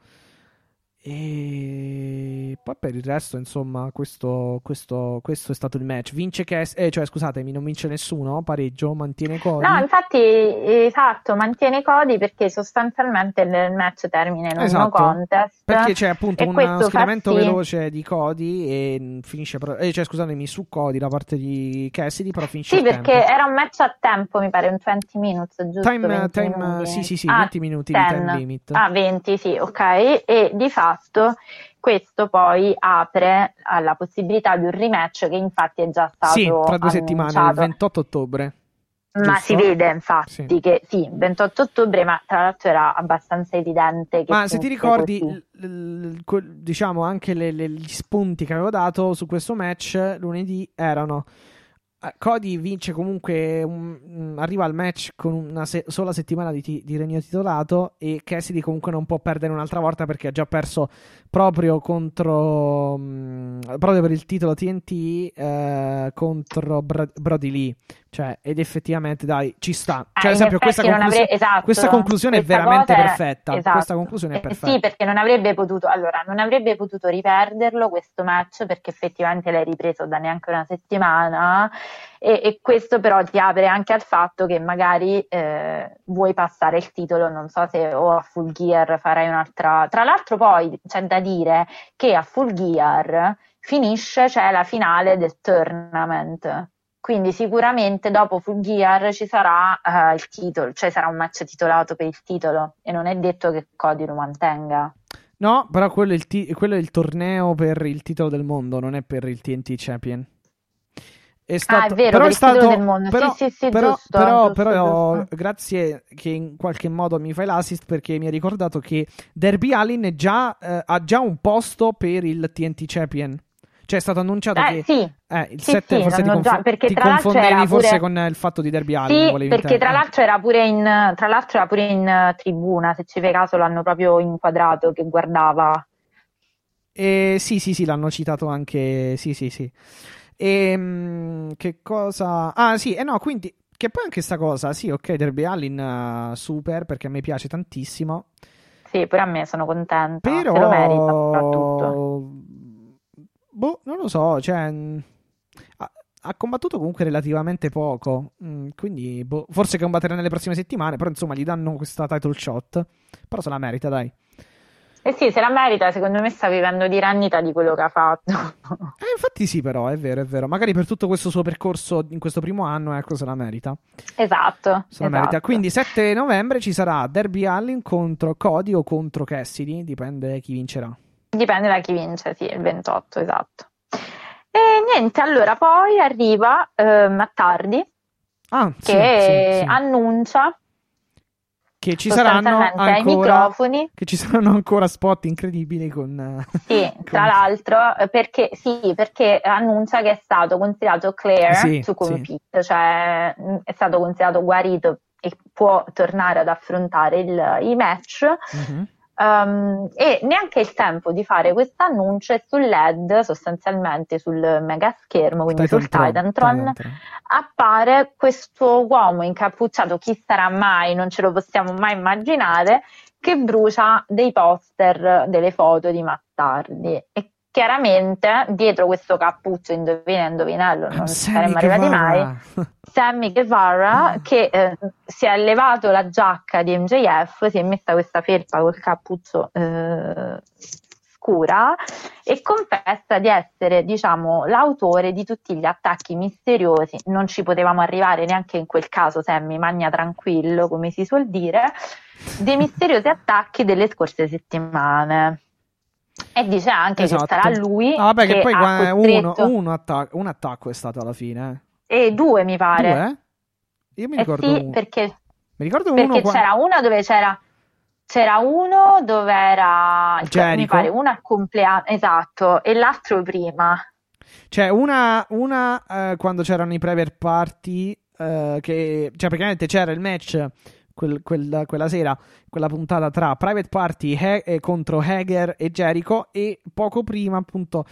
E poi per il resto, insomma, questo è stato il match. Vince cioè, scusatemi, non vince nessuno, pareggio, mantiene No, Cody. infatti, esatto, mantiene Cody perché sostanzialmente il match termina in un no Esatto, contest perché c'è appunto e uno questo fa schieramento sì, veloce di Cody e finisce, cioè scusatemi, su Cody da parte di Cassidy, però finisce sì, il tempo. perché era un match a tempo, mi pare, un 20 minutes, giusto? 20 Sì, minuti. sì, sì, Ah, 20 minuti di time 10. limit. Ah, 20, sì, ok. E di fatto questo poi apre alla possibilità di un rematch che infatti è già Sì, stato tra 2 settimane, il annunciato. 28 ottobre, Ma si giusto? vede Sì. infatti che sì, 28 ottobre, ma tra l'altro era abbastanza evidente che Ma se ti finisse ricordi, così. diciamo anche gli spunti che avevo dato su questo match lunedì erano Cody vince comunque, arriva al match con una sola settimana di regno titolato e Cassidy comunque non può perdere un'altra volta perché ha già perso proprio proprio per il titolo TNT contro Brody Lee. Cioè, ed effettivamente, dai, ci sta. Cioè, ad In esempio, effetti non avrebbe, questa esatto, conclusione è questa veramente cosa era, perfetta. Questa esatto. conclusione è Sì, perfetta. perché non avrebbe potuto, allora, non avrebbe potuto riperderlo questo match perché effettivamente l'hai ripreso da neanche una settimana e questo però ti apre anche al fatto che magari vuoi passare il titolo, non so se o a Full Gear farai un'altra, tra l'altro poi c'è da dire che a Full Gear finisce, c'è la finale del tournament. Quindi sicuramente dopo Full Gear ci sarà il titolo, cioè sarà un match titolato per il titolo e non è detto che Cody lo mantenga. No, però quello è il torneo per il titolo del mondo, non è per il TNT Champion. Ah, è vero, per il titolo del mondo. Sì, sì, sì, giusto, giusto, giusto. Grazie che in qualche modo mi fai l'assist perché mi hai ricordato che Darby Allin ha già un posto per il TNT Champion. Cioè è stato annunciato che Sì, il sì, 7 sì, forse perché ti tra l'altro era confondevi forse pure... con il fatto di Darby Allin, Sì, volevi perché tra intendere. l'altro era pure tra l'altro era pure in tribuna, se ci fai caso l'hanno proprio inquadrato che guardava. Sì, sì, sì, l'hanno citato anche. Sì, sì, sì. Che cosa. Ah, sì, no, quindi. Che poi anche sta cosa, sì, ok, Derby Allin super perché a me piace tantissimo. Sì, pure a me sono contenta, se lo merita soprattutto. Però. Boh, non lo so, cioè. Ha combattuto comunque relativamente poco. Quindi, boh, forse combatterà nelle prossime settimane. Però, insomma, gli danno questa title shot. Però se la merita, dai. Eh sì, se la merita, secondo me sta vivendo di rendita di quello che ha fatto. Infatti sì, però, è vero, è vero. Magari per tutto questo suo percorso in questo primo anno, ecco, se la merita. Esatto, Se la merita. esatto. Quindi 7 novembre ci sarà Darby Allin contro Cody o contro Cassidy, dipende chi vincerà. Dipende da chi vince, sì, il 28, esatto. E niente, allora poi arriva Matt Hardy Ah, sì, sì, che sì. annuncia Che ci saranno sostanzialmente ai ancora microfoni. che ci saranno ancora spot incredibili con, Sì, tra con... l'altro, perché annuncia che è stato considerato clear Sì, to sì. compete, cioè è stato considerato guarito e può tornare ad affrontare i match. Mhm. E neanche il tempo di fare questo annuncio è sul LED, sostanzialmente sul mega schermo, quindi sul Titantron. Titantron, appare questo uomo incappucciato, chi sarà mai, non ce lo possiamo mai immaginare, che brucia dei poster, delle foto di Matt Hardy. E chiaramente dietro questo cappuccio, indovina, indovinello, I'm non ci Sammy saremmo arrivati mai, Guevara. Sammy Guevara che si è levato la giacca di MJF, si è messa questa felpa col cappuccio oscura e confessa di essere, diciamo, l'autore di tutti gli attacchi misteriosi. Non ci potevamo arrivare neanche in quel caso, Sammy, magna tranquillo, come si suol dire, dei misteriosi attacchi delle scorse settimane. E dice anche che sarà lui vabbè, che poi ha costretto... un attacco è stato alla fine. E 2 mi pare. 2? Io mi ricordo sì, uno. Perché uno c'era uno dove c'era uno dove era Jericho. mi pare una al compleanno, esatto, e l'altro prima. Cioè una quando c'erano i private party, che cioè praticamente c'era il match quella sera, quella puntata tra Private Party contro Hager e Jericho, e poco prima appunto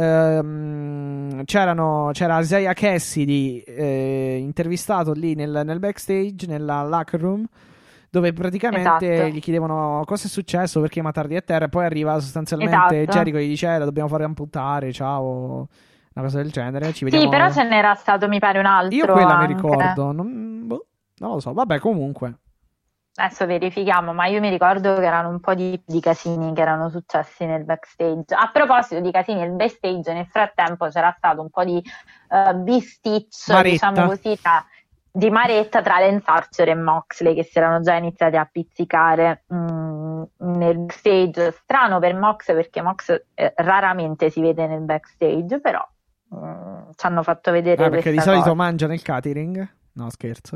c'era Isaiah Cassidy intervistato lì nel backstage, nella locker room, dove praticamente gli chiedevano cosa è successo, perché Matardi è terra, e poi arriva sostanzialmente Jericho e gli dice la dobbiamo fare amputare, ciao, una cosa del genere. Ci vediamo... Sì, però ce n'era stato mi pare un altro. Io quella anche. mi ricordo, non lo so, vabbè, comunque. Adesso verifichiamo, ma io mi ricordo che erano un po' di casini che erano successi nel backstage. A proposito di casini nel backstage, nel frattempo c'era stato un po' di bisticcio, diciamo così, di maretta tra Lance Archer e Moxley, che si erano già iniziati a pizzicare nel backstage. Strano per Mox, perché Mox raramente si vede nel backstage, però ci hanno fatto vedere perché di solito mangia nel catering? No, scherzo.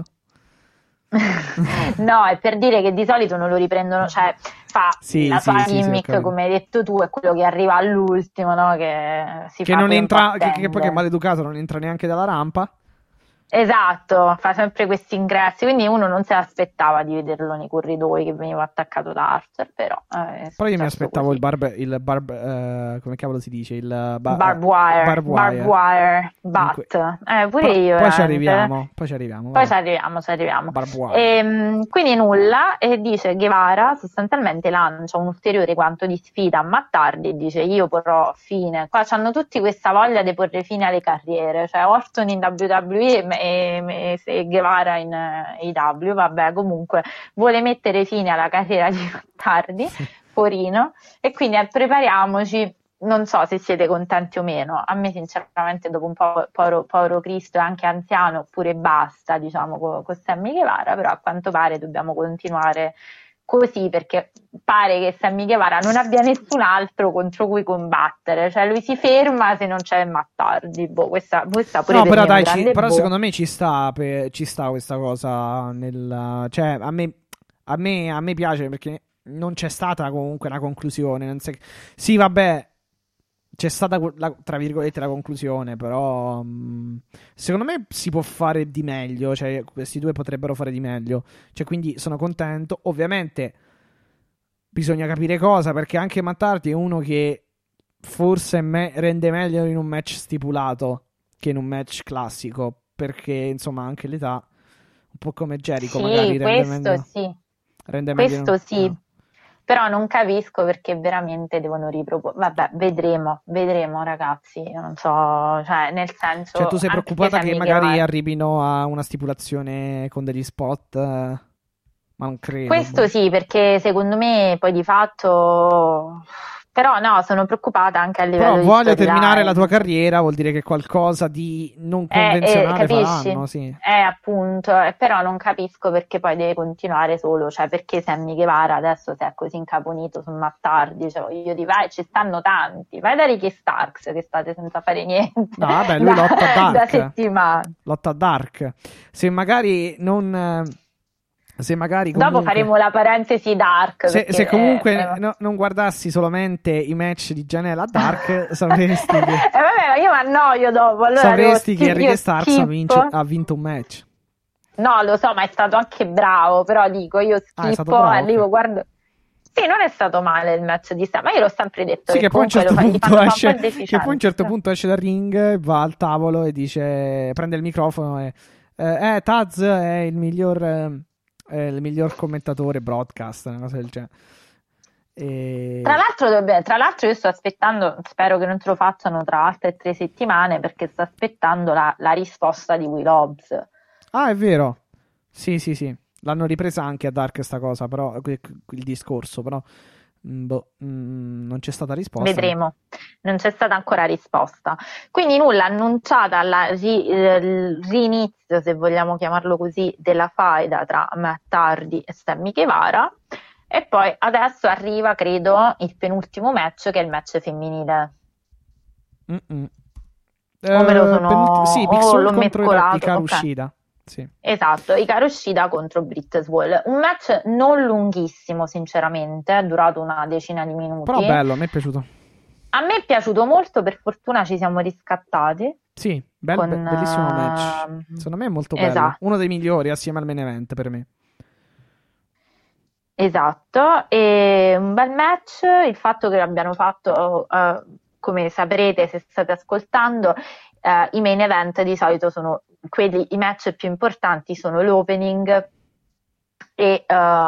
No, è per dire che di solito non lo riprendono, cioè fa la sua gimmick, come hai detto tu, è quello che arriva all'ultimo, no? Che non entra, che poi che è maleducato, non entra neanche dalla rampa. Esatto, fa sempre questi ingressi, quindi uno non si aspettava di vederlo nei corridoi, che veniva attaccato da Archer, però io mi aspettavo così. Come cavolo si dice? Il barbed wire butt. Pure io. Poi ci arriviamo. Quindi nulla, e dice Guevara sostanzialmente lancia un ulteriore quanto di sfida a Matt Hardy e dice io porrò fine. Qua c'hanno tutti questa voglia di porre fine alle carriere, cioè Orton in WWE e Guevara in AEW, vabbè, comunque vuole mettere fine alla carriera di Tardi, porino, e quindi prepariamoci. Non so se siete contenti o meno. A me sinceramente dopo un po' povero Cristo, è anche anziano, oppure basta, diciamo, con Sammy Guevara, però a quanto pare dobbiamo continuare così, perché pare che Sammy Guevara non abbia nessun altro contro cui combattere, cioè lui si ferma se non c'è Matt Hardy. Questa pure no, però dai, secondo me ci sta questa cosa cioè a me piace, perché non c'è stata comunque una conclusione, sì, vabbè, c'è stata tra virgolette la conclusione, però secondo me si può fare di meglio, cioè questi due potrebbero fare di meglio, cioè quindi sono contento. Ovviamente bisogna capire cosa, perché anche Matt Hardy è uno che forse rende meglio in un match stipulato che in un match classico, perché insomma anche l'età, un po' come Jericho, magari rende meglio. Questo sì. Però non capisco perché veramente devono riproporre. Vabbè, vedremo ragazzi, io non so, cioè nel senso... Cioè tu sei preoccupata che magari arrivino a una stipulazione con degli spot? Ma non credo. Questo sì, perché secondo me poi di fatto... Però no, sono preoccupata anche a livello di voglio terminare la tua carriera, vuol dire che qualcosa di non convenzionale faranno, sì. Appunto, però non capisco perché poi deve continuare solo, cioè perché Sammy Guevara adesso si è così incaponito su Matt Hardy, cioè io dico, ci stanno tanti, vai da Ricky Starks che state senza fare niente. No, vabbè, lui lotta a Dark. Da settimane. Lotta a Dark. Se magari comunque, dopo faremo la parentesi Dark, se comunque non guardassi solamente i match di Janela a Dark, sapresti che vabbè, ma io mi annoio dopo, allora sapresti che Enrique Starks ha vinto un match. No, lo so, ma è stato anche bravo, però dico, io schippo, arrivo, guardo. Sì, non è stato male il match di Sam, ma io l'ho sempre detto. Sì, che poi a un certo punto esce dal ring, va al tavolo e dice, prende il microfono e Taz è il miglior commentatore broadcast, una cosa del genere. Tra l'altro io sto aspettando, spero che non te lo facciano tra altre 3 settimane, perché sto aspettando la risposta di Will Hobbs. Ah, è vero. Sì. L'hanno ripresa anche a Dark sta cosa, però il discorso, però Non c'è stata risposta. Vedremo, non c'è stata ancora risposta. Quindi nulla, annunciata il rinizio, se vogliamo chiamarlo così, della faida tra Matt Hardy e Sammy Guevara. E poi adesso arriva, credo, il penultimo match, che è il match femminile. O me lo sono... sì, Big o Swole l'ho contro mescolato. Hikaru Ok. Shida. Sì. Esatto, Hikaru Shida contro Britt Swole. Un match non lunghissimo, sinceramente, è durato una decina di minuti. Però bello, a me è piaciuto. A me è piaciuto molto, per fortuna ci siamo riscattati. Sì, Con, bellissimo match. Secondo me è molto bello. esatto. Uno dei migliori assieme al main event per me. Esatto, e un bel match, il fatto che l'abbiano fatto, come saprete se state ascoltando, i main event di solito sono quelli, i match più importanti sono l'opening e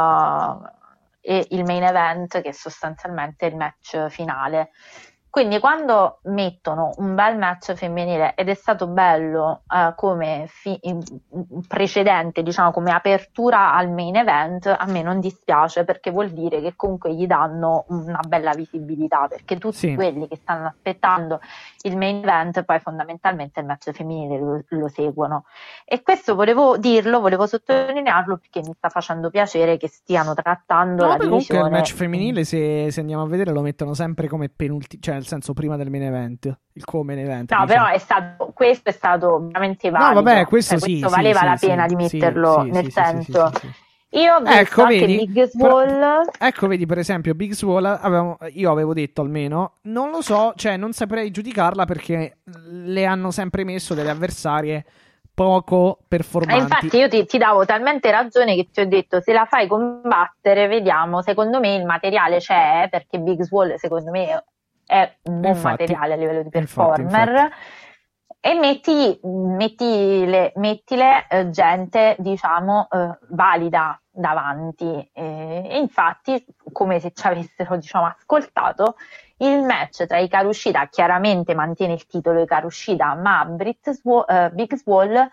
il main event, che sostanzialmente è il match finale. Quindi quando mettono un bel match femminile, ed è stato bello come precedente, diciamo come apertura al main event, a me non dispiace, perché vuol dire che comunque gli danno una bella visibilità, perché tutti quelli che stanno aspettando il main event poi fondamentalmente il match femminile lo seguono. E questo volevo dirlo, volevo sottolinearlo, perché mi sta facendo piacere che stiano trattando la divisione. Comunque il match femminile, se andiamo a vedere, lo mettono sempre come penultimo, cioè nel senso prima del main event, il co-main event. No, diciamo. Però questo è stato veramente valido. No, vabbè, questo questo valeva la pena di metterlo, nel senso... Sì. Io ho visto anche Big Swole. Ecco, vedi, per esempio, Big Swole, io avevo detto almeno, non lo so, cioè non saprei giudicarla perché le hanno sempre messo delle avversarie poco performanti. Infatti io ti davo talmente ragione che ti ho detto, se la fai combattere, vediamo, secondo me il materiale c'è, perché Big Swole secondo me è un buon materiale a livello di performer. Infatti. E mettile gente, diciamo, valida davanti. E infatti, come se ci avessero, diciamo, ascoltato, il match tra Hikaru Shida, chiaramente mantiene il titolo Hikaru Shida, ma Big Swole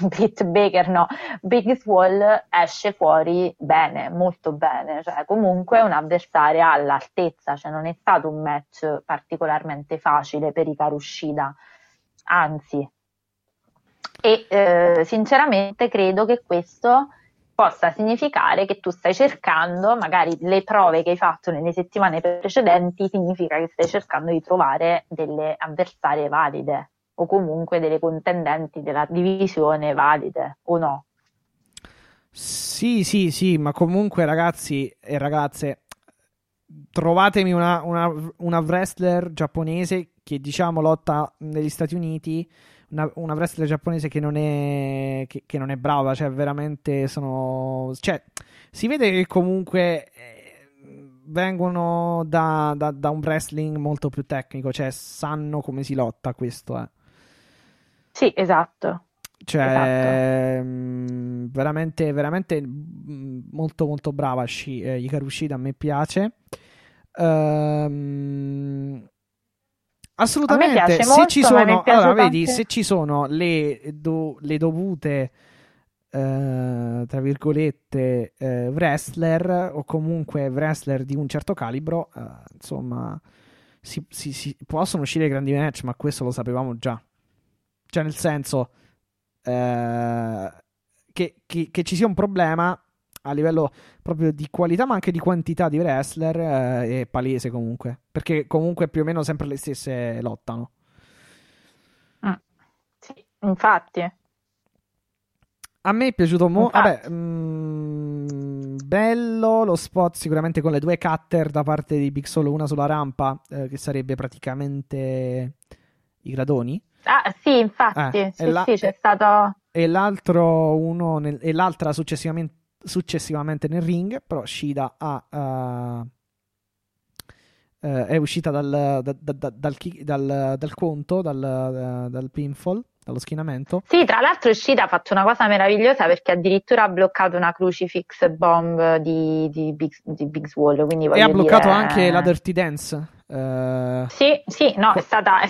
esce fuori bene, molto bene, cioè comunque un'avversaria all'altezza, cioè non è stato un match particolarmente facile per Hikaru Shida. Anzi, e sinceramente credo che questo possa significare che tu stai cercando, magari le prove che hai fatto nelle settimane precedenti, significa che stai cercando di trovare delle avversarie valide o comunque delle contendenti della divisione valide, o no? Sì, ma comunque ragazzi e ragazze, trovatemi una wrestler giapponese che diciamo lotta negli Stati Uniti, una wrestler giapponese che non è brava, cioè veramente cioè si vede che comunque vengono da un wrestling molto più tecnico, cioè sanno come si lotta, questo è. Sì, esatto. Cioè, veramente, veramente molto molto brava Hikaru Shida, a me piace. Assolutamente, a me piace se molto, ci sono, allora vedi, anche... se ci sono le dovute tra virgolette wrestler, o comunque wrestler di un certo calibro, insomma si possono uscire grandi match, ma questo lo sapevamo già, cioè nel senso che ci sia un problema a livello proprio di qualità, ma anche di quantità di wrestler, è palese comunque, perché comunque più o meno sempre le stesse lottano. Sì, infatti. A me è piaciuto molto. Vabbè, bello lo spot sicuramente con le due cutter da parte di Big Solo, una sulla rampa, che sarebbe praticamente i gradoni. Ah, sì, infatti, sì, c'è stato... E l'altro e l'altra successivamente nel ring, però Shida è uscita dal conto, dal pinfall, dallo schienamento. Sì, tra l'altro Shida ha fatto una cosa meravigliosa, perché addirittura ha bloccato una crucifix bomb di Big Swole, quindi e ha bloccato dire... anche la Dirty Dance. Sì, no, è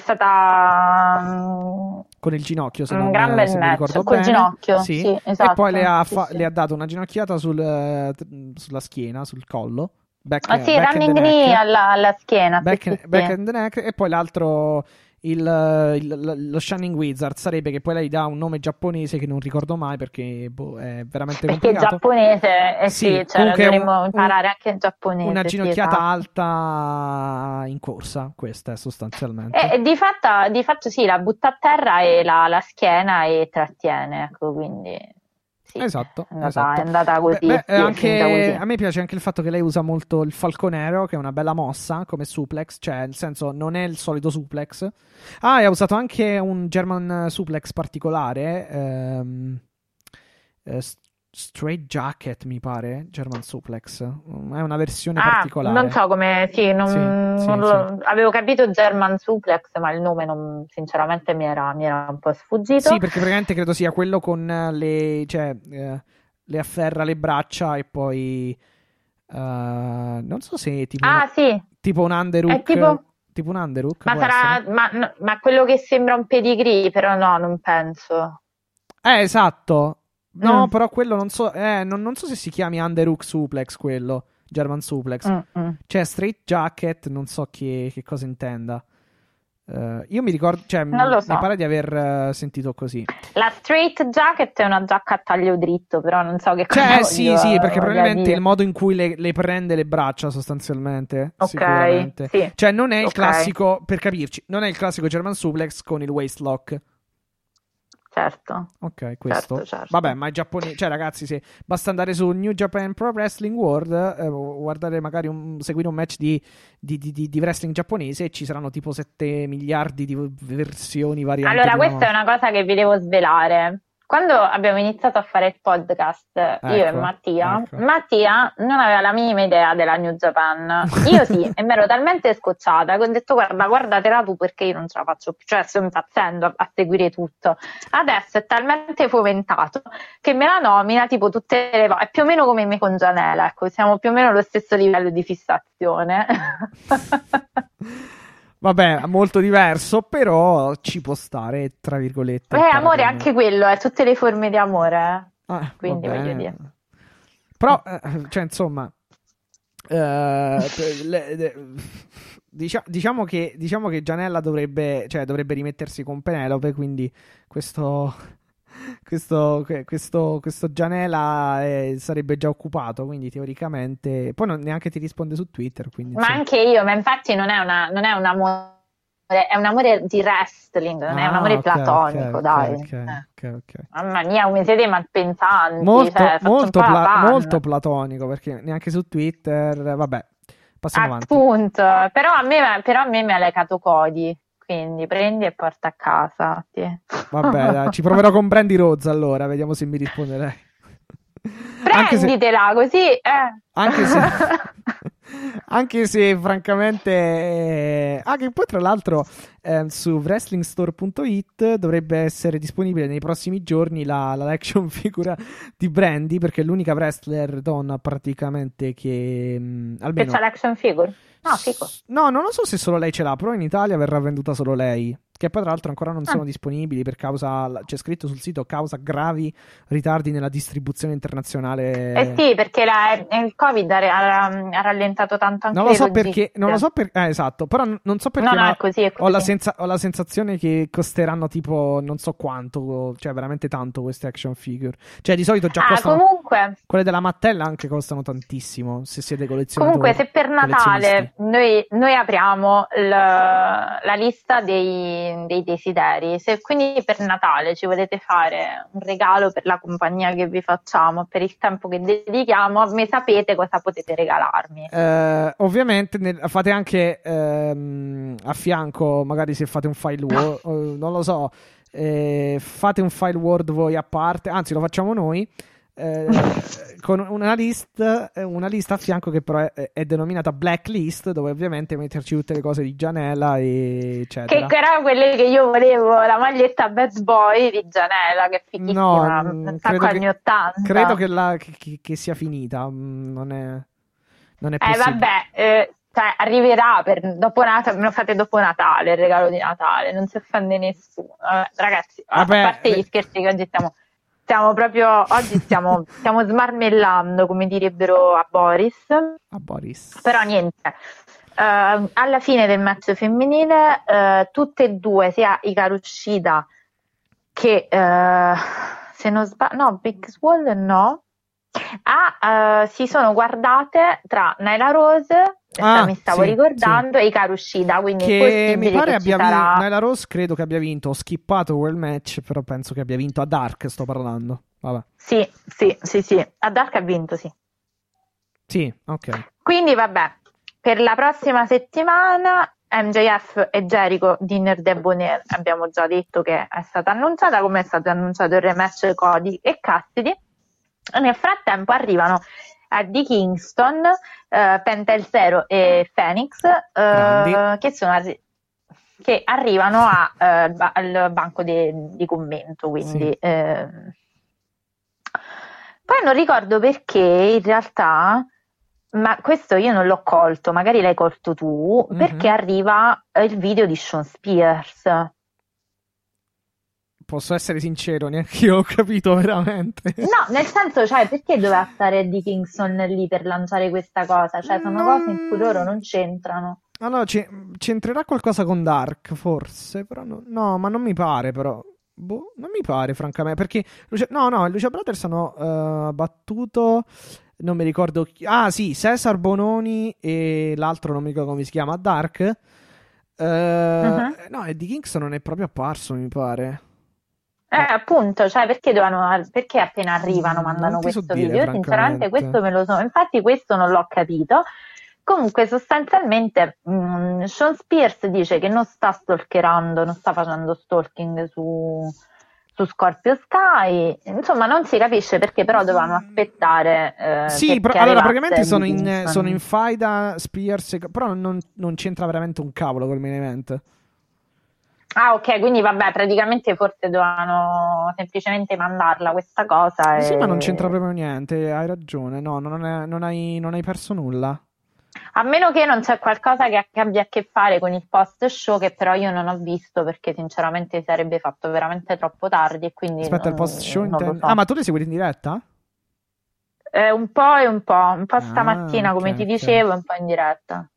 stata con il ginocchio, se un non gran bel se mi match, ricordo col bene. ginocchio, sì. Sì, esatto. E poi le ha sì. dato una ginocchiata sulla schiena, sul collo Sì, running knee alla schiena. Back and the neck. E poi l'altro, lo Shining Wizard, sarebbe che poi lei dà un nome giapponese che non ricordo mai perché è veramente complicato. Perché giapponese, sì, dovremmo imparare anche il giapponese. Una ginocchiata esatto. alta in corsa, questa è sostanzialmente. E di fatto sì, la butta a terra e la schiena e trattiene, ecco, quindi... Sì, esatto, è andata così. Anche, a me piace anche il fatto che lei usa molto il falconero, che è una bella mossa come suplex, cioè nel senso non è il solito suplex. E ha usato anche un German suplex particolare, straight jacket mi pare, German suplex, è una versione particolare. Non so come, sì, avevo capito German suplex, ma il nome sinceramente mi era un po' sfuggito. Sì, perché praticamente credo sia quello con le afferra le braccia e poi non so se tipo tipo un underhook, tipo un underhook, ma quello che sembra un pedigree, però no, non penso. Esatto. No, però quello non so, non so se si chiami underhook suplex quello, German suplex. Cioè straight jacket, non so che cosa intenda. Io mi ricordo, cioè non lo so. mi pare di aver sentito così. La straight jacket è una giacca a taglio dritto, però non so che cosa sì, perché probabilmente il modo in cui le prende le braccia sostanzialmente, sicuramente. Sì. Cioè non è il classico, per capirci, non è il classico German suplex con il waist lock. Certo. Ok, questo. Certo. Vabbè, ma i giapponesi, cioè ragazzi, basta andare su New Japan Pro Wrestling World, guardare magari seguire un match di wrestling giapponese e ci saranno tipo 7 miliardi di versioni varianti. Allora, questa è una cosa che vi devo svelare. Quando abbiamo iniziato a fare il podcast, io e Mattia non aveva la minima idea della New Japan. Io sì, e mi ero talmente scocciata che ho detto guardatela tu perché io non ce la faccio più, cioè sto impazzendo a seguire tutto. Adesso è talmente fomentato che me la nomina tipo tutte le volte, è più o meno come me con Gianella, ecco, siamo più o meno allo stesso livello di fissazione. Vabbè, molto diverso, però ci può stare, tra virgolette. Amore, anche quello, tutte le forme di amore. Quindi vabbè. voglio dire. Però, cioè, insomma, diciamo che Gianella dovrebbe rimettersi con Penelope, quindi questo Gianella sarebbe già occupato, quindi teoricamente poi neanche ti risponde su Twitter, quindi, ma anche io, ma infatti non è un amore, è un amore di wrestling, non è un amore platonico, dai. Ok. Mamma mia, come siete malpensanti, molto platonico, perché neanche su Twitter, vabbè, passiamo avanti. Appunto, però a me mi ha legato Cody. Quindi prendi e porta a casa. Sì. Vabbè, dai, ci proverò con Brandy Rose allora, vediamo se mi risponde lei. Prenditela così. Anche se francamente che poi tra l'altro su wrestlingstore.it dovrebbe essere disponibile nei prossimi giorni l'action figure di Brandy, perché è l'unica wrestler donna praticamente che almeno c'è l'action figure? No, fico. No, non lo so se solo lei ce l'ha, però in Italia verrà venduta solo lei. Che poi tra l'altro ancora non sono disponibili per causa, c'è scritto sul sito, causa gravi ritardi nella distribuzione internazionale. Sì, perché il Covid ha rallentato tanto anche non lo so perché, esatto, però non so perché, no, è così. Ho la sensazione che costeranno tipo non so quanto, cioè veramente tanto queste action figure. Cioè di solito già costano, comunque, quelle della Mattel anche costano tantissimo, se siete collezionatori. Comunque se per Natale noi apriamo la lista dei desideri, se quindi per Natale ci volete fare un regalo per la compagnia che vi facciamo, per il tempo che dedichiamo, me sapete cosa potete regalarmi. Ovviamente fate anche a fianco, magari se fate un file Word, non lo so, fate un file Word voi a parte, anzi lo facciamo noi, con una lista a fianco che però è denominata Blacklist, dove ovviamente metterci tutte le cose di Gianella eccetera. Che erano quelle che io volevo, la maglietta Bad Boy di Gianella, che è fighissima, un sacco anni 80. Credo che sia finita, non è possibile. Vabbè, cioè, arriverà dopo Natale, me lo fate dopo Natale, il regalo di Natale, non si offende nessuno. Vabbè, ragazzi, a parte gli scherzi che oggi stiamo... oggi stiamo smarmellando, come direbbero a Boris. A Boris. Però niente, alla fine del match femminile, tutte e due, sia Hikaru Shida che, se non sbaglio, no, Big Swole no, si sono guardate tra Nyla Rose, mi stavo ricordando, e Hikaru Shida, quindi è che possibile mi pare che abbia ci sarà... vinto. Nyla Rose credo che abbia vinto. Ho skippato quel match, però penso che abbia vinto a Dark. Sto parlando. Vabbè. Sì. A Dark ha vinto, sì. Sì, ok. Quindi vabbè, per la prossima settimana MJF e Jericho Dinner Debonair abbiamo già detto che è stata annunciata, come è stato annunciato il rematch Cody e Cassidy. E nel frattempo arrivano Eddie Kingston, Pentel Zero e Phoenix, che arrivano al banco di commento, quindi Sì. poi non ricordo perché in realtà, ma questo io non l'ho colto, magari l'hai colto tu, perché arriva il video di Sean Spears. Posso essere sincero, neanche io ho capito veramente. No, nel senso, cioè, perché doveva stare Eddie Kingston lì per lanciare questa cosa? Cioè, sono cose in cui loro non c'entrano. Allora, c'entrerà qualcosa con Dark, forse, però no, ma non mi pare, però. Boh, non mi pare, francamente, perché Lucia Brothers hanno battuto, non mi ricordo chi. Ah, sì, Cesar Bononi e l'altro non mi ricordo come si chiama, Dark. No, Eddie Kingston non è proprio apparso, mi pare. Appunto, cioè perché appena arrivano mandano questo video? Io sinceramente questo me lo so, infatti questo non l'ho capito. Comunque sostanzialmente Sean Spears dice che non sta stalkerando, non sta facendo stalking su Scorpio Sky, insomma non si capisce perché però dovevano aspettare. Sì, allora praticamente sono in faida Spears, però non c'entra veramente un cavolo col main event. Ah, ok, quindi vabbè, praticamente forse dovevano semplicemente mandarla questa cosa. Sì, ma non c'entra proprio niente, hai ragione. No, non hai perso nulla. A meno che non c'è qualcosa che abbia a che fare con il post show, che però io non ho visto perché sinceramente sarebbe fatto veramente troppo tardi. E quindi aspetta, il post show non lo so. Ah, ma tu l'hai seguito in diretta? Un po' e un po' stamattina, come ti dicevo, un po' in diretta.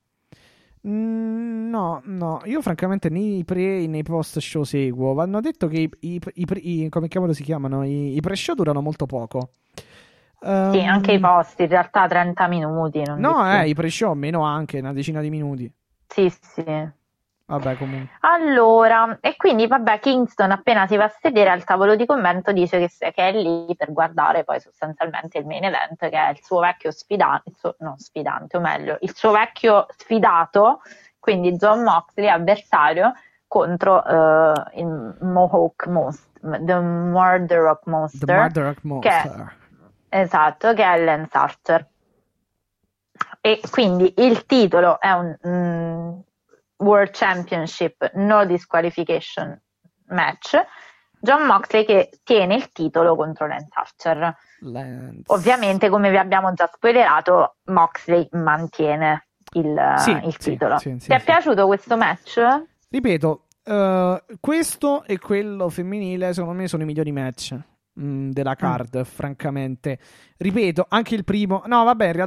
No, io francamente né i pre né i post show seguo. Vanno detto che come cavolo si chiamano? I pre show durano molto poco. Sì, anche i post, in realtà 30 minuti. Non no, di più. I pre show meno anche, una decina di minuti. Sì. Vabbè, comunque. Allora, e quindi vabbè, Kingston appena si va a sedere al tavolo di commento dice che è lì per guardare poi sostanzialmente il main event, che è il suo vecchio sfidante, o meglio, il suo vecchio sfidato, quindi Jon Moxley, avversario contro il Mohawk Monster, The Murder Monster, esatto, che è Lance Archer. E quindi il titolo è un World Championship No Disqualification Match. Jon Moxley che tiene il titolo contro Lance Archer. Ovviamente, come vi abbiamo già spoilerato, Moxley mantiene il titolo. Ti è piaciuto questo match? Ripeto, questo e quello femminile secondo me sono i migliori match della card, francamente. Ripeto, anche il primo. No, vabbè, in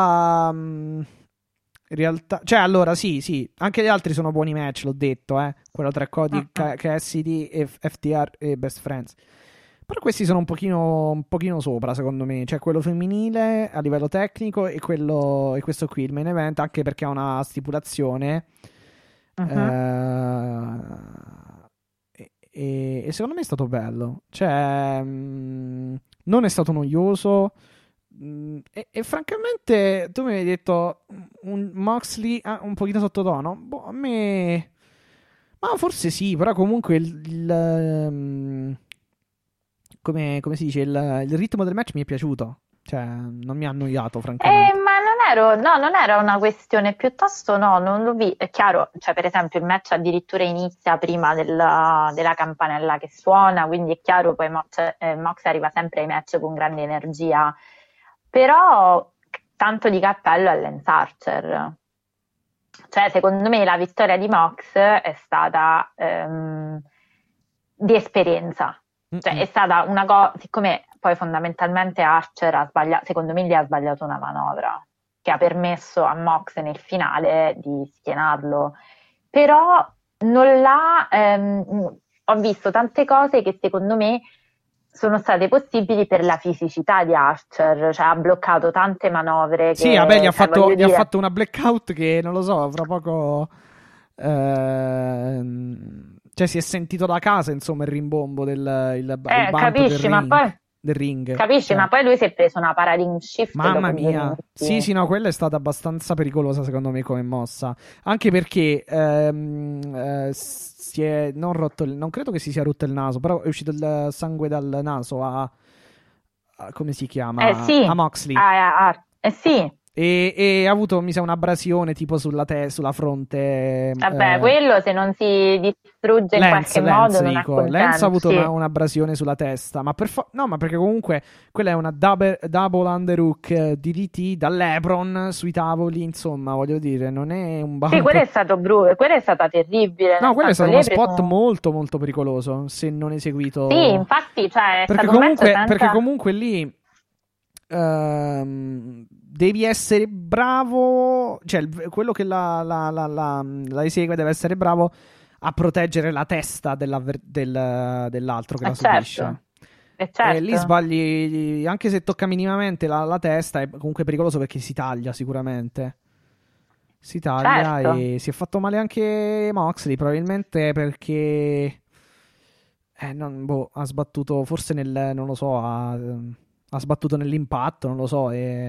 realtà, cioè, allora sì, anche gli altri sono buoni match, l'ho detto, quello tra Cody, Cassidy e FTR e Best Friends. Però questi sono un pochino sopra, secondo me. Cioè, quello femminile a livello tecnico e questo qui, il main event, anche perché ha una stipulazione. E secondo me è stato bello. Cioè, non è stato noioso. E francamente, tu mi hai detto un Moxley un pochino sottotono. Boh, a me. Ma forse sì, però comunque come si dice, il ritmo del match mi è piaciuto. Cioè, non mi ha annoiato, francamente. Ma non era una questione, piuttosto no, non lo vi. È chiaro, cioè per esempio il match addirittura inizia prima della campanella che suona, quindi è chiaro, poi Mox arriva sempre ai match con grande energia, però tanto di cappello a Lance Archer. Cioè, secondo me la vittoria di Mox è stata di esperienza. Cioè è stata una cosa, siccome poi fondamentalmente Archer ha sbagliato, secondo me gli ha sbagliato una manovra che ha permesso a Mox nel finale di schienarlo, però non l'ha, ho visto tante cose che secondo me sono state possibili per la fisicità di Archer, cioè ha bloccato tante manovre Sì, che, vabbè, voglio gli ha dire, fatto una blackout che non lo so, fra poco. Cioè, si è sentito da casa, insomma, il rimbombo il bump capisci, ma poi del ring. capisci, Cioè, ma poi lui si è preso una paradigm shift mamma dopo 2 mia. Sì, minuti. sì, no, quella è stata abbastanza pericolosa, secondo me, come mossa. Anche perché si è non rotto non credo che si sia rotto il naso, però è uscito il sangue dal naso come si chiama? Sì, A Moxley. sì, E ha avuto, mi sa, un'abrasione tipo sulla fronte. vabbè, quello se non si distrugge in qualche modo non è Lance ha contento, avuto sì. un'abrasione sulla testa, ma no, ma perché comunque quella è una double underhook DDT dall'Ebron sui tavoli, insomma, voglio dire, non è un Sì, quello bump. è stato brutto, quello è stata terribile, No, nel quello è senso stato lei uno ha preso spot molto molto pericoloso, se non Sì, eseguito. infatti, cioè, è Perché stato un match comunque, senza... lì devi essere bravo, cioè quello che la esegue deve essere bravo a proteggere la testa dell'altro che la certo, subisce. E lì certo, sbagli, anche se tocca minimamente la testa, è comunque pericoloso perché si taglia sicuramente. Si taglia certo. e si è fatto male anche Moxley, probabilmente perché ha sbattuto forse non lo so, ha sbattuto nell'impatto, non lo so.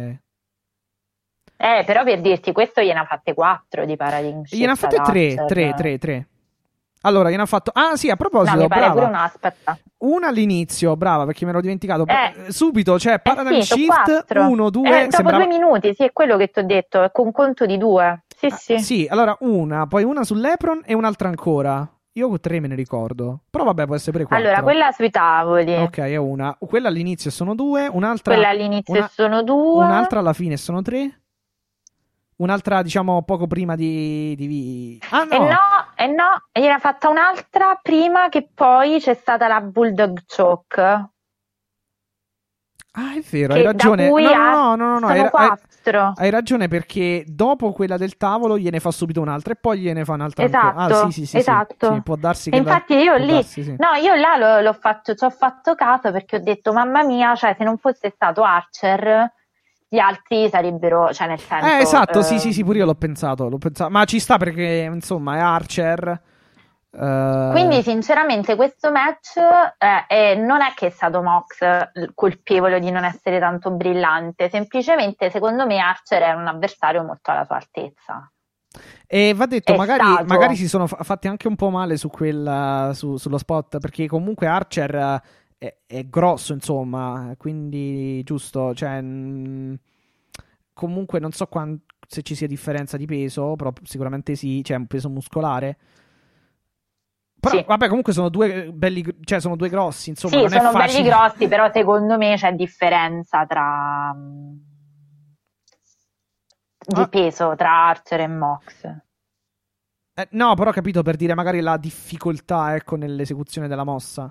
Però per dirti, questo gliene ha fatte 4 di paradigm Gliene ha shift ad fatte Archer. 3. Allora, gliene ha fatto. Ah, sì, a No, mi proposito, pare pure brava. una, aspetta. Una all'inizio, brava, perché me l'ho dimenticato. Subito, cioè, Sì, Paradigm sono Shift 4. 1, 2, Dopo sembrava. 2 minuti, sì, è quello che ti ho detto, è con conto di 2. Sì, sì. Sì, allora una, poi una sull'Epron e un'altra ancora. Io 3 me ne ricordo. Però vabbè, può essere pure Allora, 4. quella sui tavoli, Ok, è una. Quella all'inizio sono 2, quella all'inizio sono 2. un'altra alla fine sono 3. Un'altra, diciamo, poco prima Ah, E no! no, e no, e gliene ha fatta un'altra prima che poi c'è stata la Bulldog Choke, Ah, è vero, hai da ragione. cui No. sono 4. Hai ragione perché dopo quella del tavolo gliene fa subito un'altra e poi gliene fa un'altra ancora. Ah, sì, Esatto, sì, sì, sì. Sì, esatto. può darsi E che infatti io può lì, darsi, sì. no, io là l'ho fatto, ci ho fatto caso perché ho detto, mamma mia, cioè se non fosse stato Archer, gli altri sarebbero, cioè nel senso... Esatto, sì, sì, sì, pure io l'ho pensato. Ma ci sta perché, insomma, è Archer. Quindi sinceramente questo match non è che è stato Mox colpevole di non essere tanto brillante, semplicemente secondo me Archer è un avversario molto alla sua altezza. E va detto, È magari stato, si sono fatti anche un po' male sullo spot, perché comunque Archer è grosso, insomma, quindi giusto, cioè, comunque non so se ci sia differenza di peso, però sicuramente sì, c'è un peso muscolare. Però, sì. vabbè, comunque sono due belli, cioè sono due grossi, insomma, Sì, non è sono belli facile. grossi, però secondo me c'è differenza di Ah, peso tra Archer e Mox. no, però ho capito per dire magari la difficoltà, ecco, nell'esecuzione della mossa.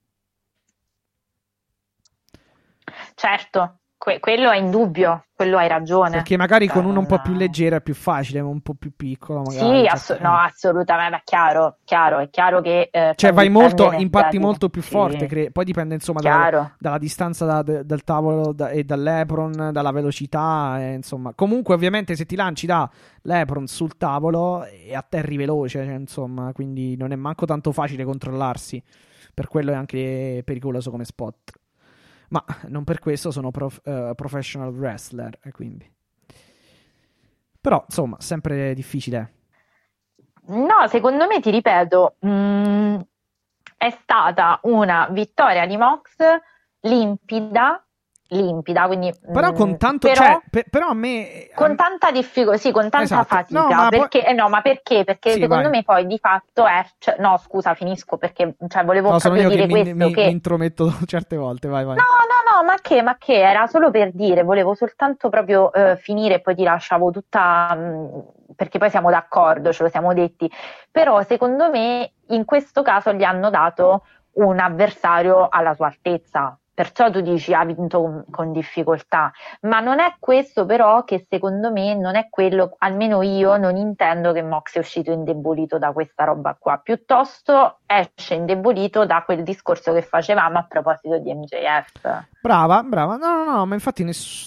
Certo, quello è indubbio, quello hai ragione. Perché magari Cioè, con uno un non... po' più leggero è più facile, ma un po' più piccolo magari. Sì, no, assolutamente, è chiaro, è chiaro che Cioè fai vai dipende molto, impatti energetico. molto più forte, Sì, poi dipende insomma chiaro. dalla distanza dal tavolo e dall'Epron, dalla velocità, insomma. Comunque ovviamente se ti lanci da l'Epron sul tavolo e atterri veloce, cioè, insomma, quindi non è manco tanto facile controllarsi. Per quello è anche pericoloso come spot. Ma non per questo sono professional wrestler, e quindi. Però, insomma, sempre difficile. No, secondo me, ti ripeto, è stata una vittoria di Mox limpida, quindi Però con tanto, però cioè, però a me. con tanta difficoltà, sì, con tanta Esatto. No, fatica, ma poi. perché, no, ma perché? Perché Sì, secondo vai. me poi di fatto no, scusa, finisco perché cioè, volevo No, sono proprio io che dire questo, mi che intrometto certe volte. Vai, no, vai. no, ma che era solo per dire, volevo soltanto proprio finire e poi ti lasciavo tutta, perché poi siamo d'accordo, ce lo siamo detti, però secondo me in questo caso gli hanno dato un avversario alla sua altezza. Perciò tu dici ha vinto con difficoltà, ma non è questo però che secondo me non è quello, almeno io non intendo che Mox è uscito indebolito da questa roba qua, piuttosto esce indebolito da quel discorso che facevamo a proposito di MJF. Brava, no, ma infatti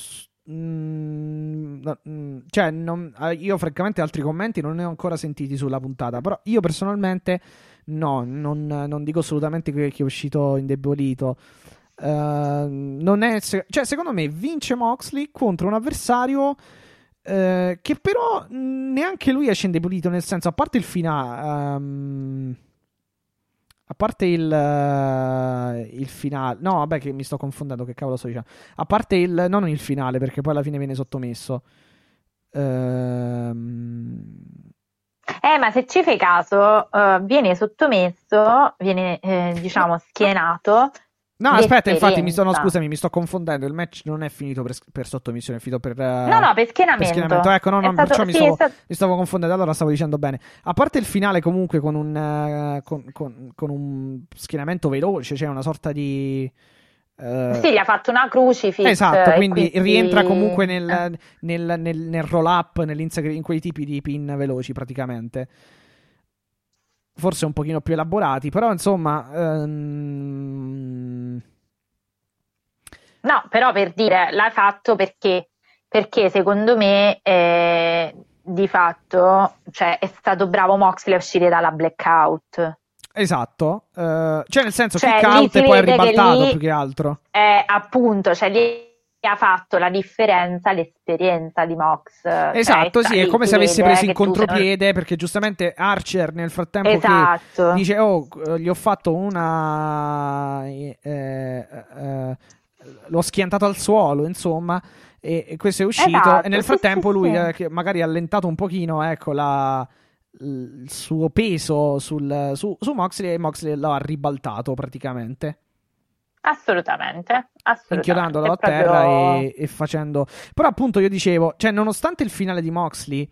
cioè, io francamente altri commenti non ne ho ancora sentiti sulla puntata, però io personalmente no, non dico assolutamente che è uscito indebolito. Non è, cioè, secondo me vince Moxley contro un avversario che però neanche lui esce indebolito, nel senso, a parte il finale, a parte il finale, no, vabbè, che mi sto confondendo, che cavolo sto dicendo. A parte non il finale, perché poi alla fine viene sottomesso. Ma se ci fai caso, viene sottomesso, viene diciamo schienato. No, aspetta, infatti, scusami, mi sto confondendo. Il match non è finito per sottomissione, è finito per. No, per schienamento. Ecco, no, perciò Sì, mi stavo confondendo. Allora stavo dicendo bene. A parte il finale, comunque, con con un schienamento veloce, cioè una sorta di. Sì, gli ha fatto una crucifix. Esatto, quindi rientra comunque nel roll up, in quei tipi di pin veloci, praticamente. Forse un pochino più elaborati, però insomma. No, però per dire, l'hai fatto perché secondo me di fatto cioè, è stato bravo Moxley a uscire dalla blackout. Esatto, cioè nel senso Cioè, kick out e poi è ribaltato lì, più che altro. Appunto, cioè lì ha fatto la differenza l'esperienza di Mox. Esatto, cioè, sì, è come se avesse preso in contropiede, non... perché giustamente Archer nel frattempo esatto. che dice gli ho fatto l'ho schiantato al suolo, insomma, e questo è uscito, Esatto, e nel sì, frattempo sì, lui sì. che magari ha allentato un pochino, ecco, il suo peso su Moxley, e Moxley l'ha ribaltato praticamente. Assolutamente. Inchiodandolo a terra e facendo. Però appunto io dicevo, cioè nonostante il finale di Moxley,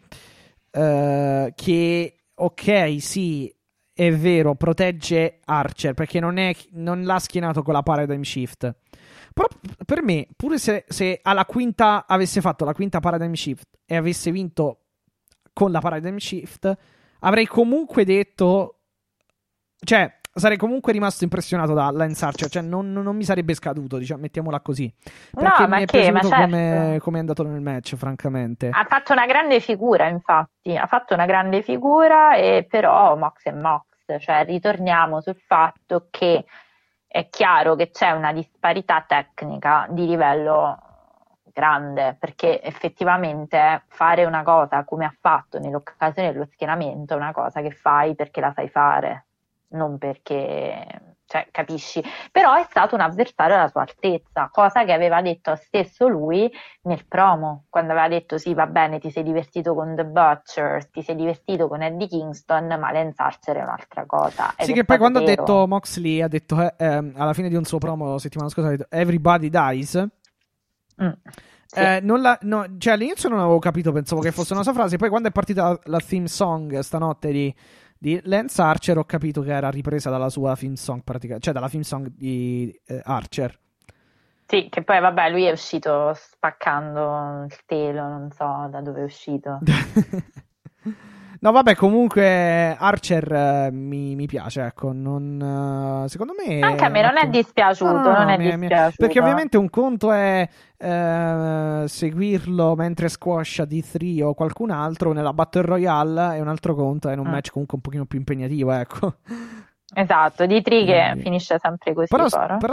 che ok, sì, è vero, protegge Archer perché non l'ha schienato con la Paradigm Shift. Però per me, pure se alla quinta avesse fatto la quinta Paradigm Shift e avesse vinto con la Paradigm Shift, avrei comunque detto, cioè sarei comunque rimasto impressionato da Lance Archer, cioè non mi sarebbe scaduto, diciamo, mettiamola così, perché No, mi ma è che? Ma piaciuto certo. come è andato nel match, francamente. Ha fatto una grande figura, infatti, ha fatto una grande figura, e però Mox è Mox, cioè ritorniamo sul fatto che è chiaro che c'è una disparità tecnica di livello grande, perché effettivamente fare una cosa come ha fatto nell'occasione dello schienamento è una cosa che fai perché la sai fare, non perché, cioè, capisci? Però è stato un avversario alla sua altezza, cosa che aveva detto stesso lui nel promo, quando aveva detto sì, va bene, ti sei divertito con The Butcher, ti sei divertito con Eddie Kingston, ma Lance Archer è un'altra cosa. Sì, Ed è che poi stato quando ha vero. detto Moxley, ha detto alla fine di un suo promo settimana scorsa, ha detto Everybody Dies. Sì. Cioè all'inizio non avevo capito, pensavo che fosse una sua frase, poi quando è partita la theme song stanotte di Lance Archer ho capito che era ripresa dalla sua theme song, cioè dalla theme song di Archer. Sì, che poi vabbè, lui è uscito spaccando il telo, non so da dove è uscito. No, vabbè, comunque Archer mi piace, ecco, secondo me Anche a me non è dispiaciuto, non è dispiaciuto. perché ovviamente un conto è seguirlo mentre squascia D3 o qualcun altro nella Battle Royale, e un altro conto è in un match comunque un pochino più impegnativo, ecco. Esatto, di Tri che Quindi. finisce sempre così. Però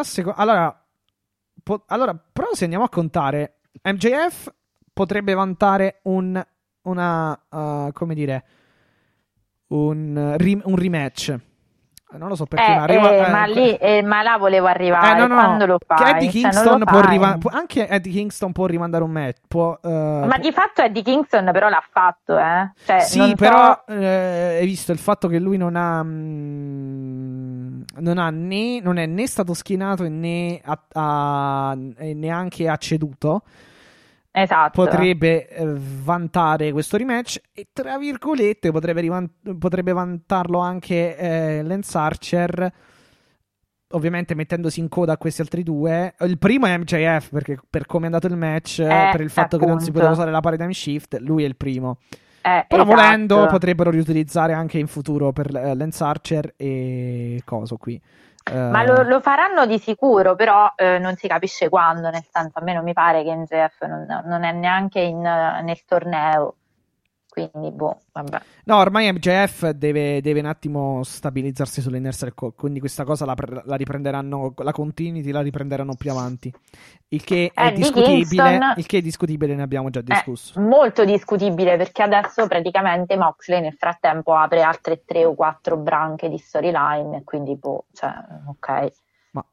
allora, però se andiamo a contare, MJF potrebbe vantare come dire, un rematch. Non lo so perché ma là volevo arrivare. Quando lo che fai? Eddie Kingston anche Eddie Kingston può rimandare un match. Ma di fatto Eddie Kingston però l'ha fatto, eh? Cioè, sì, però hai visto il fatto che lui non è né stato schienato e neanche ha ceduto. Esatto. Potrebbe vantare questo rematch e tra virgolette potrebbe vantarlo anche Lance Archer, ovviamente mettendosi in coda a questi altri due. Il primo è MJF, perché per come è andato il match, per il fatto che non si poteva usare la paradigm shift, lui è il primo. Però volendo potrebbero riutilizzare anche in futuro per Lance Archer e coso qui. Ma lo faranno di sicuro, però non si capisce quando, nel senso, a me non mi pare che MJF non è neanche nel torneo. Quindi, vabbè. No, ormai MJF deve un attimo stabilizzarsi sull'Inner Circle, quindi questa cosa la riprenderanno, la continuity la riprenderanno più avanti. Il che è discutibile, ne abbiamo già discusso. Molto discutibile, perché adesso praticamente Moxley nel frattempo apre altre 3 o 4 branche di storyline, quindi ok. Ma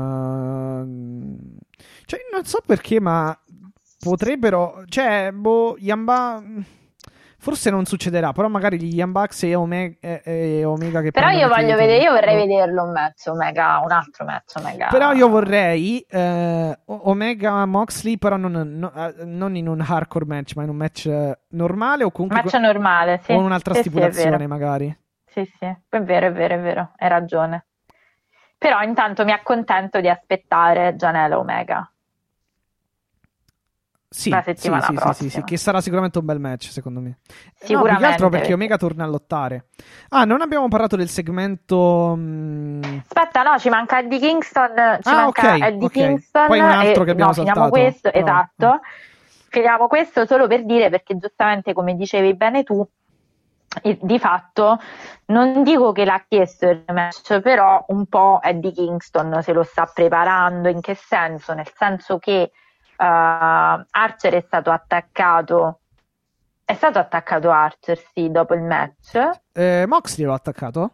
non so perché, ma potrebbero, Yamba forse non succederà, però magari gli Young Bucks e Omega che però io vorrei vederlo un altro match Omega. Però io vorrei Omega Moxley, però non in un hardcore match, ma in un match normale, o comunque match normale, sì. O un'altra stipulazione magari. Sì, è vero, hai ragione. Però intanto mi accontento di aspettare Janela Omega. La settimana prossima. Sì, che sarà sicuramente un bel match, secondo me. Sicuramente. No, più che altro perché Omega torna a lottare. Non abbiamo parlato del segmento. Aspetta, no, ci manca Eddie Kingston. Kingston. Poi un altro che abbiamo saltato. Finiamo questo, esatto. Finiamo questo solo per dire, perché giustamente, come dicevi bene tu, di fatto non dico che l'ha chiesto il rematch, però un po' Eddie Kingston se lo sta preparando. In che senso? Nel senso che Archer è stato attaccato Archer, sì, dopo il match. Moxley l'ha attaccato?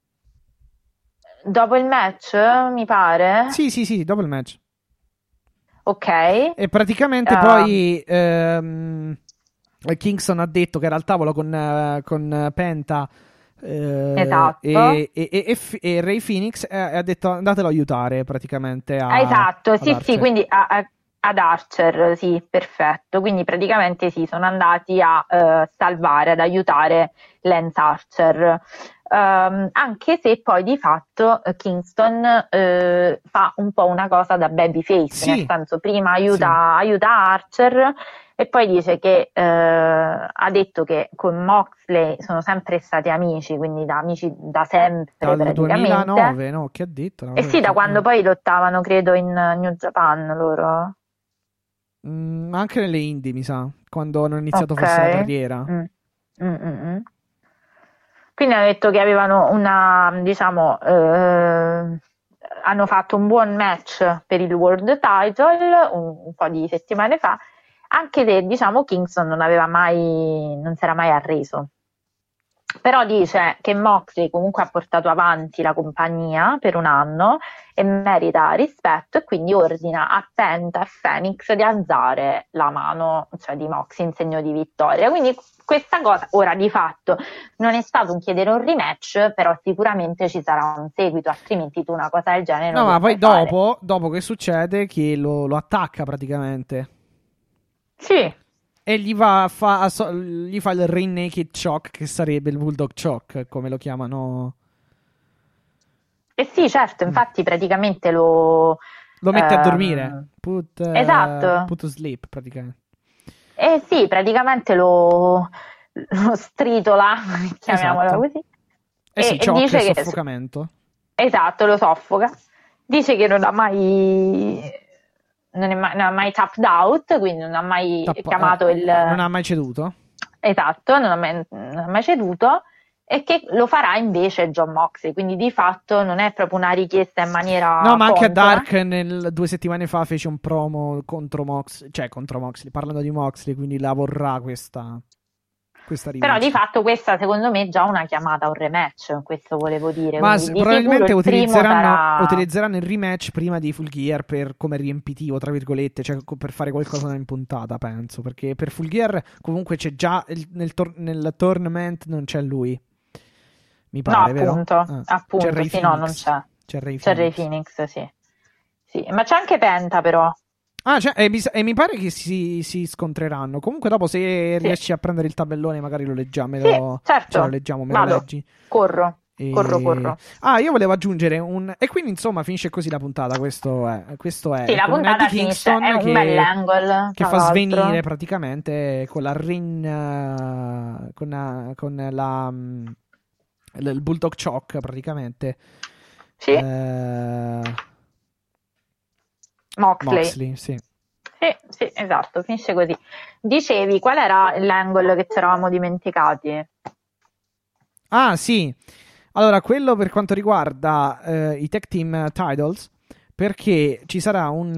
Dopo il match, mi pare? Sì, dopo il match. Ok. E praticamente poi Kingston ha detto che era al tavolo con Penta esatto. e Ray Phoenix ha detto andatelo a aiutare praticamente esatto, sì, quindi ad Archer, sì, perfetto. Quindi praticamente sono andati a salvare, ad aiutare Lance Archer. Anche se poi di fatto Kingston fa un po' una cosa da babyface, nel senso prima aiuta Archer e poi dice che ha detto che con Moxley sono sempre stati amici, quindi amici da sempre, dal praticamente. 2009, no? Che ha detto? Da quando poi lottavano, credo, in New Japan loro. Anche nelle indie, mi sa, quando hanno iniziato forse la carriera. Quindi hanno detto che avevano hanno fatto un buon match per il World Title un po' di settimane fa, anche se Kingston non si era mai arreso. Però dice che Moxley comunque ha portato avanti la compagnia per un anno e merita rispetto, e quindi ordina a Penta e Phoenix di alzare la mano, cioè di Moxley, in segno di vittoria. Quindi questa cosa, ora di fatto, non è stato un chiedere un rematch, però sicuramente ci sarà un seguito, altrimenti tu una cosa del genere non ma poi fare. dopo che succede che lo attacca praticamente. Sì. E gli fa il Rain Naked Choke, che sarebbe il Bulldog Choke, come lo chiamano. Sì, certo, infatti praticamente lo mette a dormire. Esatto. Put to sleep, praticamente. Sì, praticamente lo stritola, chiamiamola così. Sì, choke dice che soffocamento. Esatto, lo soffoca. Dice che non ha mai tapped out, quindi non ha mai chiamato non ha mai ceduto. Esatto, non ha mai ceduto, e che lo farà invece Jon Moxley, quindi di fatto non è proprio una richiesta in maniera ma anche a Dark 2 settimane fa fece un promo contro Moxley, parlando di Moxley, quindi la vorrà questa rivincita. Però di fatto questa secondo me è già una chiamata a un rematch, questo volevo dire. Ma probabilmente utilizzeranno il rematch prima di Full Gear come riempitivo, tra virgolette, cioè per fare qualcosa in puntata, penso, perché per Full Gear comunque c'è già nel tournament non c'è lui, mi pare, vero? Appunto, c'è Ray sì, Phoenix. No, non c'è. C'è Ray Phoenix, sì, ma c'è anche Penta, però. E mi pare che si scontreranno. Comunque dopo, se riesci a prendere il tabellone, magari lo leggiamo. Certo. Ce lo leggiamo, me lo leggi. Corro. Corro. Io volevo aggiungere e quindi insomma finisce così la puntata. Questo è sì, la con puntata Eddie finisce, Kingston è un bel angle che tra fa l'altro. svenire praticamente con la con il Bulldog Choke praticamente Sì. Moxley, sì. Sì, esatto, finisce così. Dicevi, qual era l'angle che ci eravamo dimenticati? Ah, sì. Allora, quello per quanto riguarda i tag team titles, perché ci sarà un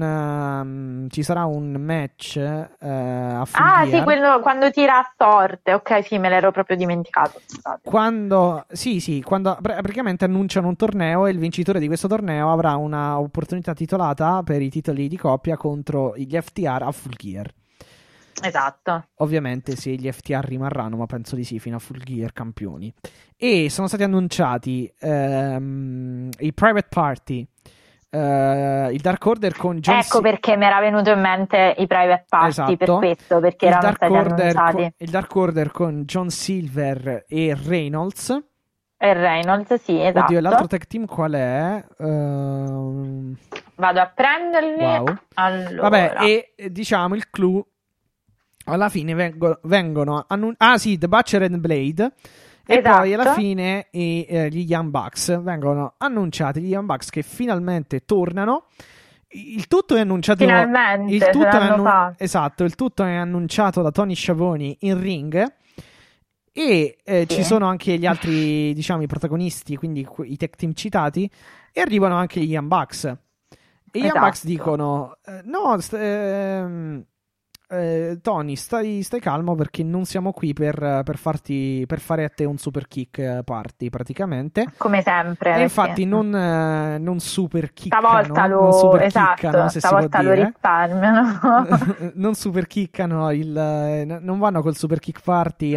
match a Full Ah, Gear. sì, quello quando tira a sorte. Ok, sì, me l'ero proprio dimenticato. Scusate. Quando praticamente annunciano un torneo e il vincitore di questo torneo avrà una opportunità titolata per i titoli di coppia contro gli FTR a Full Gear. Esatto. Ovviamente se gli FTR rimarranno, ma penso di sì, fino a Full Gear campioni. E sono stati annunciati i Private Party, il Dark Order con John Ecco perché mi era venuto in mente i Private Party, esatto. per questo, perché erano stati annunciati. Il Dark Order con John Silver e Reynolds. E Reynolds, sì, esatto. Oddio, l'altro tag team qual è? Vado a prenderli. Wow. Allora. Vabbè, e diciamo il clou alla fine vengono sì, The Butcher and Blade. E esatto. Poi alla fine gli Young Bucks vengono annunciati, gli Young Bucks che finalmente tornano. Il tutto è annunciato finalmente, esatto, il tutto è annunciato da Tony Schiavone in ring. E sì. ci sono anche gli altri, diciamo, i protagonisti, quindi i tag team citati, e arrivano anche gli Young Bucks. E gli Young Bucks dicono: no, Tony, stai calmo perché non siamo qui per fare a te un super kick party praticamente. Come sempre. E infatti non super kickano, stavolta non super kickano, esatto, se stavolta si può lo risparmiano. non super kickano non vanno col super kick party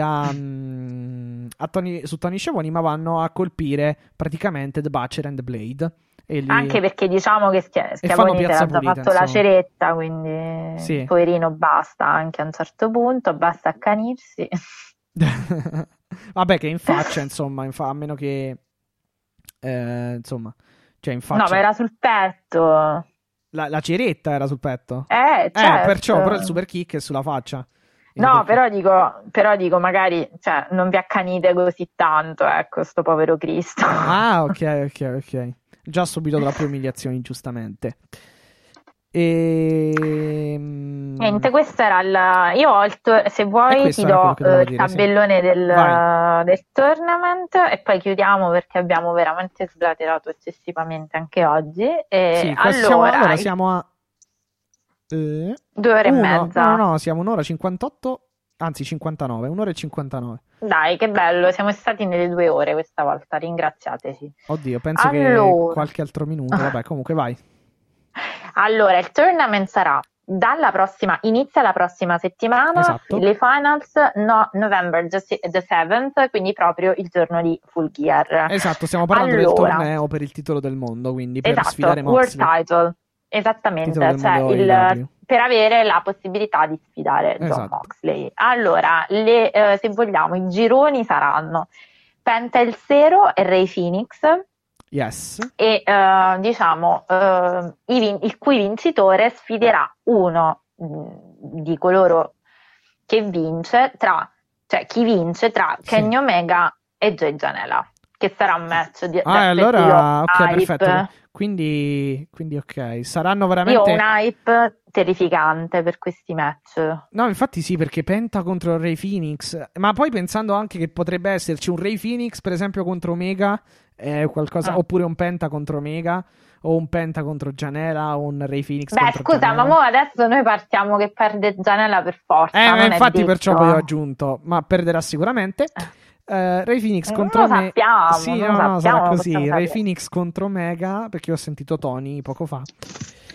su Tony Schiavone, ma vanno a colpire praticamente The Butcher and the Blade. Anche perché diciamo che Schiavone si era già fatto la ceretta, quindi sì. Poverino basta anche a un certo punto, basta accanirsi. Vabbè, che in faccia, insomma, a meno che insomma, cioè in faccia. No, ma era sul petto. La ceretta era sul petto? Certo. Perciò, però il super kick è sulla faccia. No, però dico, magari, cioè, non vi accanite così tanto, ecco, sto povero Cristo. Ah, ok. Già subito troppe umiliazioni, giustamente. Niente, questo era io ho se vuoi ti do il tabellone del tournament e poi chiudiamo perché abbiamo veramente sblaterato eccessivamente anche oggi. Sì, allora siamo a 2 ore e mezza. No, siamo 1 ora 58, anzi 59, 1 ora e 59. Dai, che bello, siamo stati nelle 2 ore questa volta, ringraziateci. Oddio, penso che qualche altro minuto, vabbè, comunque vai. Allora, il tournament sarà inizia la prossima settimana, esatto. le finals November the 7th, quindi proprio il giorno di Full Gear. Esatto, stiamo parlando del torneo per il titolo del mondo, quindi per sfidare Moxley. World Title. Esattamente, cioè per avere la possibilità di sfidare John Moxley. Allora, se vogliamo, i gironi saranno Penta El Zero e Rey Phoenix. Yes. E diciamo il cui vincitore sfiderà uno di coloro che vince chi vince tra Kenny Omega e Jay Janela, che sarà un match di allora ok, perfetto. Quindi ok, saranno veramente. Io ho un hype terrificante per questi match. No, infatti sì, perché Penta contro Rey Phoenix, ma poi pensando anche che potrebbe esserci un Rey Phoenix per esempio contro Omega, qualcosa, oppure un Penta contro Omega, o un Penta contro Janela, o un Rey Phoenix contro scusa, Janela. ma mo adesso noi partiamo che perde Janela per forza. Ma infatti perciò poi ho aggiunto, ma perderà sicuramente. Rey Phoenix contro Omega. Sì, no, sarà così. Rey Phoenix contro Omega, perché ho sentito Tony poco fa.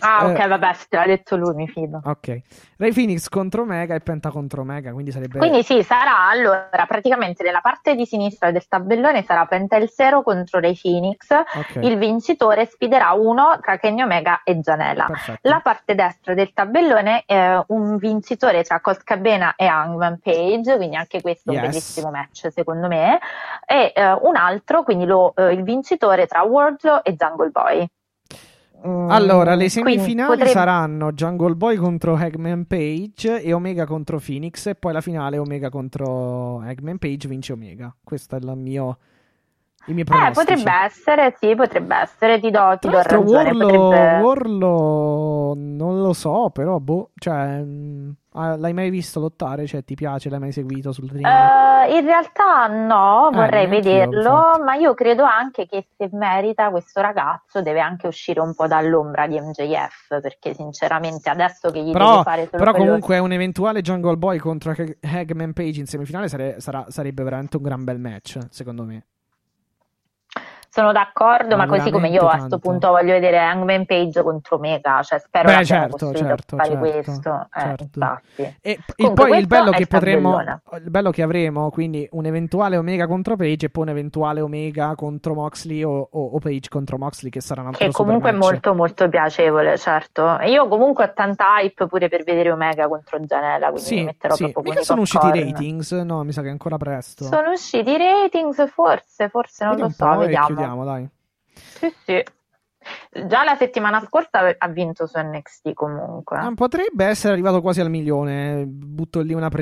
Ah, ok, vabbè, se te l'ha detto lui, mi fido. Ok. Ray Phoenix contro Omega e Penta contro Omega, quindi sarebbe... Quindi sì, sarà allora praticamente nella parte di sinistra del tabellone sarà Penta El Zero contro Ray Phoenix. Ok, Il vincitore sfiderà uno tra Kenny Omega e Janela. perfetto. La parte destra del tabellone è un vincitore tra Colt Cabana e Hangman Page, quindi anche questo è un Yes. bellissimo match secondo me. E un altro, quindi il vincitore tra Wardlow e Jungle Boy. Allora, le Quindi semifinali saranno Jungle Boy contro Hangman Page e Omega contro Phoenix, e poi la finale Omega contro Hangman Page, vince Omega. Questo è il miei pronostici. potrebbe essere, sì, potrebbe essere, ti do Tra l'altro ragione. Warlow non lo so, però cioè, l'hai mai visto lottare? Cioè, ti piace? L'hai mai seguito sul ring? In realtà no, vorrei neanch'io, vederlo, infatti. ma io credo anche che se merita questo ragazzo deve anche uscire un po' dall'ombra di MJF, perché sinceramente adesso che gli deve fare solo Però quello... comunque un eventuale Jungle Boy contro Hangman Page in semifinale sarebbe veramente un gran bel match, secondo me. Sono d'accordo, ma così come io a veramente questo tanto. punto voglio vedere Hangman Page contro Omega, cioè spero Beh, l'abbiamo certo, costruito certo, per fare certo, questo, certo. infatti. E Comunque poi il questo bello è che il potremo, tabellone. il bello che avremo, quindi un eventuale Omega contro Page e poi un eventuale Omega contro Moxley o Page contro Moxley, che sarà un altro Che super comunque è match. molto molto piacevole, certo. E io comunque ho tanta hype pure per vedere Omega contro Janela, quindi mi metterò Sì, proprio con mica i sono usciti i popcorn. ratings? No, mi sa che è ancora presto. Sono usciti i ratings, forse non Vedi lo un so, po' e vediamo. chiudiamo, dai. Sì. Già la settimana scorsa ha vinto su NXT comunque. Potrebbe essere arrivato quasi al milione. Butto lì una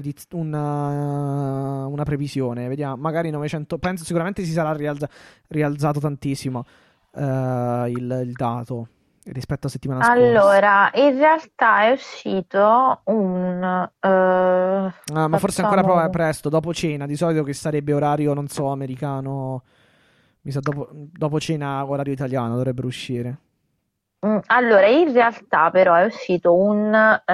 previsione. Vediamo, magari 900. Penso sicuramente si sarà rialzato tantissimo il dato rispetto a settimana scorsa. Allora, in realtà è uscito un... ma forse ancora presto, dopo cena. Di solito che sarebbe orario, non so, americano. Mi sa dopo cena, orario italiano dovrebbero uscire. Allora, in realtà però è uscito un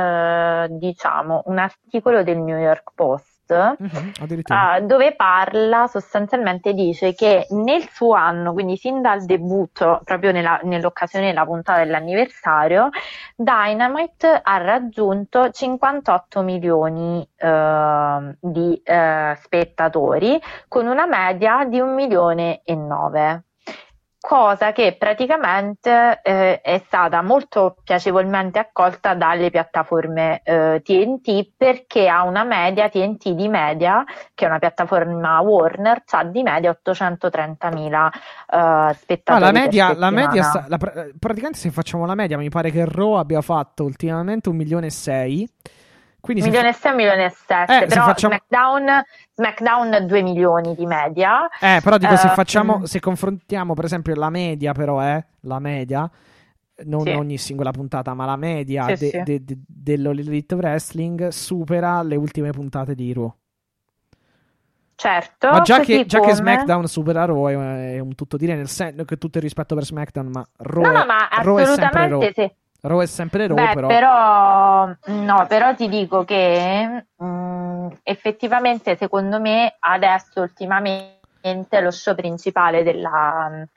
articolo del New York Post Addirittura. dove parla, sostanzialmente dice che nel suo anno, quindi sin dal debutto, proprio nell'occasione della puntata dell'anniversario, Dynamite ha raggiunto 58 milioni di spettatori con una media di 1,9 milioni. Cosa che praticamente è stata molto piacevolmente accolta dalle piattaforme TNT, perché ha una media TNT di media, che è una piattaforma Warner, ha di media 830.000 spettatori la per media settimana. praticamente, se facciamo la media, mi pare che Raw abbia fatto ultimamente 1,6 milioni. Quindi 1,6 milioni, 1,7 milioni, però facciamo... SmackDown 2 milioni di media. Però dico, se confrontiamo per esempio la media, però la media, non sì. ogni singola puntata, ma la media Sì. dell'Elite Wrestling supera le ultime puntate di Raw. Certo, Ma già che come... SmackDown supera Raw è un tutto dire, nel senso che tutto il rispetto per SmackDown, ma Raw, ma Raw è sempre Raw. assolutamente sì. Raw è sempre Raw, però ti dico che effettivamente secondo me adesso ultimamente lo show principale della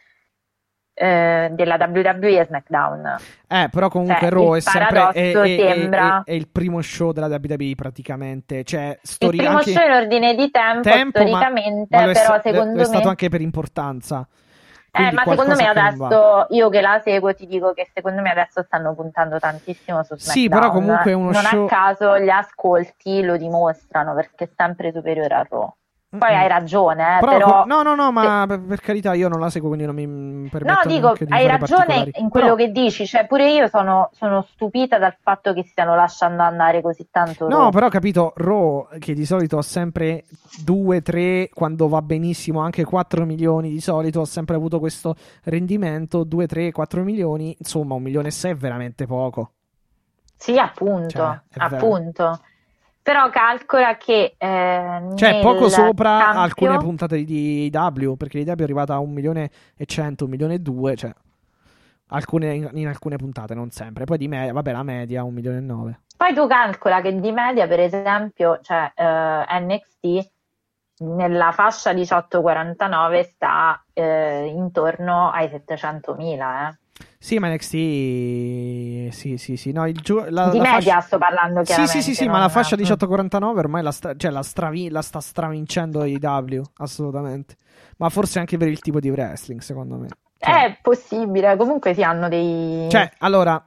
WWE è SmackDown. Però comunque Raw è sempre è il primo show della WWE praticamente. Cioè, il primo show in ordine di tempo storicamente, ma però secondo me è stato anche per importanza. Ma secondo me adesso, io che la seguo, ti dico che secondo me adesso stanno puntando tantissimo su SmackDown. Sì, però comunque è uno show... Non a caso gli ascolti lo dimostrano, perché è sempre superiore a Raw. Poi hai ragione, però... No, ma per carità, io non la seguo, quindi non mi permetto neanche di hai fare ragione particolari. in quello che dici, cioè pure io sono stupita dal fatto che stiano lasciando andare così tanto Raw. No, però capito, Raw, che di solito ha sempre 2, 3, quando va benissimo anche 4 milioni di solito, ha sempre avuto questo rendimento, 2, 3, 4 milioni, insomma 1,6 milioni è veramente poco. Sì, appunto. Però calcola che poco sopra cambio... alcune puntate di W, perché l'IW è arrivata a 1.100.000, 1.200.000, cioè alcune in alcune puntate, non sempre. Poi di media, vabbè, la media 1,9 milioni. Poi tu calcola che di media, per esempio, cioè NXT nella fascia 18-49 sta intorno ai 700.000, Sì, ma NXT sì, no, Di media sto parlando, chiaramente. Sì, ma la fascia 18-49 ormai la sta stravincendo AEW, assolutamente. Ma forse anche per il tipo di wrestling, secondo me. Cioè, È possibile, comunque sì, hanno dei... Cioè, allora,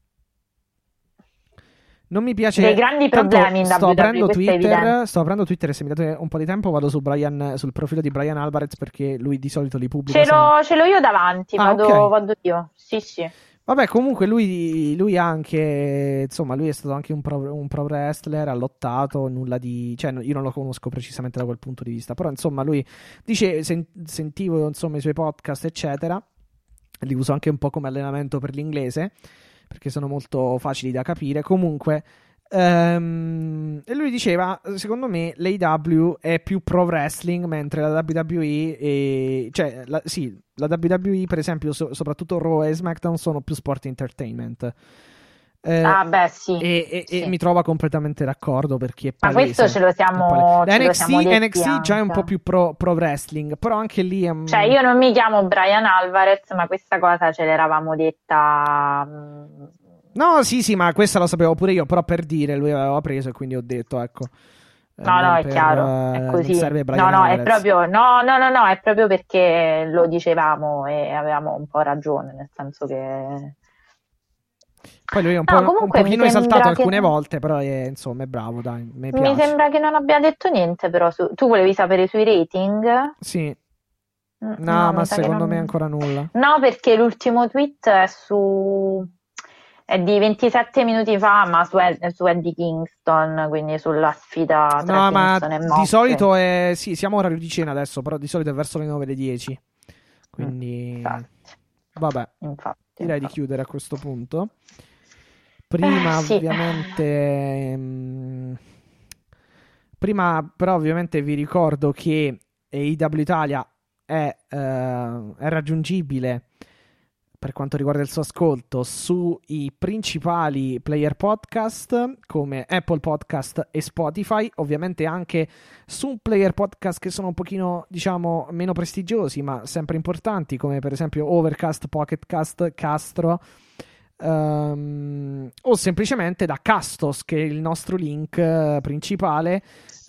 non mi piace. dei grandi problemi in sto WWE, questo è evidente. Sto aprendo Twitter e se mi date un po' di tempo vado sul profilo di Brian Alvarez perché lui di solito li pubblica. Ce l'ho io davanti, okay. vado io. Sì. Vabbè, comunque lui anche, insomma, lui è stato anche un pro wrestler, ha lottato, nulla di... Cioè, io non lo conosco precisamente da quel punto di vista, però insomma lui dice, sentivo insomma i suoi podcast, eccetera, li uso anche un po' come allenamento per l'inglese, perché sono molto facili da capire, comunque... e lui diceva, secondo me l'AEW è più pro wrestling mentre la WWE la WWE per esempio soprattutto Raw e SmackDown sono più sport entertainment. Beh, sì. E mi trova completamente d'accordo perché è Ma palese. questo ce lo siamo NXT già è un po' più pro wrestling, però anche lì cioè io non mi chiamo Brian Alvarez, ma questa cosa ce l'eravamo detta. No, sì, ma questa la sapevo pure io, però per dire, lui aveva preso e quindi ho detto, ecco. No, è chiaro, è così. Non serve Brian No, Alvarez. è proprio, no, è proprio perché lo dicevamo e avevamo un po' ragione, nel senso che... Poi lui è un pochino esaltato alcune volte, però insomma è bravo, dai, mi piace. Mi sembra che non abbia detto niente, però tu volevi sapere sui rating? Sì. No, ma secondo me ancora nulla. No, perché l'ultimo tweet è di 27 minuti fa, ma su Eddie Kingston, quindi sulla sfida tra Kingston e Moxley. Di solito sì, siamo orario di cena adesso, però di solito è verso le 9 alle 10. Quindi vabbè, direi di chiudere a questo punto. Prima sì. Prima però ovviamente vi ricordo che AEW Italia è raggiungibile per quanto riguarda il suo ascolto sui principali player podcast come Apple Podcast e Spotify, ovviamente anche su player podcast che sono un pochino, diciamo, meno prestigiosi ma sempre importanti, come per esempio Overcast, Pocketcast, Castro, o semplicemente da Castos, che è il nostro link principale,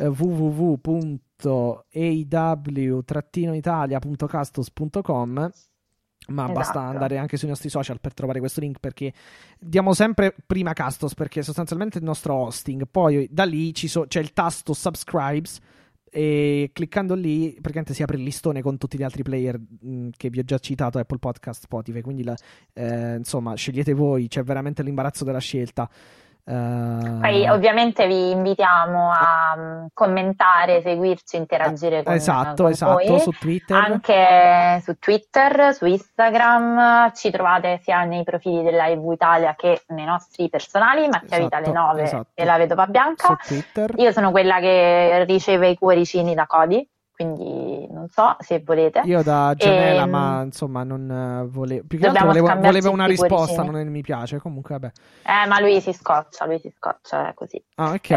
www.aw-italia.castos.com. Ma basta andare anche sui nostri social per trovare questo link, perché diamo sempre prima Castos, perché sostanzialmente è il nostro hosting, poi da lì c'è il tasto subscribes e cliccando lì praticamente si apre il listone con tutti gli altri player che vi ho già citato, Apple Podcast, Spotify, quindi insomma scegliete voi, c'è veramente l'imbarazzo della scelta. Poi ovviamente vi invitiamo a commentare, seguirci, interagire con noi. Su Twitter. Anche su Twitter, su Instagram, ci trovate sia nei profili della EV Italia che nei nostri personali, Mattia Vitale 9 e la Vedova Bianca. Su Twitter. Io sono quella che riceve i cuoricini da Cody, quindi non so se volete. Io da Gianella, ma insomma non volevo, più che altro volevo una risposta, non mi piace, comunque vabbè. Ma lui si scoccia, è così. Ah, ok.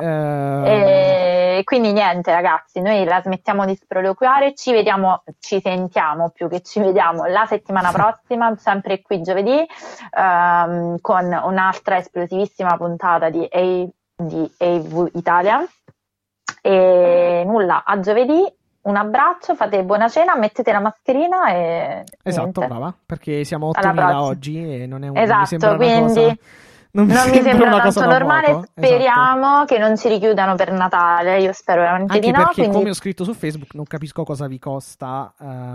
E quindi niente ragazzi, noi la smettiamo di sproloquiare, ci sentiamo più che ci vediamo la settimana prossima, sempre qui giovedì, con un'altra esplosivissima puntata di AV Italia. E nulla, a giovedì, un abbraccio, fate buona cena, mettete la mascherina e esatto, niente. brava, perché siamo 8.000 oggi e non è esatto, quindi non mi sembra tanto normale. Speriamo che non ci richiudano per Natale, io spero veramente anche di no, perché come ho scritto su Facebook non capisco cosa vi costa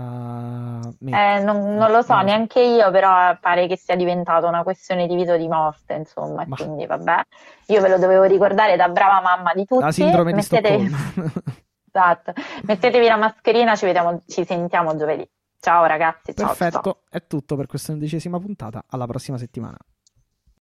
non lo so neanche io, però pare che sia diventato una questione di vita o di morte, insomma, e quindi vabbè, io ve lo dovevo ricordare da brava mamma di tutti. La sindrome di Stoccolma. Esatto, mettetevi la mascherina, ci sentiamo giovedì. Ciao ragazzi, ciao. Perfetto, è tutto per questa 11ª puntata, alla prossima settimana.